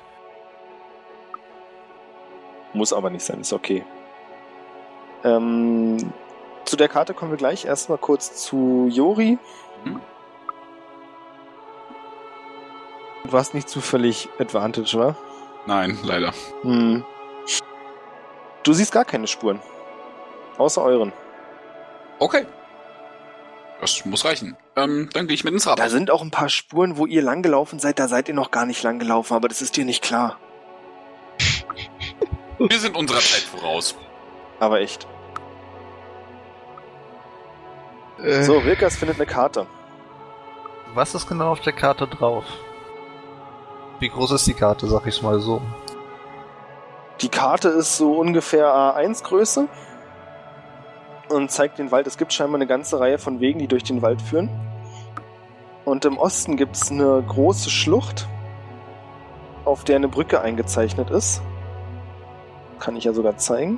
Muss aber nicht sein, ist okay. Ähm, zu der Karte kommen wir gleich. Erstmal kurz zu Jori. Hm? Du hast nicht zufällig Advantage, wa? Nein, leider. Hm. Du siehst gar keine Spuren. Außer euren. Okay. Das muss reichen. Ähm, dann gehe ich mit ins Da Rathaus. sind auch ein paar Spuren, wo ihr langgelaufen seid. Da seid ihr noch gar nicht langgelaufen, aber das ist dir nicht klar. Wir sind unserer Zeit voraus. Aber echt. Äh, So, Wilkas findet eine Karte. Was ist genau auf der Karte drauf? Wie groß ist die Karte, sag ich's mal so? Die Karte ist so ungefähr A eins Größe und zeigt den Wald. Es gibt scheinbar eine ganze Reihe von Wegen, die durch den Wald führen. Und im Osten gibt es eine große Schlucht, auf der eine Brücke eingezeichnet ist. Kann ich ja sogar zeigen.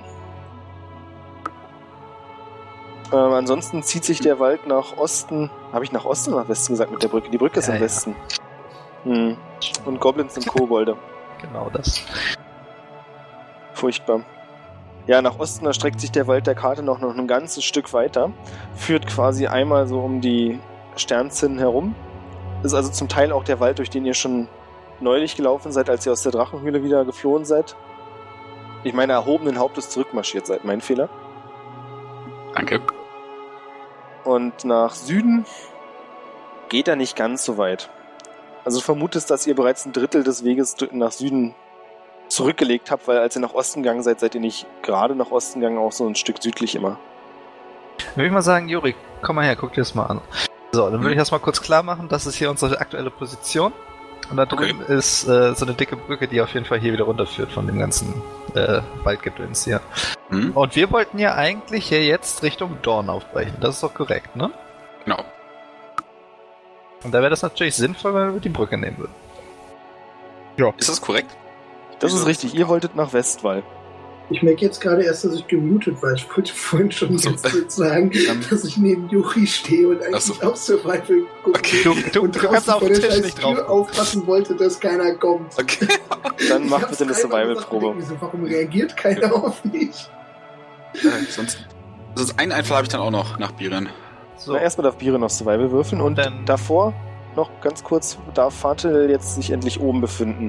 Ähm, ansonsten zieht sich der Wald nach Osten. Habe ich nach Osten oder nach Westen gesagt mit der Brücke? Die Brücke ist Ja, im ja. Westen. Hm. Und Goblins und Kobolde. Genau das. Furchtbar. Ja, nach Osten erstreckt sich der Wald der Karte noch, noch ein ganzes Stück weiter. Führt quasi einmal so um die Sternzinnen herum. Ist also zum Teil auch der Wald, durch den ihr schon neulich gelaufen seid, als ihr aus der Drachenhöhle wieder geflohen seid. Ich meine, erhobenen Hauptes zurückmarschiert seid. Mein Fehler. Danke. Und nach Süden geht er nicht ganz so weit. Also du vermutest, dass ihr bereits ein Drittel des Weges nach Süden zurückgelegt habt, weil als ihr nach Osten gegangen seid, seid ihr nicht gerade nach Osten gegangen, auch so ein Stück südlich immer. Dann würde ich mal sagen, Juri, komm mal her, guck dir das mal an. So, dann würde ich erstmal kurz klar machen, das ist hier unsere aktuelle Position. Und da drüben Okay. ist äh, so eine dicke Brücke, die auf jeden Fall hier wieder runterführt von dem ganzen äh, Waldgedöns hier. Hm? Und wir wollten ja eigentlich hier jetzt Richtung Dorn aufbrechen. Das ist doch korrekt, ne? Genau. Und da wäre das natürlich sinnvoll, wenn wir die Brücke nehmen würden. Ist das korrekt? Das ist richtig, ihr wolltet nach Westwall. Ich merke jetzt gerade erst, dass ich gemutet war. Ich wollte vorhin schon Ach so. ganz kurz sagen, Ähm. dass ich neben Juri stehe und eigentlich Ach so. auf Survival gucke Okay. Du, du, und du draußen kannst auf vor den der Tisch scheiß nicht Tür drauf. aufpassen wollte, dass keiner kommt. Okay. Dann Ich macht hab's bitte eine dreimal gesagt, Survival-Probe. und denk mir so, warum reagiert keiner auf mich? äh, sonst, sonst einen Einfall habe ich dann auch noch nach Bieren. So, Na, erstmal darf Bire noch Survival würfeln und Dann- davor noch ganz kurz darf Fatel jetzt sich endlich oben befinden.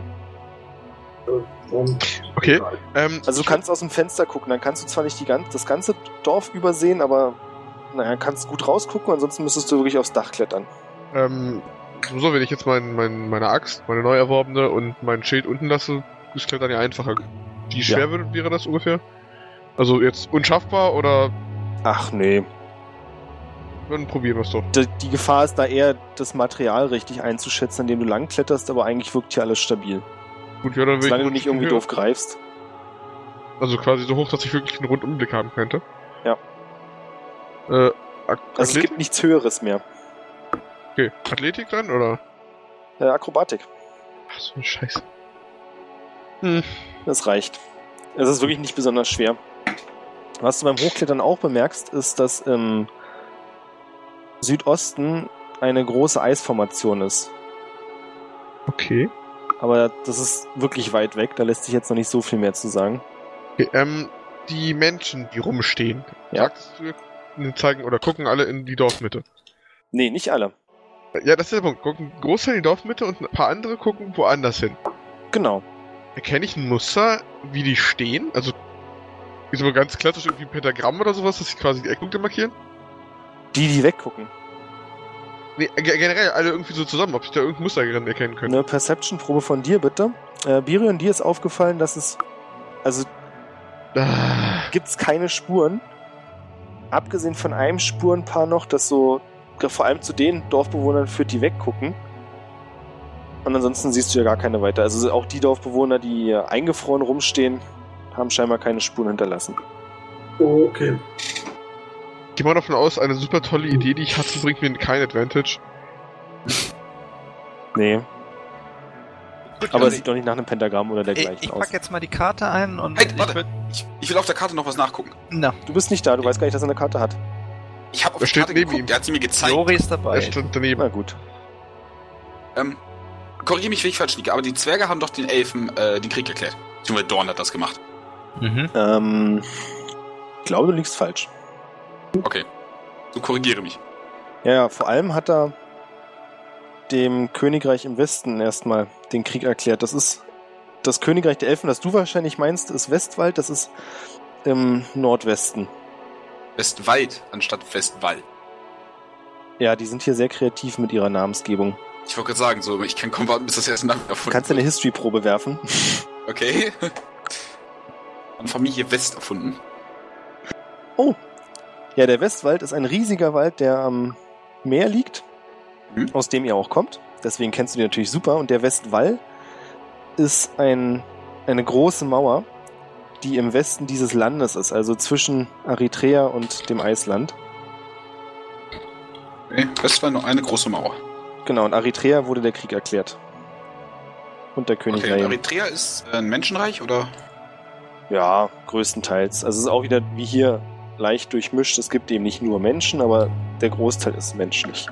Und okay. Ähm, Also du kannst aus dem Fenster gucken, dann kannst du zwar nicht die ganz, das ganze Dorf übersehen, aber naja, kannst gut rausgucken, ansonsten müsstest du wirklich aufs Dach klettern. Ähm, so, wenn ich jetzt mein, mein, meine Axt, meine neu erworbene und mein Schild unten lasse, ist Klettern ja einfacher. Wie schwer Ja. würde, wäre das ungefähr? Also jetzt unschaffbar oder Ach nee, dann probieren wir es doch. die, die Gefahr ist da eher, das Material richtig einzuschätzen, an dem du lang kletterst, aber eigentlich wirkt hier alles stabil. Gut, ja, dann will Solange ich du nicht irgendwie höher. doof greifst. Also quasi so hoch, dass ich wirklich einen Rundumblick haben könnte. Ja. Äh, Ak Also es Athletik? gibt nichts Höheres mehr. Okay. Athletik dann, oder? Äh, Akrobatik, Ach, so ein Scheiß. Hm. das reicht. Es ist wirklich nicht besonders schwer. Was du beim Hochklettern auch bemerkst, ist, dass im Südosten eine große Eisformation ist. Okay. Aber das ist wirklich weit weg, da lässt sich jetzt noch nicht so viel mehr zu sagen. Okay, ähm, die Menschen, die rumstehen, Ja. sagst du, zeigen oder gucken alle in die Dorfmitte. Nee, nicht alle. Ja, das ist der Punkt. Gucken ein Großteil in die Dorfmitte und ein paar andere gucken woanders hin. Genau. Erkenne ich ein Muster, wie die stehen? Also, ist aber ganz klassisch irgendwie ein Pentagramm oder sowas, dass sie quasi die Eckpunkte markieren? Die, die weggucken. Nee, ge- generell alle irgendwie so zusammen, ob ich da irgendein Muster drin erkennen könnte. Eine Perception-Probe von dir, bitte. Äh, Birion, dir ist aufgefallen, dass es... Also, Ah. gibt's keine Spuren. Abgesehen von einem Spurenpaar noch, das so vor allem zu den Dorfbewohnern führt, die weggucken. Und ansonsten siehst du ja gar keine weiter. Also auch die Dorfbewohner, die eingefroren rumstehen, haben scheinbar keine Spuren hinterlassen. Oh, okay. Ich gehe mal davon aus, eine super tolle Idee, die ich hatte, bringt mir kein Advantage. Nee. Gut, Aber Johnny, es sieht doch nicht nach einem Pentagramm oder ich, dergleichen ich aus. pack jetzt mal die Karte ein und Halt, ich warte. würd- Ich, ich will auf der Karte noch was nachgucken. Na, Du bist nicht da, du weißt gar nicht, dass er eine Karte hat. Ich habe auf Er die steht Karte neben geguckt, ihm. der hat sie mir gezeigt. Jori ist dabei. Er stand daneben. Na gut. Ähm, korrigiere mich, wenn ich falsch liege, aber die Zwerge haben doch den Elfen äh, den Krieg erklärt. Beziehungsweise Dorn hat das gemacht. Mhm. Ähm, ich glaube, du liegst falsch. Okay. So korrigiere mich. Ja, ja, vor allem hat er dem Königreich im Westen erstmal den Krieg erklärt. Das ist das Königreich der Elfen, das du wahrscheinlich meinst, ist Westwald, das ist im Nordwesten. Westwald anstatt Westwall. Ja, die sind hier sehr kreativ mit ihrer Namensgebung. Ich wollte gerade sagen, so, ich kann kaum warten, bis das erste Name Du erfunden kannst eine History-Probe werfen. Okay. An Familie West erfunden. Oh. Ja, der Westwald ist ein riesiger Wald, der am Meer liegt, Mhm. aus dem ihr auch kommt. Deswegen kennst du die natürlich super. Und der Westwall ist ein, eine große Mauer, die im Westen dieses Landes ist, also zwischen Eritrea und dem Eisland. Okay. Westwall nur eine große Mauer. Genau, und Eritrea wurde der Krieg erklärt. Und der König Okay, und Rayam. Eritrea ist äh, ein Menschenreich, oder? Ja, größtenteils. Also es ist auch wieder wie hier leicht durchmischt. Es gibt eben nicht nur Menschen, aber der Großteil ist menschlich.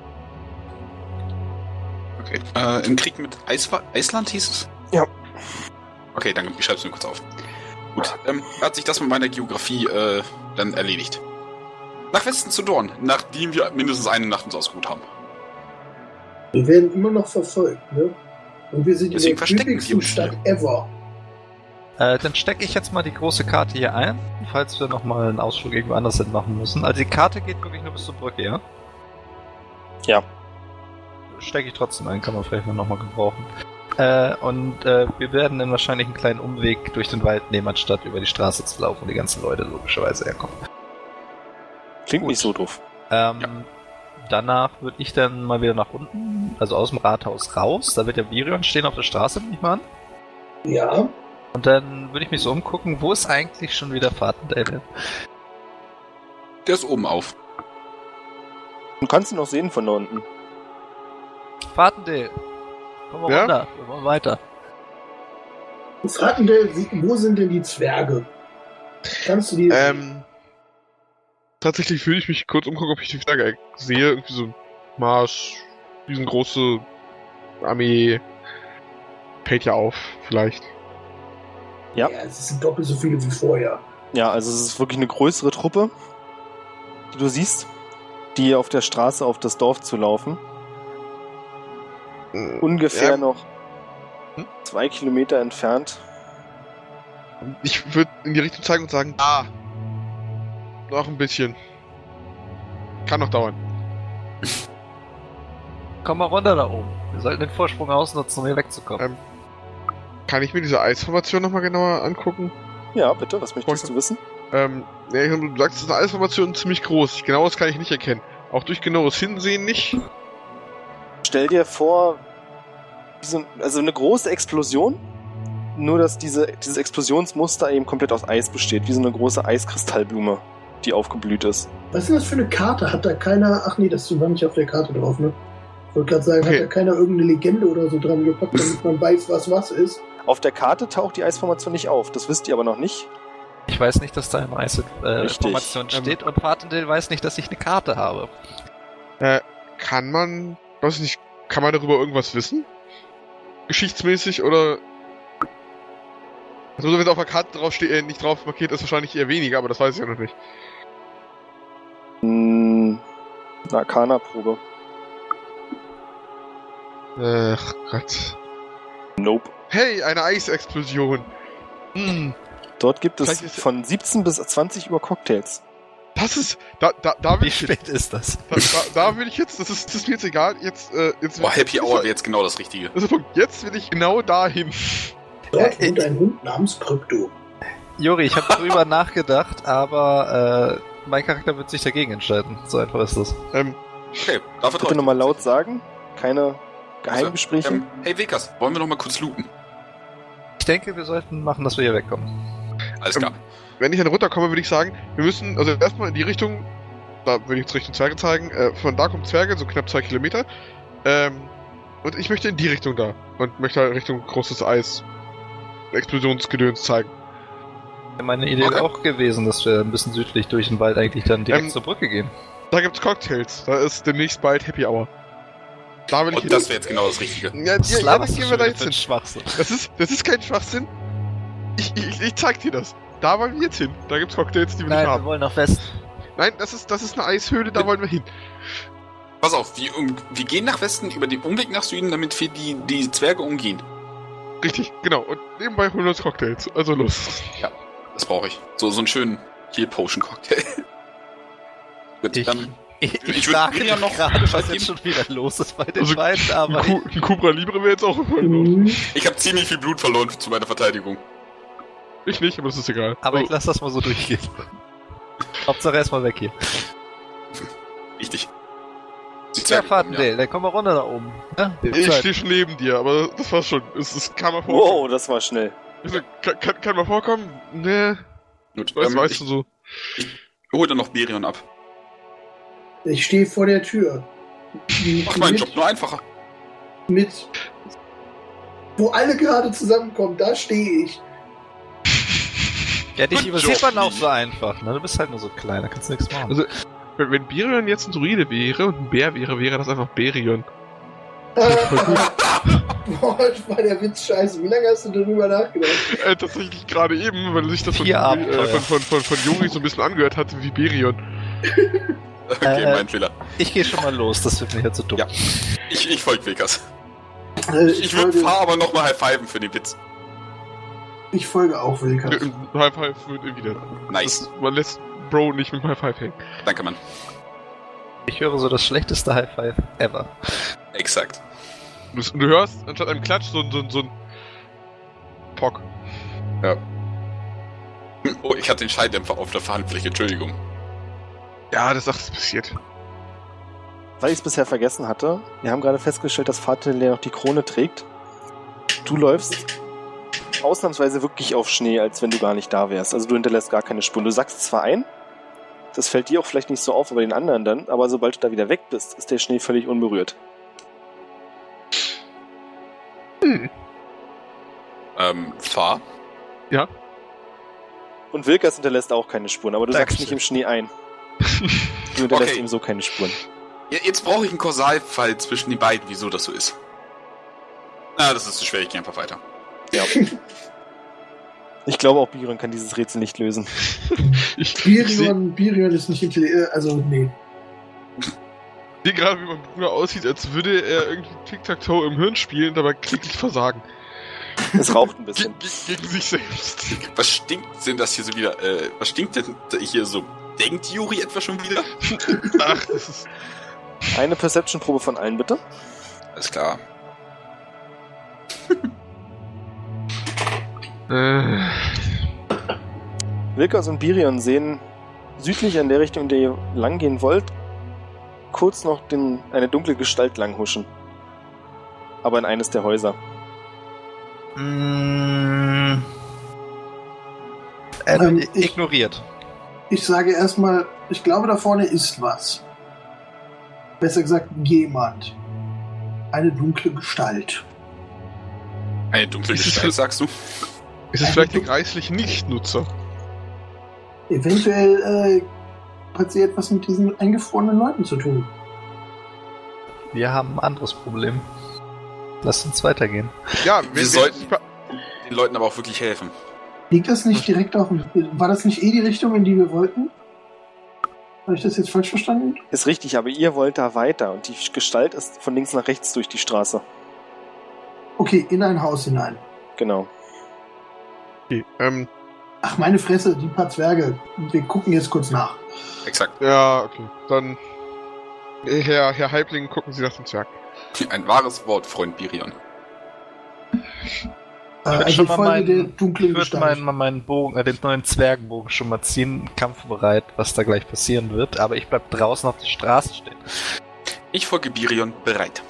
Okay. Äh, im Krieg mit Eiswa- Eisland hieß es? Ja. Okay, danke. Ich schreibe es mir kurz auf. Gut, ähm, hat sich das mit meiner Geografie äh, dann erledigt. Nach Westen zu Dorn, nachdem wir mindestens eine Nacht uns ausgeruht haben. Wir werden immer noch verfolgt, ne? Und wir sind Deswegen in der verstecken wir üppigsten uns Stadt ever. Äh, dann stecke ich jetzt mal die große Karte hier ein, falls wir nochmal einen Ausflug irgendwo anders hin machen müssen. Also die Karte geht wirklich nur bis zur Brücke, ja? Ja. Stecke ich trotzdem ein, kann man vielleicht nochmal gebrauchen. Äh, und äh, wir werden dann wahrscheinlich einen kleinen Umweg durch den Wald nehmen, anstatt über die Straße zu laufen, wo die ganzen Leute logischerweise herkommen. Klingt Gut. nicht so doof. Ähm, Ja. Danach würde ich dann mal wieder nach unten, also aus dem Rathaus raus. Da wird der Virion stehen auf der Straße, nehme ich mal an. Ja. Und dann würde ich mich so umgucken, wo ist eigentlich schon wieder Fatendale? Der ist oben auf. Du kannst ihn noch sehen von da unten. Fatendale! Komm mal Ja? runter, wir wollen weiter. Fratendale, wo sind denn die Zwerge? Kannst du die... Ähm, tatsächlich würde ich mich kurz umgucken, ob ich die Flagge sehe. Irgendwie so ein Marsch, riesengroße Armee. Fällt ja auf, vielleicht. Ja. ja, es sind doppelt so viele wie vorher. Ja, also es ist wirklich eine größere Truppe, die du siehst, die auf der Straße auf das Dorf zu laufen. Ungefähr Ja. noch Hm? zwei Kilometer entfernt. Ich würde in die Richtung zeigen und sagen, ah, noch ein bisschen. Kann noch dauern. Komm mal runter da oben. Wir sollten den Vorsprung ausnutzen, um hier wegzukommen. Ähm, Kann ich mir diese Eisformation nochmal genauer angucken? Ja, bitte, was möchtest du wissen? Ähm, ja, du sagst, es ist eine Eisformation ziemlich groß. Genaues kann ich nicht erkennen. Auch durch genaues Hinsehen nicht. Stell dir vor, diese, also eine große Explosion, nur dass diese, dieses Explosionsmuster eben komplett aus Eis besteht, wie so eine große Eiskristallblume, die aufgeblüht ist. Was ist denn das für eine Karte? Hat da keiner... Ach nee, das war nicht auf der Karte drauf, ne? Ich wollte gerade sagen, Okay. hat da keiner irgendeine Legende oder so dran gepackt, damit man weiß, was was ist? Auf der Karte taucht die Eisformation nicht auf, das wisst ihr aber noch nicht. Ich weiß nicht, dass da eine Richtig. Eisinformation steht und Fatendale weiß nicht, dass ich eine Karte habe. Äh, kann man, weiß ich nicht, kann man darüber irgendwas wissen? Geschichtsmäßig oder... Also wenn es auf der Karte drauf steht, äh, nicht drauf markiert ist, wahrscheinlich eher weniger, aber das weiß ich ja noch nicht. Hm, eine Arcana-Probe. Ach Gott. Nope. Hey, eine Eisexplosion. Hm, Dort gibt es Vielleicht ist- von siebzehn bis zwanzig Uhr Cocktails. das ist, da, da, da will Wie ich jetzt, spät ist das? da, da, da will ich jetzt, das ist, das ist mir jetzt egal, jetzt, äh, jetzt... Boah, Happy jetzt, Hour wäre jetzt genau das Richtige. Das ist der Punkt. Jetzt will ich genau dahin. Dort Ja, wohnt ein Hund namens Krypto. Juri, ich habe drüber nachgedacht, aber äh, mein Charakter wird sich dagegen entscheiden. So einfach ist das. Ähm, Okay, da vertraue Bitte ich. nochmal laut sagen. Keine Geheimgespräche. Ähm, hey Vekas, wollen wir noch mal kurz looten? Ich denke, wir sollten machen, dass wir hier wegkommen. Alles Ähm, klar. Wenn ich dann runterkomme, würde ich sagen, wir müssen, also erstmal in die Richtung, da würde ich jetzt Richtung Zwerge zeigen, äh, von da kommen Zwerge, so knapp zwei Kilometer. Ähm, und ich möchte in die Richtung da. Und möchte halt Richtung großes Eis, Explosionsgedöns zeigen. Meine Idee Okay. wäre auch gewesen, dass wir ein bisschen südlich durch den Wald eigentlich dann direkt Ähm, zur Brücke gehen. Da gibt's Cocktails, da ist demnächst bald Happy Hour. Da will ich Und das wäre jetzt genau das Richtige. Ja, ja, Was ja, laberst gehen du wir da schon jetzt für hin. einen Schwachsinn? Das ist, das ist kein Schwachsinn. Ich, ich, ich zeig dir das. Da wollen wir jetzt hin. Da gibt's Cocktails, die wir Nein, nicht wir haben. wollen nach Westen. Nein, das ist, das ist eine Eishöhle, da wollen wir hin. Pass auf, wir, um, wir gehen nach Westen über den Umweg nach Süden, damit wir die, die Zwerge umgehen. Richtig, genau. Und nebenbei holen wir uns Cocktails. Also los. Das brauche ich. So, so einen schönen Heal Potion Cocktail. Gut, Ich, dann, ich, ich ich würd frage Miriam mich noch gerade, Bescheid was jetzt geben. schon wieder los ist bei den Also, beiden, Ein, aber Ku ein Cobra Libre wäre jetzt auch los. Mhm. ich habe ziemlich viel Blut verloren zu meiner Verteidigung. Ich nicht, aber das ist egal. Aber Oh, ich lasse das mal so durchgehen. Hauptsache erstmal weg hier. Richtig. Die Ja, Zwerge kommen, Fahrtendale, dann kommen wir runter da oben. Ja, ich Zeit. stehe schon neben dir, aber das war's schon. Es, es kann mal vorkommen. Wow, das war schnell. Also, kann, kann, kann mal vorkommen? Nee, Gut, weißt, ähm, weißt ich du so. hol dann noch Berion ab. Ich stehe vor der Tür. Mach meinen mit, Job nur einfacher. mit. Wo alle gerade zusammenkommen, da stehe ich. Ja, dich Good übersieht job, man auch Lee. so einfach, ne? Du bist halt nur so klein, da kannst du nichts machen. Also, wenn, wenn Berion jetzt ein Druide wäre und ein Bär wäre, wäre das einfach Berion. Boah, das war der Witz scheiße. Wie lange hast du darüber nachgedacht? Äh, tatsächlich gerade eben, weil sich das von, Vier äh, Abenteuer. von, von, von, von Juri so ein bisschen angehört hat wie Berion. Okay, Äh, mein Fehler. Ich gehe schon mal los, das wird mir jetzt so dumm. Ja. Ich, ich folge Vekas. Äh, Ich, ich, ich würde folge, fahr aber nochmal High Fiven für den Witz. ich folge auch Wilkas. Äh, High Five wird irgendwie wieder. Nice. Das, man lässt Bro nicht mit dem High Five hängen. Danke, Mann. Ich höre so das schlechteste High Five ever. Exakt. Du, du hörst anstatt einem Klatsch so, ein- so, ein- so ein Pock. Oh, ich hatte den Schalldämpfer auf der Handfläche, Entschuldigung. Ja, das ist passiert. Weil ich es bisher vergessen hatte, wir haben gerade festgestellt, dass Fahrtendale noch die Krone trägt. Du läufst ausnahmsweise wirklich auf Schnee, als wenn du gar nicht da wärst. Also du hinterlässt gar keine Spuren. Du sagst zwar ein, das fällt dir auch vielleicht nicht so auf, aber den anderen dann, aber sobald du da wieder weg bist, ist der Schnee völlig unberührt. Ähm, fahr. Und Wilkas hinterlässt auch keine Spuren, aber du sagst Dankeschön. nicht im Schnee ein. Du hinterlässt Okay. ihm so keine Spuren. Ja, jetzt brauche ich einen Kausalfall zwischen den beiden, wieso das so ist. Na, das ist zu schwer, ich gehe einfach weiter. Ja. Ich glaube auch Biron kann dieses Rätsel nicht lösen. Ich, ich sehe Birion, Birion ist nicht intelligent. Also, nee. seh gerade, wie mein Bruder aussieht, als würde er irgendwie Tic-Tac-Toe im Hirn spielen, dabei kläglich versagen. Es raucht ein Ge bisschen. ge gegen sich selbst. Was stinkt denn das hier so wieder? Äh, was stinkt denn hier so? Denkt Juri etwa schon wieder? Ach, das ist... Eine Perception-Probe von allen, bitte. Alles klar. Äh, Wilkas und Birion sehen südlich in der Richtung, in der ihr langgehen wollt, kurz noch den, eine dunkle Gestalt langhuschen. Aber in eines der Häuser. Mm. Äh, Ähm, ich- ignoriert. Ich sage erstmal, ich glaube, da vorne ist was. Besser gesagt, jemand. Eine dunkle Gestalt. Eine dunkle Ist es Gestalt, für- sagst du? ist es vielleicht der geistliche Nichtnutzer? Eventuell äh, hat sie etwas mit diesen eingefrorenen Leuten zu tun. Wir haben ein anderes Problem. Lasst uns weitergehen. Ja, Wir sollten den Leuten aber auch wirklich helfen. Liegt das nicht direkt auf dem... War das nicht eh die Richtung, in die wir wollten? Habe ich das jetzt falsch verstanden? Ist richtig, aber ihr wollt da weiter und die Gestalt ist von links nach rechts durch die Straße. Okay, in ein Haus hinein. Genau. Okay, ähm, Ach, meine Fresse, die paar Zwerge. Wir gucken jetzt kurz nach. Exakt. ja, okay. Dann, äh, Herr, Herr Halbling, gucken Sie nach dem Zwerg. Ein wahres Wort, Freund Birion. Äh, würd also schon ich mal folge meinen- der dunklen Ich würde Gestalt. meinen, meinen Bogen, äh, den neuen Zwergenbogen schon mal ziehen, kampfbereit, was da gleich passieren wird, aber ich bleib draußen auf der Straße stehen. Ich folge Birion bereit.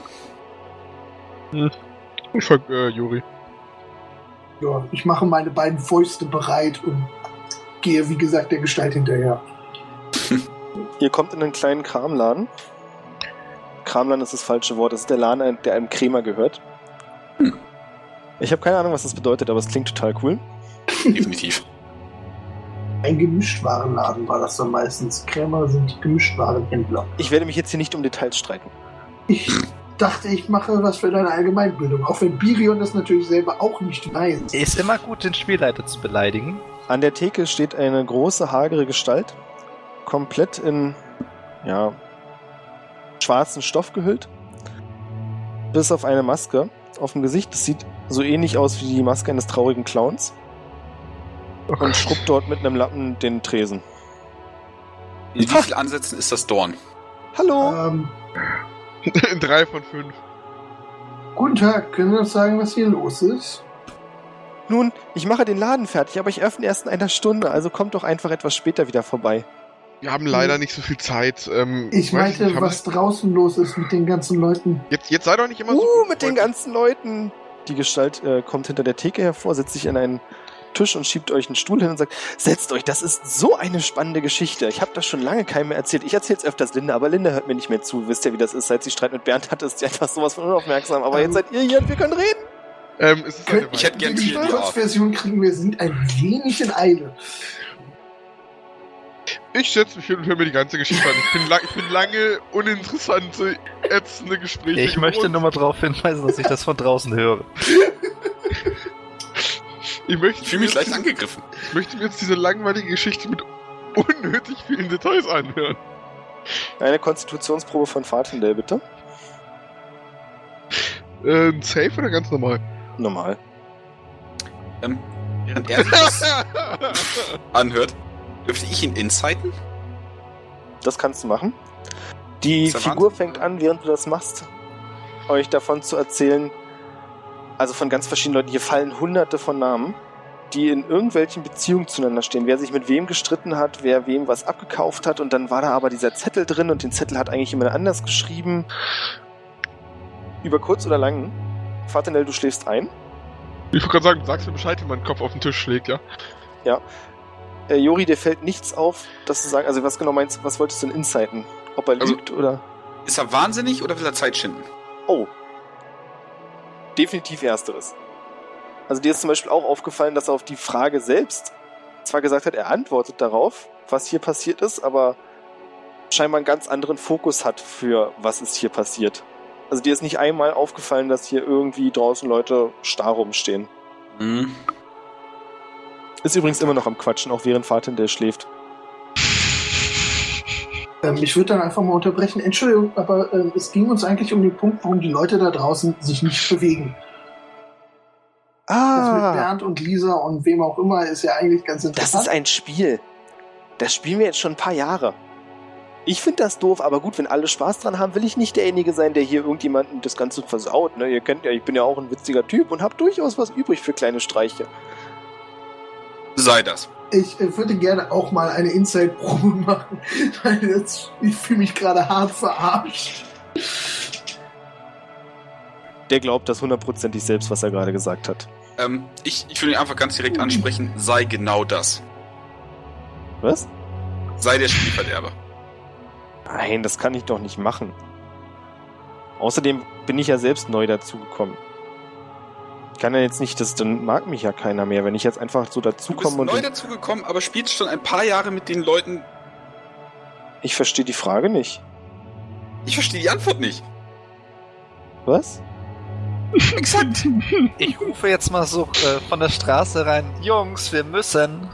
Ich folge äh, Juri. Ja, ich mache meine beiden Fäuste bereit und gehe, wie gesagt, der Gestalt hinterher. Ihr kommt in einen kleinen Kramladen. Kramladen ist das falsche Wort. Das ist der Laden, der einem Krämer gehört. Hm. Ich habe keine Ahnung, was das bedeutet, aber es klingt total cool. Definitiv. Ein Gemischtwarenladen war das dann meistens. Krämer sind Gemischtwarenhändler. Ich werde mich jetzt hier nicht um Details streiten. Ich dachte, ich mache was für deine Allgemeinbildung, auch wenn Birion das natürlich selber auch nicht weiß. Ist immer gut, den Spielleiter zu beleidigen. An der Theke steht eine große, hagere Gestalt, komplett in, ja, schwarzen Stoff gehüllt, bis auf eine Maske auf dem Gesicht. Das sieht so ähnlich aus wie die Maske eines traurigen Clowns. Und schrubbt dort mit einem Lappen den Tresen. In wie viel Ansätzen ist das Dorn? Hallo! Ähm, In drei von fünf. guten Tag, können Sie uns sagen, was hier los ist? Nun, ich mache den Laden fertig, aber ich öffne erst in einer Stunde, also kommt doch einfach etwas später wieder vorbei. Wir haben leider nicht so viel Zeit. Ähm, Ich weiß meinte, nicht, haben was draußen los ist mit den ganzen Leuten. Jetzt, jetzt sei doch nicht immer so. Uh, mit den unfreundlich. ganzen Leuten! Die Gestalt äh, kommt hinter der Theke hervor, setzt sich an einen Tisch und schiebt euch einen Stuhl hin und sagt, setzt euch, das ist so eine spannende Geschichte. Ich habe das schon lange keinem mehr erzählt. Ich erzähle es öfters Linda, aber Linda hört mir nicht mehr zu. Wisst ihr, wie das ist? Seit sie Streit mit Bernd hatte, ist sie einfach sowas von unaufmerksam. Aber Ähm, jetzt seid ihr hier und wir können reden. Ähm, es ist eine Könnt- Ich hätte gern die viel die Art. Kurzversion kriegen wir sind ein wenig in Eile. Ich setze mich hin und höre mir die ganze Geschichte an. Ich bin, lang, ich bin lange uninteressante, ätzende Gespräche Ich möchte gewohnt. nur mal darauf hinweisen, dass ich das von draußen höre. Ich möchte, Ich fühle mich mir leicht jetzt, angegriffen. ich möchte mir jetzt diese langweilige Geschichte mit unnötig vielen Details anhören. Eine Konstitutionsprobe von Fatindale, bitte. Äh, ein Safe oder ganz normal? Normal. Ähm, während er sich das anhört, dürfte ich ihn insighten? Das kannst du machen. Die Ist er Figur Wahnsinn? fängt an, während du das machst, euch davon zu erzählen, also von ganz verschiedenen Leuten, hier fallen hunderte von Namen, die in irgendwelchen Beziehungen zueinander stehen. Wer sich mit wem gestritten hat, wer wem was abgekauft hat und dann war da aber dieser Zettel drin und den Zettel hat eigentlich jemand anders geschrieben. Über kurz oder lang, Fatinel, du schläfst ein. Ich wollte gerade sagen, du sagst mir Bescheid, wenn mein Kopf auf den Tisch schlägt, ja? Äh, Jori, dir fällt nichts auf, dass du sagen, also was genau meinst, was wolltest du denn insighten? Ob er Also- lügt oder... Ist er wahnsinnig oder will er Zeit schinden? Oh. Definitiv Ersteres. Also dir ist zum Beispiel auch aufgefallen, dass er auf die Frage selbst zwar gesagt hat, er antwortet darauf, was hier passiert ist, aber scheinbar einen ganz anderen Fokus hat für was ist hier passiert. Also dir ist nicht einmal aufgefallen, dass hier irgendwie draußen Leute starr rumstehen. Hm. Ist übrigens immer noch am Quatschen, auch während Fatindale schläft. Ähm, ich würde dann einfach mal unterbrechen. Entschuldigung, aber ähm, es ging uns eigentlich um den Punkt, warum die Leute da draußen sich nicht bewegen. Das mit Ah, Bernd und Lisa und wem auch immer ist ja eigentlich ganz das interessant. ist ein Spiel. Das spielen wir jetzt schon ein paar Jahre. Ich finde das doof, aber gut, wenn alle Spaß dran haben, will ich nicht derjenige sein, der hier irgendjemanden das Ganze versaut. Ne? Ihr kennt ja, ich bin ja auch ein witziger Typ und habe durchaus was übrig für kleine Streiche. Sei das. Ich äh, würde gerne auch mal eine Inside-Probe machen, weil jetzt, ich fühle mich gerade hart verarscht. Der glaubt das hundertprozentig selbst, was er gerade gesagt hat. Ähm, ich, ich will ihn einfach ganz direkt ansprechen. Sei genau das. Was? Sei der Spielverderber. Nein, das kann ich doch nicht machen. Außerdem bin ich ja selbst neu dazugekommen. Ich kann ja jetzt nicht, das, dann mag mich ja keiner mehr, wenn ich jetzt einfach so Du bist dazukomme neu und dazugekommen, aber spielst schon ein paar Jahre mit den Leuten. ich verstehe die Frage nicht. Ich verstehe die Antwort nicht. Was? Exakt. Ich rufe jetzt mal so äh, von der Straße rein. Jungs, wir müssen.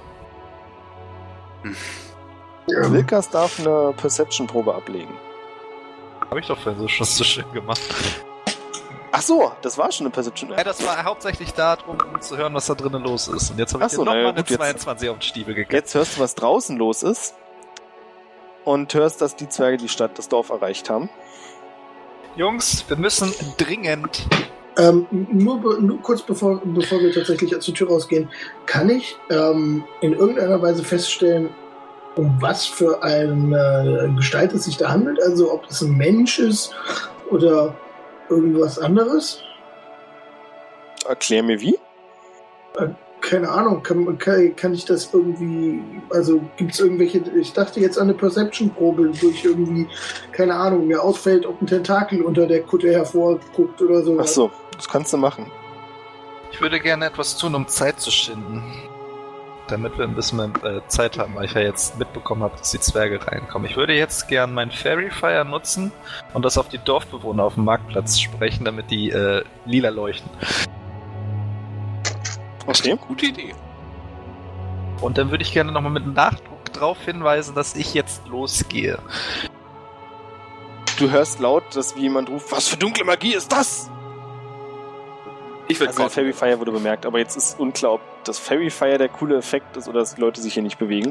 Ähm, Wilkas darf eine Perception-Probe ablegen. Habe ich doch vorhin so schon so schön gemacht. Ach so, das war schon eine Perception. Ja, das war hauptsächlich darum, um zu hören, was da drinnen los ist. Und jetzt habe Ach ich so, dir na ja, nochmal eine gut, jetzt- zweiundzwanzig auf den Stiefel gekriegt. Jetzt hörst du, was draußen los ist. Und hörst, dass die Zwerge die Stadt, das Dorf erreicht haben. Jungs, wir müssen dringend. Ähm, nur, be- nur kurz bevor, bevor wir tatsächlich zur Tür rausgehen, kann ich ähm, in irgendeiner Weise feststellen, um was für eine Gestalt es sich da handelt? Also ob es ein Mensch ist oder irgendwas anderes? Erklär mir wie? Keine Ahnung, kann, kann, kann ich das irgendwie, also gibt es irgendwelche, ich dachte jetzt an eine Perception-Probe, wo ich irgendwie, keine Ahnung, mir ausfällt, ob ein Tentakel unter der Kutte hervorguckt oder so. Ach so, das kannst du machen. Ich würde gerne etwas tun, um Zeit zu schinden. Damit wir ein bisschen mehr äh, Zeit haben, weil ich ja jetzt mitbekommen habe, dass die Zwerge reinkommen. Ich würde jetzt gern mein Fairy Fire nutzen und das auf die Dorfbewohner auf dem Marktplatz sprechen, damit die äh, lila leuchten. Okay. Gute Idee. Und dann würde ich gerne nochmal mit Nachdruck darauf hinweisen, dass ich jetzt losgehe. Du hörst laut, dass wie jemand ruft, was für dunkle Magie ist das? Ich würde Also der Fairy Fire wurde bemerkt, aber jetzt ist unklar, ob das Fairy Fire der coole Effekt ist oder dass die Leute sich hier nicht bewegen.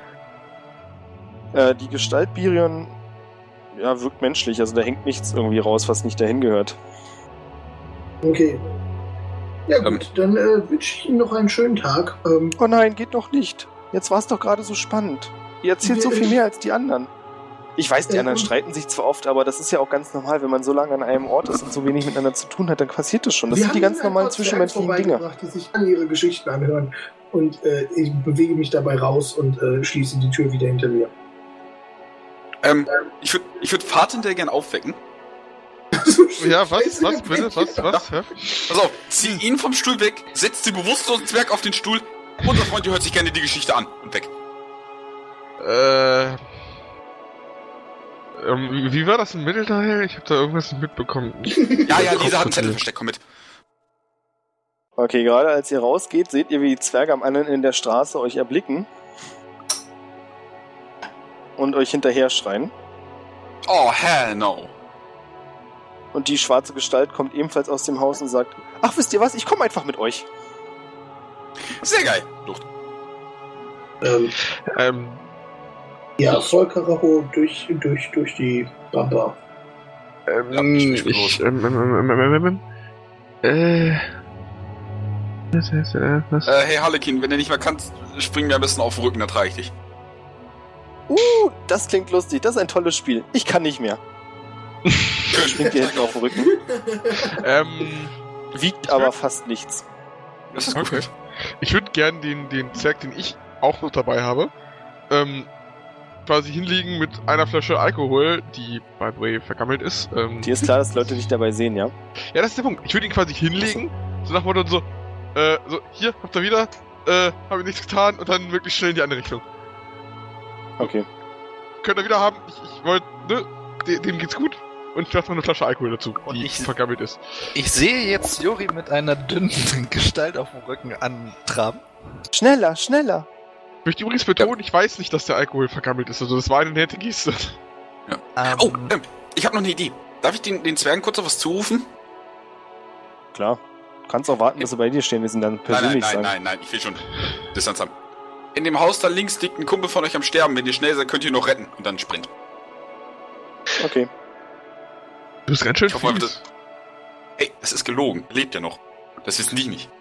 Äh, die Gestalt Birion, ja, wirkt menschlich, also da hängt nichts irgendwie raus, was nicht dahin gehört. Okay. Ja gut, dann äh, wünsche ich Ihnen noch einen schönen Tag. Ähm, Oh nein, geht doch nicht. Jetzt war es doch gerade so spannend. Ihr erzählt so viel mehr als die anderen. Ich weiß, die Äh, anderen und- streiten sich zwar oft, aber das ist ja auch ganz normal, wenn man so lange an einem Ort ist und so wenig miteinander zu tun hat, dann passiert das schon. Das wir sind die haben ganz Ihnen ein normalen paar Zwerge zwischenmenschlichen Dinge. vorbeigebracht, die sich an ihre Geschichten anhören. Und äh, ich bewege mich dabei raus und äh, schließe die Tür wieder hinter mir. Ähm, Ich würde ich würd Fahrtender gern aufwecken. ja, was, Scheiße, was, bitte, was, was, hä? Pass auf, zieh ihn vom Stuhl weg, setz den bewusstlosen Zwerg auf den Stuhl. Unser Freund, die hört sich gerne die Geschichte an. Und weg. Äh, ähm, wie- wie war das im Mittelteil? Ich habe da irgendwas nicht mitbekommen. Ja, ja, Lisa hat einen Zettel versteckt, komm mit. Okay, gerade als ihr rausgeht, seht ihr, wie die Zwerge am anderen Ende der Straße euch erblicken und euch hinterher schreien. Oh, hell no. Und die schwarze Gestalt kommt ebenfalls aus dem Haus und sagt, ach, wisst ihr was, ich komme einfach mit euch. Sehr geil. Luft. Ähm, Ähm, ja, voll Karacho durch, durch, durch die Bamba. ähm, Ja, ich- ich bin ich, ähm, ähm, ähm, ähm, ähm, ähm, äh, was heißt, äh, was? Äh, hey Harlekin, wenn du nicht mehr kannst, spring mir am besten auf den Rücken, dann trage ich dich. Uh, das klingt lustig, das ist ein tolles Spiel. Ich kann nicht mehr. Springt ihr hinten auf den Rücken. ähm, Wiegt aber fast nichts. Das ist Okay. gut. ich würde gern den, den Zwerg, den ich auch noch dabei habe, ähm, quasi hinlegen mit einer Flasche Alkohol, die, by the way, vergammelt ist. Ähm, Dir ist klar, dass Leute dich dabei sehen, ja? ja, das ist der Punkt. Ich würde ihn quasi hinlegen, so nach dem Motto so, äh, so, hier, habt ihr wieder, äh, hab ich nichts getan und dann wirklich schnell in die andere Richtung. Okay. Könnt ihr wieder haben, ich, ich wollte, ne, dem, dem geht's gut und ich mach noch eine Flasche Alkohol dazu, Und die ich- vergammelt ist. Ich sehe jetzt Juri mit einer dünnen Gestalt auf dem Rücken antraben. Schneller, schneller. Ich möchte übrigens betonen, ich weiß nicht, dass der Alkohol vergammelt ist, also das war eine nette Geste. Ähm, Oh, ähm, ich habe noch eine Idee. Darf ich den, den Zwergen kurz noch was zurufen? Klar. Du kannst auch warten, bis sie bei dir stehen, wir sind dann Nein, nein, persönlich nein, sagen. nein, nein, ich will schon Distanz haben. In dem Haus da links liegt ein Kumpel von euch am Sterben. Wenn ihr schnell seid, könnt ihr ihn noch retten. Und dann sprint. Okay. Du bist ganz schön Ich hoffe, fies. das- Ey, das ist gelogen. Er lebt ja noch. Das wissen die nicht.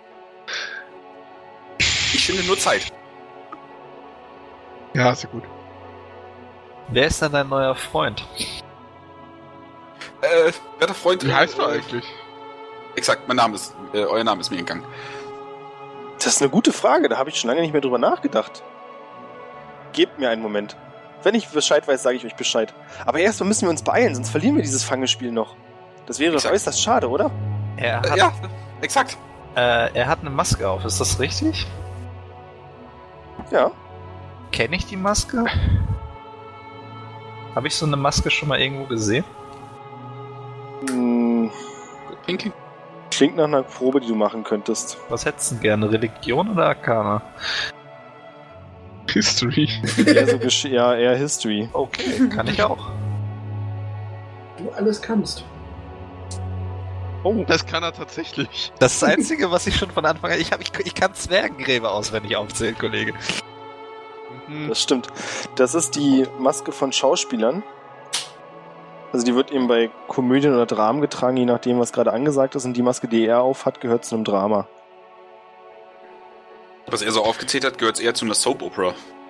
Ich finde nur Zeit. Ja, sehr gut. wer ist denn dein neuer Freund? Äh, werter Freund. Wie heißt du äh, eigentlich? Exakt, mein Name ist, äh, euer Name ist mir entgangen. Das ist eine gute Frage, da habe ich schon lange nicht mehr drüber nachgedacht. Gebt mir einen Moment. Wenn ich Bescheid weiß, sage ich euch Bescheid. Aber erstmal müssen wir uns beeilen, sonst verlieren wir dieses Fangespiel noch. Das wäre doch Exakt. äußerst schade, oder? Er Äh, hat, ja, exakt. äh, er hat eine Maske auf, ist das richtig? Ja. Kenne ich die Maske? Habe ich so eine Maske schon mal irgendwo gesehen? Hm, Pinky. klingt nach einer Probe, die du machen könntest. Was hättest du denn gerne? Religion oder Arcana? History. Eher so Gesch- ja, eher History. Okay, kann ich auch. Du alles kannst. Oh, Das kann er tatsächlich. Das ist das Einzige, was ich schon von Anfang an... Ich, hab, ich, ich kann Zwergengräber auswendig aufzählen, Kollege. Mhm. das stimmt. Das ist die Maske von Schauspielern. Also die wird eben bei Komödien oder Dramen getragen, je nachdem, was gerade angesagt ist. Und die Maske, die er auf hat, gehört zu einem Drama. Was er so aufgezählt hat, gehört eher zu einer Soap-Opera.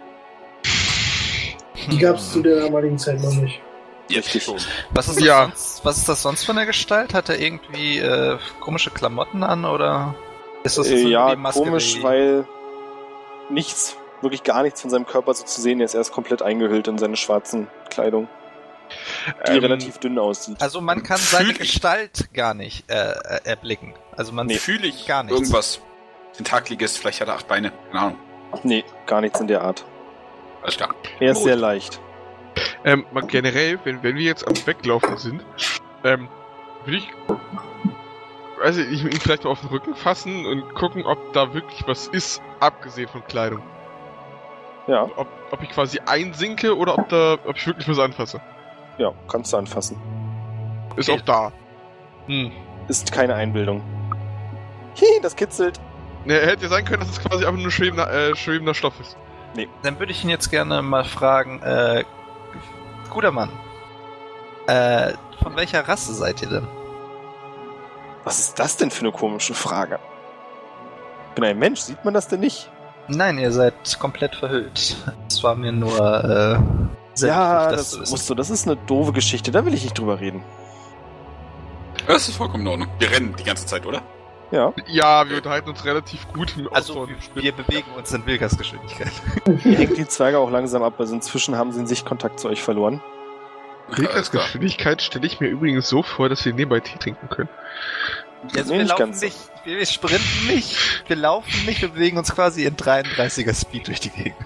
Die gab es zu der damaligen Zeit noch nicht. Richtig. Schon. Was ist, das Ja. sonst, was ist das sonst von der Gestalt? Hat er irgendwie äh, komische Klamotten an oder ist das so Äh, ja, die Maske, komisch, die... weil nichts, wirklich gar nichts von seinem Körper so zu sehen ist. Er ist komplett eingehüllt in seine schwarzen Kleidung, die Ähm, relativ dünn aussieht. Also man kann seine Fühl ich- Gestalt gar nicht äh, äh, erblicken. Also man Nee. Fühle ich Gar nichts. irgendwas. Tentakliges, vielleicht hat er acht Beine. Keine Ahnung. Nee, gar nichts in der Art. Alles klar. Er ist Gut. sehr leicht. Ähm, mal generell, wenn, wenn wir jetzt am Weglaufen sind, ähm, würde ich, weiß ich, ihn vielleicht mal auf den Rücken fassen und gucken, ob da wirklich was ist, abgesehen von Kleidung. Ja, Ob, ob ich quasi einsinke oder ob da, ob ich wirklich was anfasse. ja, kannst du anfassen. Ist Okay. auch da. Hm. Ist keine Einbildung. Hi, das kitzelt. Ne, hätte ja sein können, dass es quasi einfach nur schwebender, äh, schwebender Stoff ist. Dann würde ich ihn jetzt gerne mal fragen, äh, guter Mann, äh, von welcher Rasse seid ihr denn? Was ist das denn für eine komische Frage? Ich bin ein Mensch, sieht man das denn nicht? Nein, ihr seid komplett verhüllt. Das war mir nur, äh, sehr ja, wichtig, das zu wissen. musst du, das ist eine doofe Geschichte, da will ich nicht drüber reden. Das ist vollkommen in Ordnung. Wir rennen die ganze Zeit, oder? Ja, Ja, wir unterhalten uns relativ gut im Also, Ausdauer- wir bewegen uns in Wilkers Geschwindigkeit. ihr hängt die Zwerge auch langsam ab, also inzwischen haben sie den Sichtkontakt zu euch verloren. Wilkas Alles klar. Geschwindigkeit stelle ich mir übrigens so vor, dass wir nebenbei Tee trinken können. Also Nee, wir nicht laufen ganz so. nicht, wir, wir sprinten nicht, wir laufen nicht, wir bewegen uns quasi in dreiunddreißiger Speed durch die Gegend.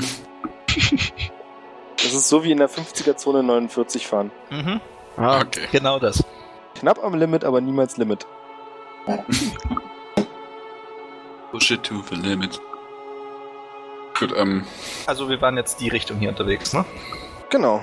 Das ist so wie in der fünfziger-Zone neunundvierzig fahren. Mhm, Ah, Okay. genau das. Knapp am Limit, aber niemals Limit. Push it to the limit. Gut, ähm, Also wir waren jetzt die Richtung hier unterwegs, ne? Genau.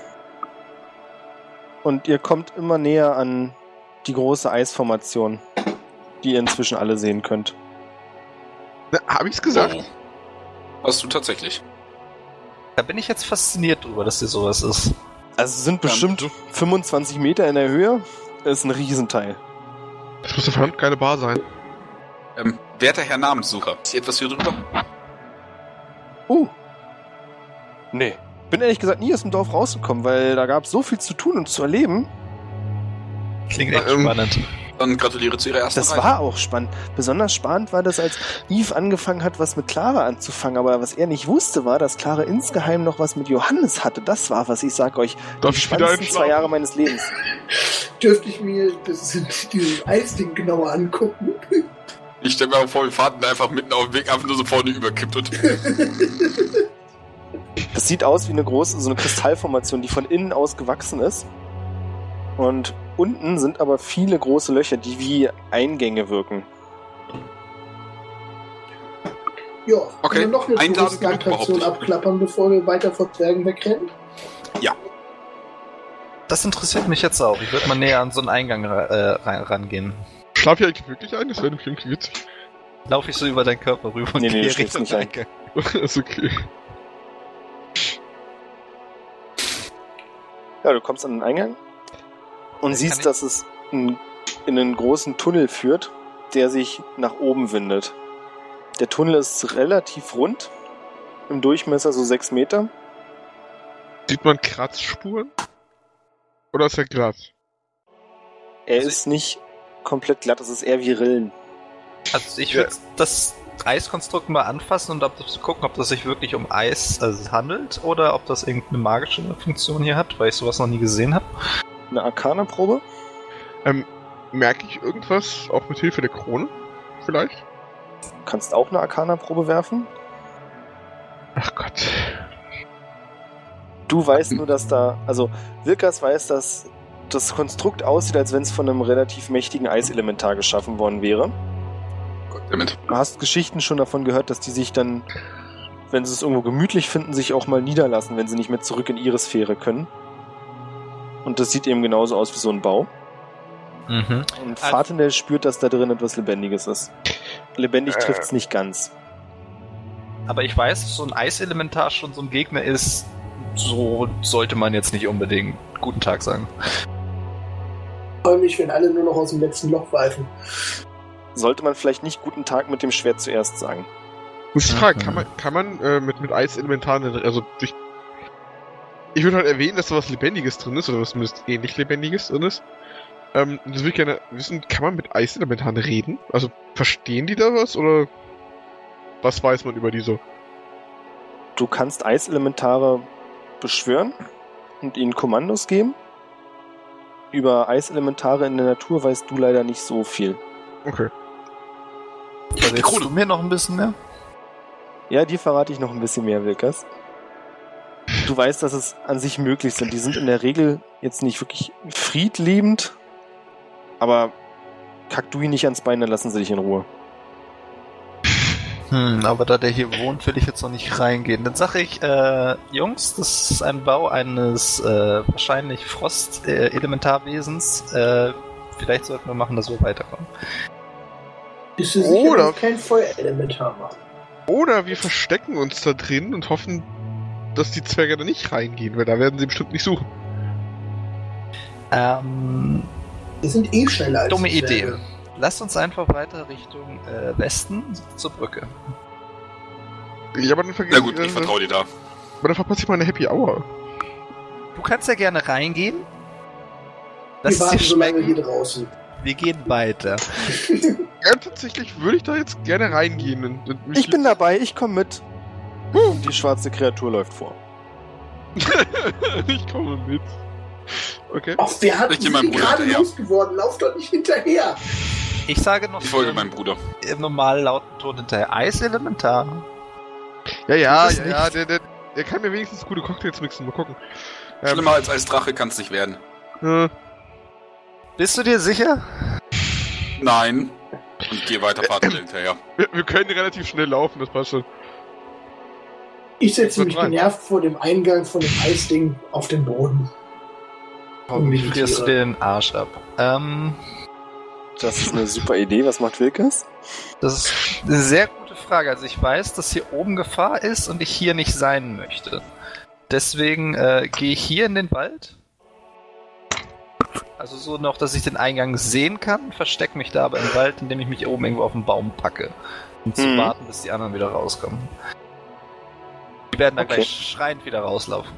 Und ihr kommt immer näher an die große Eisformation, die ihr inzwischen alle sehen könnt. Na, hab ich's gesagt? oh. Hast du tatsächlich. Da bin ich jetzt fasziniert drüber, dass hier sowas ist. Also es sind bestimmt fünfundzwanzig Meter in der Höhe. Das ist ein Riesenteil. Das muss eine verdammt geile Bar sein. Ähm, werter Herr Namenssucher, ist hier etwas hier drüber? Uh. Nee. Bin ehrlich gesagt nie aus dem Dorf rausgekommen, weil da gab es so viel zu tun und zu erleben. Klingt echt Ähm, spannend. Dann gratuliere zu Ihrer ersten Das Reise. war auch spannend. Besonders spannend war das, als Eve angefangen hat, was mit Clara anzufangen. Aber was er nicht wusste, war, dass Clara insgeheim noch was mit Johannes hatte. Das war, was ich sag euch, Darf die ich wieder spannendsten einschlafen? zwei Jahre meines Lebens. Dürfte ich mir das, dieses Eisding genauer angucken? Ich stelle mir auch vor, wir fahren einfach mitten auf dem Weg einfach nur so vorne überkippt und... Das sieht aus wie eine große, so eine Kristallformation, die von innen aus gewachsen ist. Und unten sind aber viele große Löcher, die wie Eingänge wirken. Ja, Okay, können wir noch eine einladend genug, Touristenattraktion behaupte ich. abklappern, bevor wir weiter vor Zwergen wegrennen? Das interessiert mich jetzt auch. Ich würde mal näher an so einen Eingang äh, rein, rangehen. Schlaf ich eigentlich wirklich ein? Das wäre nämlich irgendwie witzig. Laufe ich so über deinen Körper rüber und Nee, nee, gehe du schläfst Richtung nicht ein. Eingang. ist okay. Ja, du kommst an den Eingang und Kann siehst, ich- dass es in, in einen großen Tunnel führt, der sich nach oben windet. Der Tunnel ist relativ rund, im Durchmesser so sechs Meter. Sieht man Kratzspuren? Oder ist er glatt? Er Also ist nicht komplett glatt, es ist eher wie Rillen. Also ich Ja. würde das Eiskonstrukt mal anfassen und ob das, gucken, ob das sich wirklich um Eis also handelt oder ob das irgendeine magische Funktion hier hat, weil ich sowas noch nie gesehen habe. Eine Arcana-Probe? Ähm, merke ich irgendwas, auch mit Hilfe der Krone? Vielleicht? Kannst auch eine Arcana-Probe werfen. Ach Gott. Du weißt nur, dass da, also Wilkas weiß, dass das Konstrukt aussieht, als wenn es von einem relativ mächtigen Eiselementar geschaffen worden wäre. Gott damit. Du hast Geschichten schon davon gehört, dass die sich dann, wenn sie es irgendwo gemütlich finden, sich auch mal niederlassen, wenn sie nicht mehr zurück in ihre Sphäre können. Und das sieht eben genauso aus wie so ein Bau. Mhm. Und Also- Fatinel spürt, dass da drin etwas Lebendiges ist. Lebendig Äh. trifft's nicht ganz. Aber ich weiß, dass so ein Eiselementar schon so ein Gegner ist, so sollte man jetzt nicht unbedingt guten Tag sagen. Ich freue mich, wenn alle nur noch aus dem letzten Loch pfeifen. Sollte man vielleicht nicht guten Tag mit dem Schwert zuerst sagen? Muss ich fragen, kann man, kann man äh, mit, mit Eiselementaren, also durch... Ich würde halt erwähnen, dass da was Lebendiges drin ist, oder was zumindest ähnlich Lebendiges drin ist. Ähm, das würde ich gerne wissen, kann man mit Eiselementaren reden? Also, verstehen die da was, oder was weiß man über die so? Du kannst Eiselementare beschwören und ihnen Kommandos geben. Über Eiselementare in der Natur weißt du leider nicht so viel. Okay. Verrätst du mir noch ein bisschen mehr? Ja, dir verrate ich noch ein bisschen mehr, Wilkas. Du weißt, dass es an sich möglich sind. Die sind in der Regel jetzt nicht wirklich friedliebend, aber kack du ihn nicht ans Bein, dann lassen sie dich in Ruhe. Hm, aber da der hier wohnt, will ich jetzt noch nicht reingehen. Dann sage ich, äh, Jungs, das ist ein Bau eines äh, wahrscheinlich Frost-Elementarwesens. Äh, vielleicht sollten wir machen, dass wir weiterkommen. Bist du sicher, Oder- dass wir kein Feuerelementar machen? Oder wir verstecken uns da drin und hoffen, dass die Zwerge da nicht reingehen, weil da werden sie bestimmt nicht suchen. Ähm, Wir sind eh schneller als dumme die Idee. Zwerge. Lasst uns einfach weiter Richtung äh, Westen zur Brücke. Ja, aber dann vergesse Na gut, ich vertraue dir da. Aber dann verpasse ich meine Happy Hour. Du kannst ja gerne reingehen. Lass Wir es dir warten so lange schmecken. hier draußen. Wir gehen weiter. Ja, tatsächlich würde ich da jetzt gerne reingehen. Und, und mich Ich bin dabei, ich komme mit. Und die schwarze Kreatur läuft vor. ich komme mit. Okay. Ach, wir hatten Ich geh meinem sie Bruder gerade hinterher. losgeworden. Lauf doch nicht hinterher. Ich sage noch Ich folge im- meinem Bruder. im normalen lauten Ton hinterher. Eiselementar. Ja, ja, Das ja, ist ja, nicht- der, der, der kann mir wenigstens gute Cocktails mixen. Mal gucken. Ähm, Schlimmer als Eisdrache kann es nicht werden. äh, Bist du dir sicher? Nein. Und geh weiter, Vater hinterher. wir, wir können relativ schnell laufen, das passt schon. Ich setze mich Was rein? genervt vor dem Eingang von dem Eisding auf den Boden. Hoffentlich frierst du dir den Arsch ab. Ähm, Das ist eine super Idee. Was macht Wilkas? das ist eine sehr gute Frage. Also ich weiß, dass hier oben Gefahr ist und ich hier nicht sein möchte. Deswegen äh, gehe ich hier in den Wald. Also so noch, dass ich den Eingang sehen kann, verstecke mich da aber im Wald, indem ich mich oben irgendwo auf den Baum packe. Um zu Mhm. warten, bis die anderen wieder rauskommen. Die werden da Okay. gleich schreiend wieder rauslaufen.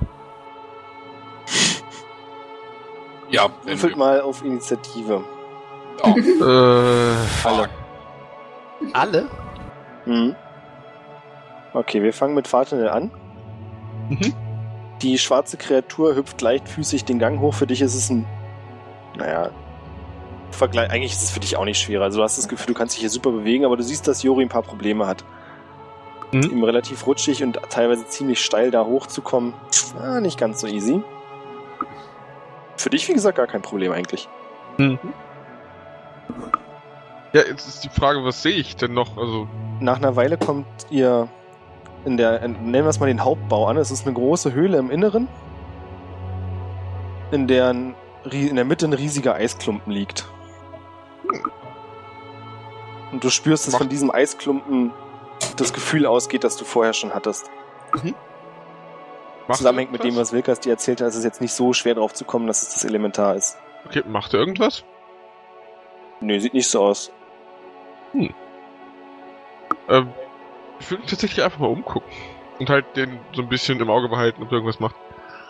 Ja, Würfelt mal auf Initiative. Oh, Äh, Alle. Alle? Mhm. Okay, wir fangen mit Fatinel an. Mhm. Die schwarze Kreatur hüpft leichtfüßig den Gang hoch. Für dich ist es ein... Naja... Vergleich, eigentlich ist es für dich auch nicht schwerer. Also du hast das Gefühl, du kannst dich hier super bewegen, aber du siehst, dass Jori ein paar Probleme hat. Mhm. Ihm relativ rutschig und teilweise ziemlich steil da hochzukommen. Ah, nicht ganz so easy. Für dich, wie gesagt, gar kein Problem eigentlich. ja, jetzt ist die Frage, was sehe ich denn noch? Also, Nach einer Weile kommt ihr in der, nennen wir es mal den Hauptbau an. Es ist eine große Höhle im Inneren, in der ein, in der Mitte ein riesiger Eisklumpen liegt. Und du spürst, dass Mach- von diesem Eisklumpen das Gefühl ausgeht, das du vorher schon hattest. macht Zusammenhängt mit dem, irgendwas? was Wilkas dir erzählt hat, ist es jetzt nicht so schwer drauf zu kommen, dass es das Elementar ist. Okay, macht er irgendwas? Nö, sieht nicht so aus. Ähm, ich würde mich tatsächlich einfach mal umgucken. Und halt den so ein bisschen im Auge behalten, ob er irgendwas macht.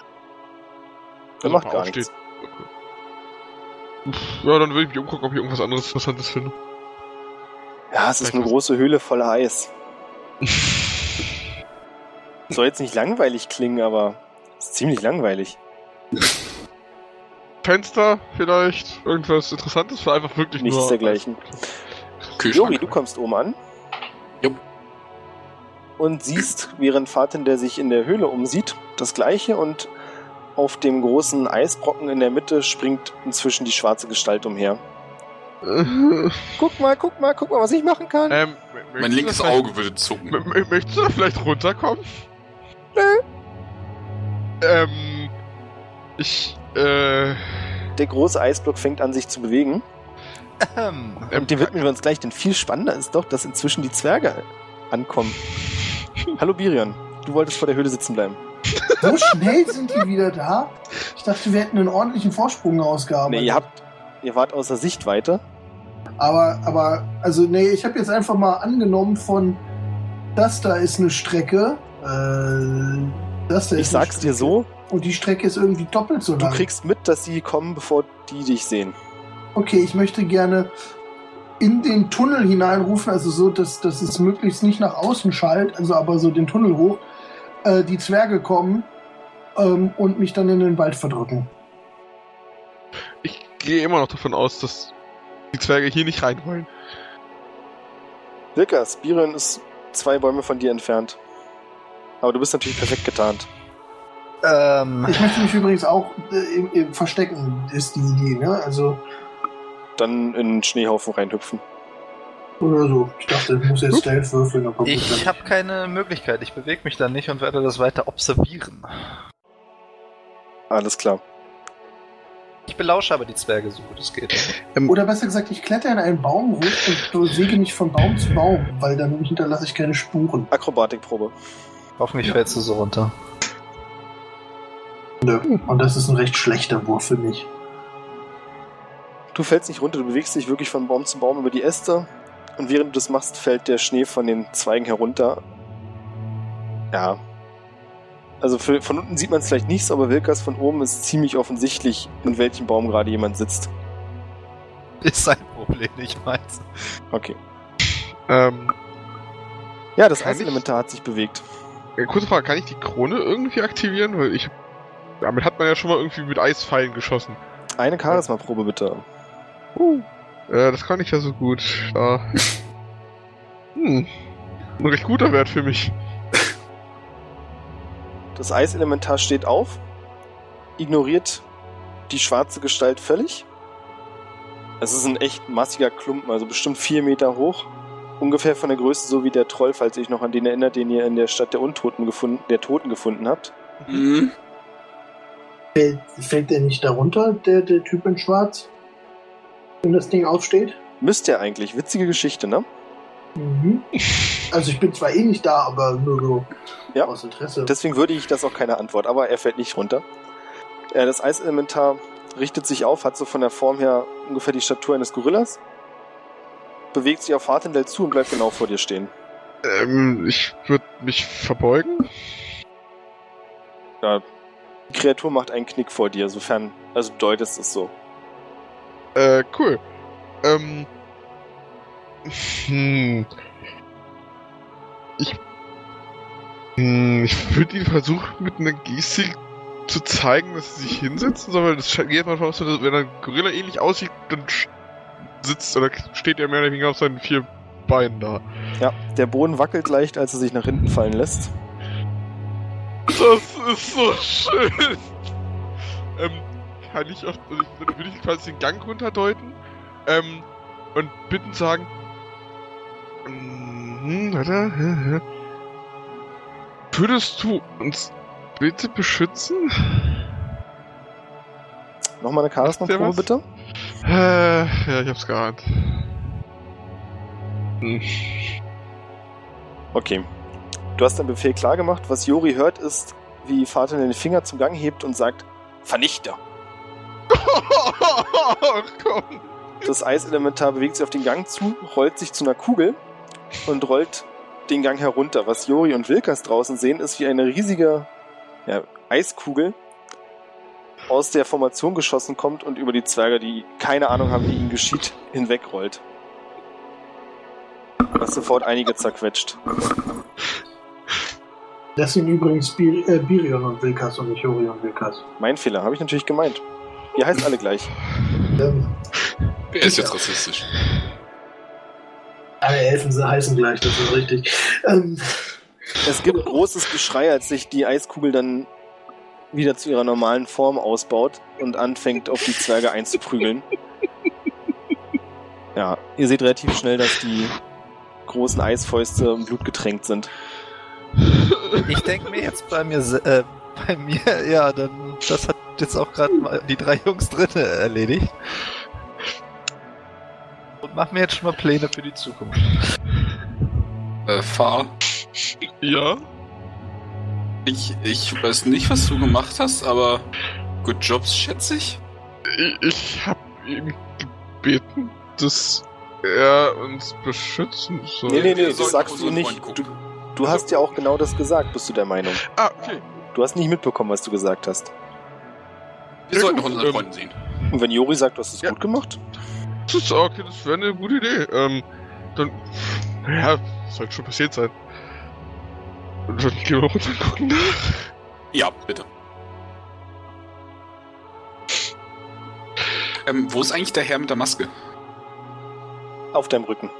Er Also, macht ob gar aufsteht. nichts. Okay. Pff, Ja, dann würde ich mich umgucken, ob ich irgendwas anderes Interessantes finde. Ja, es ist eine große Höhle voller Eis. Soll jetzt nicht langweilig klingen, aber es ist ziemlich langweilig. Fenster vielleicht, irgendwas Interessantes, oder einfach wirklich Nichts nur... dergleichen. Kühlschrank. Jori, du kommst oben an. Jupp. Und siehst, während Fatin, der sich in der Höhle umsieht, das Gleiche und auf dem großen Eisbrocken in der Mitte springt inzwischen die schwarze Gestalt umher. Äh, Guck mal, guck mal, guck mal, was ich machen kann. ähm, Mein möchtest du linkes da vielleicht- Auge würde zucken. M m- möchtest du da vielleicht runterkommen? Nö. Ähm, ich, äh, Der große Eisblock fängt an, sich zu bewegen. Ähm, ähm, Und dem widmen wir uns gleich, denn viel spannender ist doch, dass inzwischen die Zwerge ankommen. Hallo Birion, du wolltest vor der Höhle sitzen bleiben. So schnell sind die wieder da? Ich dachte, wir hätten einen ordentlichen Vorsprung ausgearbeitet. Nee, ihr habt, ihr wart außer Sichtweite. Aber, aber, also nee, ich habe jetzt einfach mal angenommen von, das da ist eine Strecke, äh, das da ist Ich sag's eine dir so, und die Strecke ist irgendwie doppelt so du lang. kriegst mit, dass sie kommen, bevor die dich sehen. Okay, ich möchte gerne in den Tunnel hineinrufen, also so, dass, dass es möglichst nicht nach außen schallt, also aber so den Tunnel hoch, äh, die Zwerge kommen ähm, und mich dann in den Wald verdrücken. Ich gehe immer noch davon aus, dass die Zwerge hier nicht rein wollen. Wilkas, Birion ist zwei Bäume von dir entfernt. Aber du bist natürlich perfekt getarnt. Ähm, Ich möchte mich übrigens auch äh, im, im Verstecken, ist die Idee, ne? Also, Dann in den Schneehaufen reinhüpfen. oder so. Ich dachte, ich muss jetzt Stealth würfeln. Aber ich habe keine Möglichkeit. Ich bewege mich da nicht und werde das weiter observieren. Alles klar. Ich belausche aber die Zwerge so gut es geht. Oder besser gesagt, ich kletter in einen Baum hoch und säge mich von Baum zu Baum, weil dann hinterlasse ich keine Spuren. Akrobatikprobe. Hoffentlich ja. Fällst du so runter. Nö. Und das ist ein recht schlechter Wurf für mich. Du fällst nicht runter, du bewegst dich wirklich von Baum zu Baum über die Äste. Und während du das machst, fällt der Schnee von den Zweigen herunter. Ja. Also für, von unten sieht man es vielleicht nicht so, aber Wilkas von oben ist ziemlich offensichtlich, in welchem Baum gerade jemand sitzt. Ist sein Problem, nicht meins. Okay. Ähm, Ja, das Kann ich- Eiselementar hat sich bewegt. äh, kurze Frage, kann ich die Krone irgendwie aktivieren? Weil ich... Damit hat man ja schon mal irgendwie mit Eispfeilen geschossen. Eine Charisma-Probe bitte. Uh. Äh, das kann ich ja so gut. Ja. Hm. Ein recht guter Wert für mich. Das Eiselementar steht auf, ignoriert die schwarze Gestalt völlig. Es ist ein echt massiger Klumpen, also bestimmt vier Meter hoch. Ungefähr von der Größe so wie der Troll, falls ihr euch noch an den erinnert, den ihr in der Stadt der Untoten gefunden, der Toten gefunden habt. Mhm. Fällt, fällt der nicht darunter, der, der Typ in Schwarz? Wenn das Ding aufsteht? Müsst ihr eigentlich. Witzige Geschichte, ne? Mhm. Also ich bin zwar eh nicht da, aber nur so Ja. aus Interesse. Deswegen würde ich das auch keine Antwort, aber er fällt nicht runter. Äh, das Eiselementar richtet sich auf, hat so von der Form her ungefähr die Statur eines Gorillas, bewegt sich auf Hartendell zu und bleibt genau vor dir stehen. Ähm, ich würde mich verbeugen. Ja, die Kreatur macht einen Knick vor dir, sofern, also du deutest es so. Äh, cool. Ähm. Hm. Ich. Hm, ich würde ihn versuchen, mit einer Gestik zu zeigen, dass sie sich hinsetzen soll, weil das sche- geht manchmal auch so, dass wenn ein Gorilla ähnlich aussieht, dann sch- sitzt oder steht er mehr oder weniger auf seinen vier Beinen da. Ja, der Boden wackelt leicht, als er sich nach hinten fallen lässt. Das ist so schön. Ähm, kann ich auch, also ich, dann würde ich quasi den Gang runterdeuten, ähm, und bitten sagen, mhm, warte, hä, hä. Würdest du uns bitte beschützen? Nochmal eine Charisma-Probe, was? bitte. Äh, ja, ich hab's geahnt. Hm. Okay. Du hast deinen Befehl klar gemacht. Was Jori hört, ist, wie Vater den Finger zum Gang hebt und sagt, Vernichter. Komm. Das Eiselementar bewegt sich auf den Gang zu, rollt sich zu einer Kugel und rollt den Gang herunter. Was Jori und Wilkas draußen sehen, ist wie eine riesige ja, Eiskugel aus der Formation geschossen kommt und über die Zwerge, die keine Ahnung haben, wie ihnen geschieht, hinwegrollt. Was sofort einige zerquetscht. Das sind übrigens Bir äh, Birion und Wilkas und nicht Jori und Wilkas. Mein Fehler, habe ich natürlich gemeint. Ihr heißt alle gleich. Ähm, Wer ist jetzt rassistisch? alle Elfen heißen gleich, das ist richtig. Ähm, Es gibt großes Geschrei, als sich die Eiskugel dann wieder zu ihrer normalen Form ausbaut und anfängt, auf die Zwerge einzuprügeln. Ja, ihr seht relativ schnell, dass die großen Eisfäuste im Blut getränkt sind. Ich denke mir jetzt bei mir, se- äh, bei mir, ja, dann, das hat jetzt auch gerade mal die drei Jungs drinnen erledigt. Und mach mir jetzt schon mal Pläne für die Zukunft. Äh, Fahr. Ja? Ich, ich weiß nicht, was du gemacht hast, aber good jobs, schätze ich. Ich, ich hab ihn gebeten, dass er uns beschützen soll. Nee, nee, nee, Wir das sollten sagst auf du unseren nicht. Freund Du, gucken. du hast ja auch genau das gesagt, bist du der Meinung. Ah, okay. Du hast nicht mitbekommen, was du gesagt hast. Wir Ja, sollten gut, noch unseren ähm, Freunden sehen. Und wenn Jori sagt, du hast es Ja. gut gemacht? Das ist okay, das wäre eine gute Idee. Ähm, dann, naja, soll schon passiert sein. Und dann gehen wir runter und gucken nach. Ja, bitte. Ähm, wo ist eigentlich der Herr mit der Maske? Auf deinem Rücken.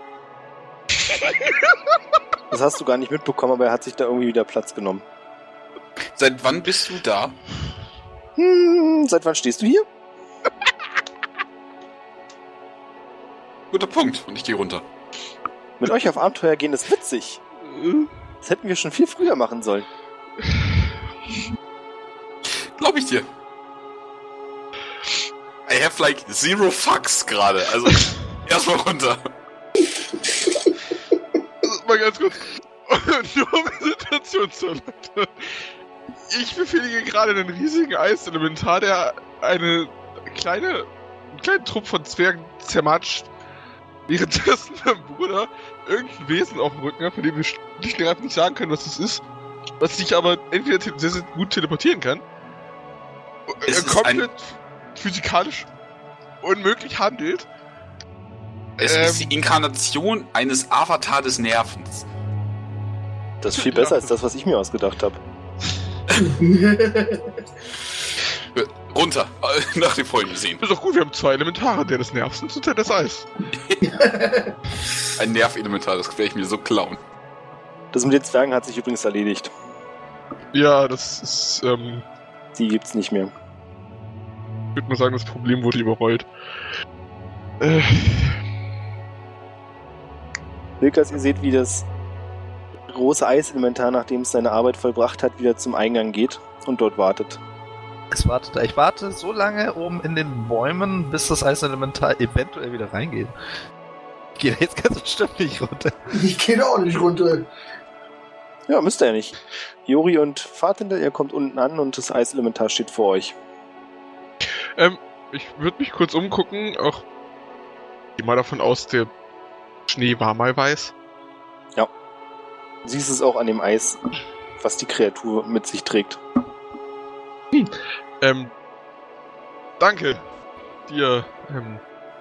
Das hast du gar nicht mitbekommen, aber er hat sich da irgendwie wieder Platz genommen. Seit wann bist du da? Hm, seit wann stehst du hier? Guter Punkt. Und ich gehe runter. Mit euch auf Abenteuer gehen ist witzig. Das hätten wir schon viel früher machen sollen. Glaub ich dir. I have like zero fucks gerade. Also, erstmal runter. Mal ganz kurz. Nur um die Situation zu erläutern. Ich befehlige gerade einen riesigen Eiselementar, der eine kleine, einen kleinen Trupp von Zwergen zermatscht. Währenddessen mein Bruder irgendein Wesen auf dem Rücken hat, von dem wir schlicht und einfach nicht sagen können, was das ist. Was sich aber entweder te- sehr, sehr gut teleportieren kann. Es äh, ist komplett physikalisch unmöglich handelt. Es Ähm. ist die Inkarnation eines Avatar des Nervens. Das ist viel besser als das, was ich mir ausgedacht habe. Äh, Runter. Äh, Nach den Freunden sehen. Ist doch gut, wir haben zwei Elementare, der des Nervs und der des Eis. Ein Nervelementar, das werde ich mir so klauen. Das mit den Zwergen hat sich übrigens erledigt. Ja, das ist, ähm, Die gibt's nicht mehr. ich würde mal sagen, das Problem wurde überrollt. Äh, Wilkas, ihr seht, wie das große Eiselementar, nachdem es seine Arbeit vollbracht hat, wieder zum Eingang geht und dort wartet. Es wartet da. Ich warte so lange oben in den Bäumen, bis das Eiselementar eventuell wieder reingeht. Ich gehe da jetzt ganz bestimmt nicht runter. Ich gehe da auch nicht runter. Ja, müsst ihr ja nicht. Jori und Fahrtender, ihr kommt unten an und das Eiselementar steht vor euch. ähm, ich würde mich kurz umgucken, auch gehe mal davon aus, der Schnee war mal weiß. Du siehst es auch an dem Eis, was die Kreatur mit sich trägt. Ähm, danke dir, ähm,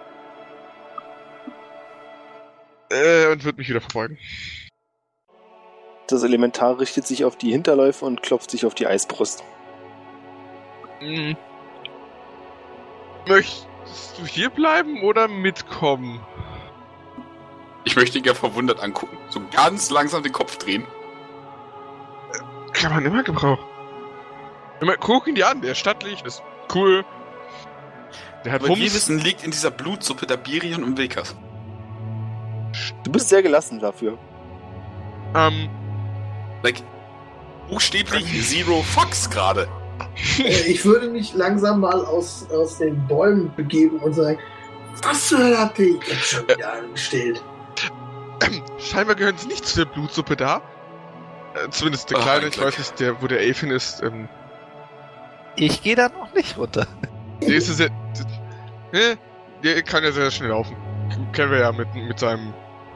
äh, und würde mich wieder verbeugen. Das Elementar richtet sich auf die Hinterläufe und klopft sich auf die Eisbrust. Hm. Möchtest du hier bleiben oder mitkommen? Ich möchte ihn gerne verwundert angucken. So ganz langsam den Kopf drehen. Kann man immer gebrauchen. Immer, guck ihn dir an, der ist stattlich, ist cool. Der hat Aber wir Wumms. wissen, liegt in dieser Blutsuppe der Birion und Wilkas. Du bist sehr gelassen dafür. Ähm, Like, buchstäblich zero fucks gerade. Äh, Ich würde mich langsam mal aus, aus den Bäumen begeben und sagen, was zur Hölle habt ihr jetzt schon wieder angestellt? scheinbar gehören sie nicht zu der Blutsuppe da. Äh, zumindest der Ah, Kleine, ein ich Glück. weiß nicht, der, wo der Elfin ist. Ähm, Ich gehe da noch nicht runter. der ist ja sehr. Der, der kann ja sehr schnell laufen. Kennen wir ja mit, mit seinem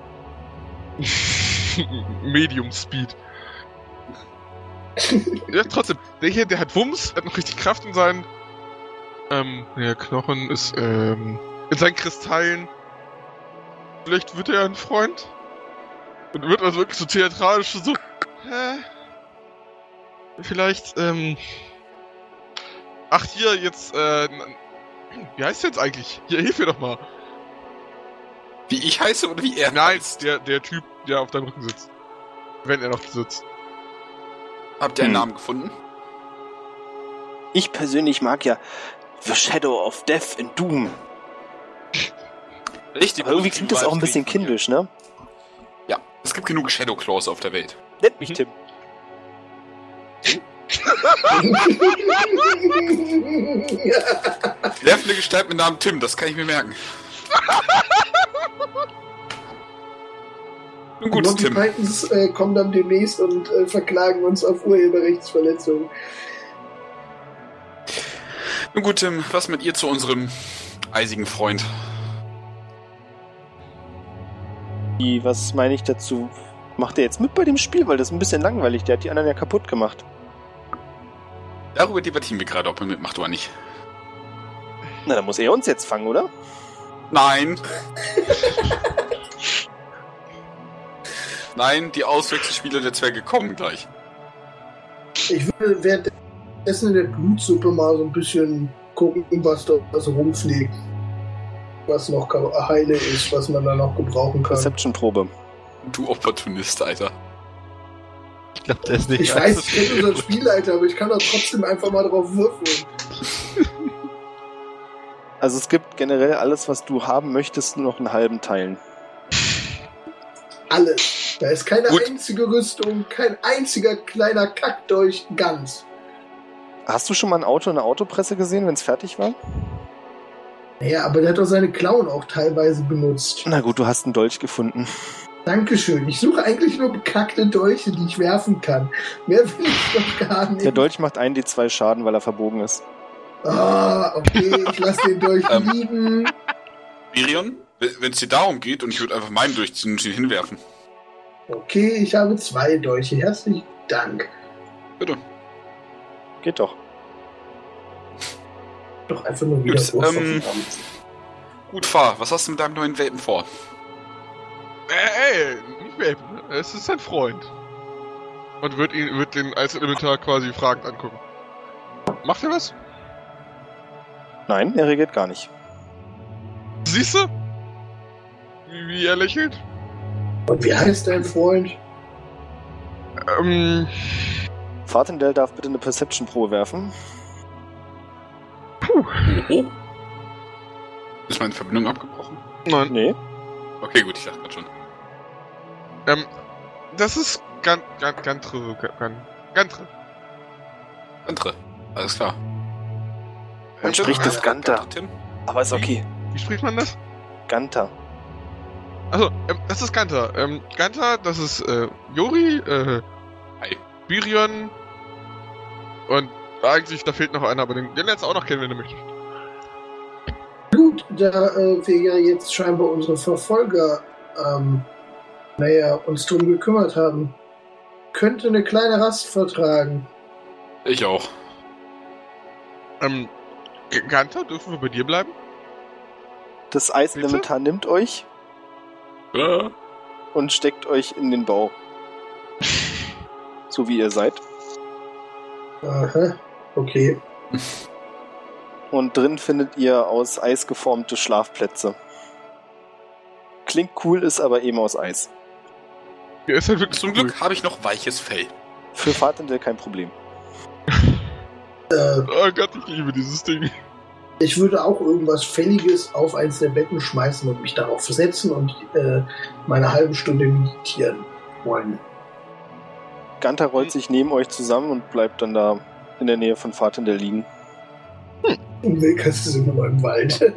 Medium Speed. Ja, trotzdem, der hier, der hat Wumms, hat noch richtig Kraft in seinen ähm, der Knochen ist, ähm, in seinen Kristallen. Vielleicht wird er ein Freund. Und wird also wirklich so theatralisch so, hä? Vielleicht, ähm, ach hier, jetzt, äh, wie heißt der jetzt eigentlich? Hier, hilf mir doch mal. Wie ich heiße oder wie er Nein, heißt. der, der Typ, der auf deinem Rücken sitzt. Wenn er noch sitzt. Habt ihr einen Hm. Namen gefunden? Ich persönlich mag ja The Shadow of Death in Doom. Richtig. Aber irgendwie klingt das auch ein bisschen kindisch, ne? Ja, es gibt genug Shadowclaws auf der Welt. Nennt mich Tim. Nervende Gestalt mit Namen Tim, das kann ich mir merken. Nun gut, Monty Tim. Pythons äh, kommen dann demnächst und äh, verklagen uns auf Urheberrechtsverletzungen. Nun gut, Tim, was mit ihr zu unserem eisigen Freund? Wie, was meine ich dazu? Macht er jetzt mit bei dem Spiel? Weil das ist ein bisschen langweilig. Der hat die anderen ja kaputt gemacht. Darüber debattieren wir gerade, ob er mitmacht oder nicht. Na, dann muss er uns jetzt fangen, oder? Nein. Nein, die Auswechselspieler der Zwerge kommen gleich. Ich würde währenddessen in der Blutsuppe mal so ein bisschen gucken, was da was rumfliegt. Was noch heile ist, was man da noch gebrauchen kann. Perception-Probe. Du Opportunist, Alter. Ich glaube, der ist nicht. Ich weiß, ich kenne unseren Spielleiter, aber ich kann doch trotzdem einfach mal drauf würfeln. Also es gibt generell alles, was du haben möchtest, nur noch einen halben Teilen. Alles. Da ist keine Gut. einzige Rüstung, kein einziger kleiner Kackdolch ganz. Hast du schon mal ein Auto in der Autopresse gesehen, wenn es fertig war? Naja, aber der hat doch seine Klauen auch teilweise benutzt. Na gut, du hast einen Dolch gefunden. Dankeschön. Ich suche eigentlich nur bekackte Dolche, die ich werfen kann. Mehr will ich doch gar nicht. Der Dolch macht ein D zwei Schaden, weil er verbogen ist. Ah, okay, ich lasse den Dolch Ähm. liegen. Mirion, wenn es dir darum geht, und ich würde einfach meinen durchziehen und ihn hinwerfen. Okay, ich habe zwei Dolche. Herzlichen Dank. Bitte. Geht doch. Doch einfach nur wieder Gut, groß ähm, Gut, Fahr, was hast du mit deinem neuen Welpen vor? Äh, ey, nicht Welpen. Es ist sein Freund. Und wird ihn, wird den als Elementar quasi fragend angucken. Macht er was? Nein, er reagiert gar nicht. Siehst du? Wie, wie er lächelt? Und wie heißt dein Freund? Ähm, Fartendell darf bitte eine Perception-Probe werfen. Oh. Ist meine Verbindung abgebrochen? nein. Nee. Okay, gut, ich dachte gerade schon. Ähm, das ist Gan, Gan, Gantre, Gan, Gantre. Andere. Alles klar. Man spricht das Ganter. Tim? Aber ist okay. Wie spricht man das? Ganter. Also, ähm, das ist Ganter. Ähm, Ganter, das ist, äh, Jori, äh, Hi. Birion und eigentlich, da fehlt noch einer, aber den, den lernst du auch noch kennen, wenn du möchtest. Gut, da äh, wir ja jetzt scheinbar unsere Verfolger, ähm, naja, uns drum gekümmert haben, könnte eine kleine Rast vertragen. Ich auch. Ähm, G- Ganter, dürfen wir bei dir bleiben? Das Eiselementar nimmt euch Äh, und steckt euch in den Bau. So wie ihr seid. Aha, okay. Und drin findet ihr aus Eis geformte Schlafplätze. Klingt cool, ist aber eben aus Eis. Ja, ist halt wirklich zum cool. Glück habe ich noch weiches Fell. Für Fartendell kein Problem. Äh, Oh Gott, ich liebe dieses Ding. ich würde auch irgendwas Fälliges auf eins der Betten schmeißen und mich darauf setzen und äh, meine halbe Stunde meditieren wollen. Ganter rollt sich neben euch zusammen und bleibt dann da in der Nähe von Fartendell liegen. Und Wilkas ist immer noch im Wald.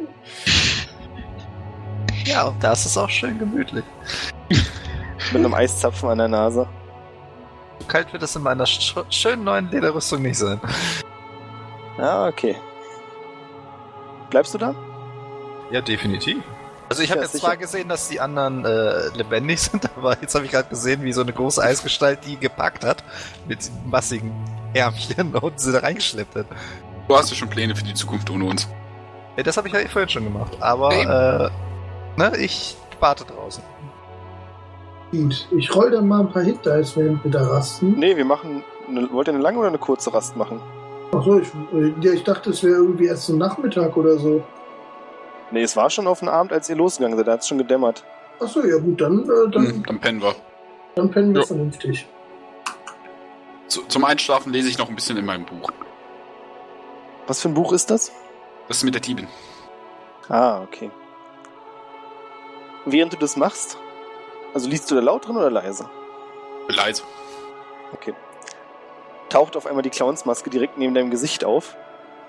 Ja, und da ist es auch schön gemütlich. Mit einem Eiszapfen an der Nase. So kalt wird es in meiner sch schönen neuen Lederrüstung nicht sein. Ah, okay. Bleibst du da? Ja, definitiv. Also ich habe Ja, jetzt sicher. zwar gesehen, dass die anderen äh, lebendig sind, aber jetzt habe ich gerade gesehen, wie so eine große Eisgestalt die gepackt hat mit massigen Ärmchen und sie da reingeschleppt hat. Du hast ja schon Pläne für die Zukunft ohne uns. Ja, das habe ich ja eh vorhin schon gemacht, aber Eben. äh, ne, ich warte draußen. Gut, ich roll dann mal ein paar Hit Dice, während wir da rasten. Nee, wir machen. Eine, wollt ihr eine lange oder eine kurze Rast machen? Achso, ich, äh, ja, ich dachte, es wäre irgendwie erst zum Nachmittag oder so. Nee, es war schon auf den Abend, als ihr losgegangen seid. Da hat es schon gedämmert. Achso, ja gut, dann, äh, dann, Hm, dann pennen wir. dann pennen wir Ja. vernünftig. Zu, zum Einschlafen lese ich noch ein bisschen in meinem Buch. Was für ein Buch ist das? Das ist mit der Diebin. Ah, okay. Während du das machst, also liest du da laut drin oder leise? Leise. Okay. Taucht auf einmal die Clownsmaske direkt neben deinem Gesicht auf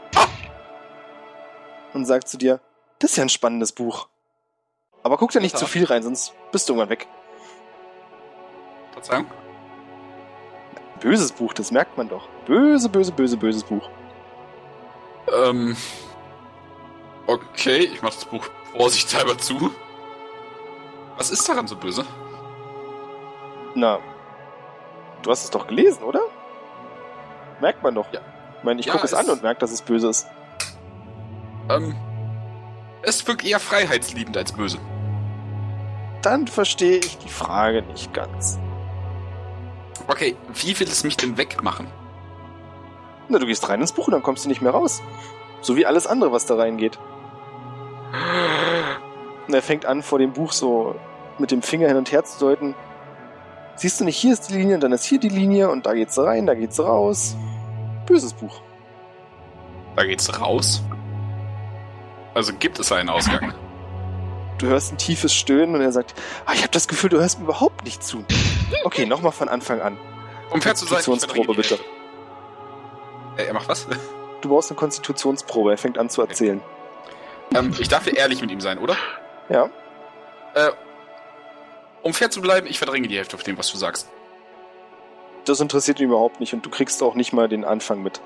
und sagt zu dir, das ist ja ein spannendes Buch. Aber guck da nicht Ja. zu viel rein, sonst bist du irgendwann weg. Verzeihung? Böses Buch, das merkt man doch. Böse, böse, böse, böses Buch. Ähm. Okay, ich mach das Buch vorsichtshalber zu. Was ist daran so böse? Na, du hast es doch gelesen, oder? Merkt man doch. Ja. Ich meine, ich Ja, gucke es es- an und merke, dass es böse ist. Ähm. Es wirkt eher freiheitsliebend als böse. Dann verstehe ich die Frage nicht ganz. Okay, wie will es mich denn wegmachen? Na, du gehst rein ins Buch und dann kommst du nicht mehr raus. So wie alles andere, was da reingeht. Und er fängt an, vor dem Buch so mit dem Finger hin und her zu deuten. Siehst du nicht, hier ist die Linie und dann ist hier die Linie und da geht's rein, da geht's raus. Böses Buch. Da geht's raus. Also gibt es einen Ausgang. Du hörst ein tiefes Stöhnen und er sagt, ah, ich habe das Gefühl, du hörst mir überhaupt nicht zu. Okay, nochmal von Anfang an. Um fair zu sein, ich Konstitutionsprobe, verdränge die bitte. Hälfte. Äh, er macht was? Du brauchst eine Konstitutionsprobe, er fängt an zu erzählen. ähm, ich darf hier ehrlich mit ihm sein, oder? Ja, Äh, um fair zu bleiben, ich verdränge die Hälfte von dem, was du sagst. das interessiert ihn überhaupt nicht und du kriegst auch nicht mal den Anfang mit.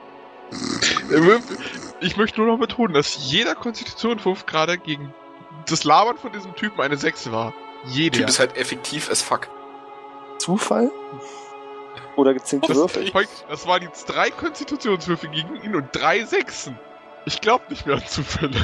Ich möchte nur noch betonen, dass jeder Konstitutionswurf gerade gegen das Labern von diesem Typen eine sechs war. Der Jeder. Typ ist halt effektiv as fuck. Zufall? Oder gezählte Das, Würfel? das waren jetzt drei Konstitutionswürfe gegen ihn und drei Sechsen. Ich glaube nicht mehr an Zufälle.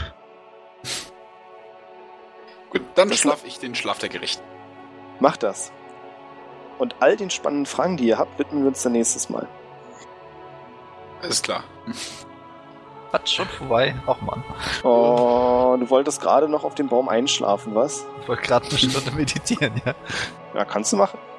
Gut, dann Das schlaf ich den Schlaf der Gerechten. Mach das. Und all den spannenden Fragen, die ihr habt, widmen wir uns dann nächstes Mal. Ist klar. Hat schon vorbei. Ach man. Oh, du wolltest gerade noch auf den Baum einschlafen, was? Ich wollte gerade eine Stunde meditieren, ja. Ja, kannst du machen.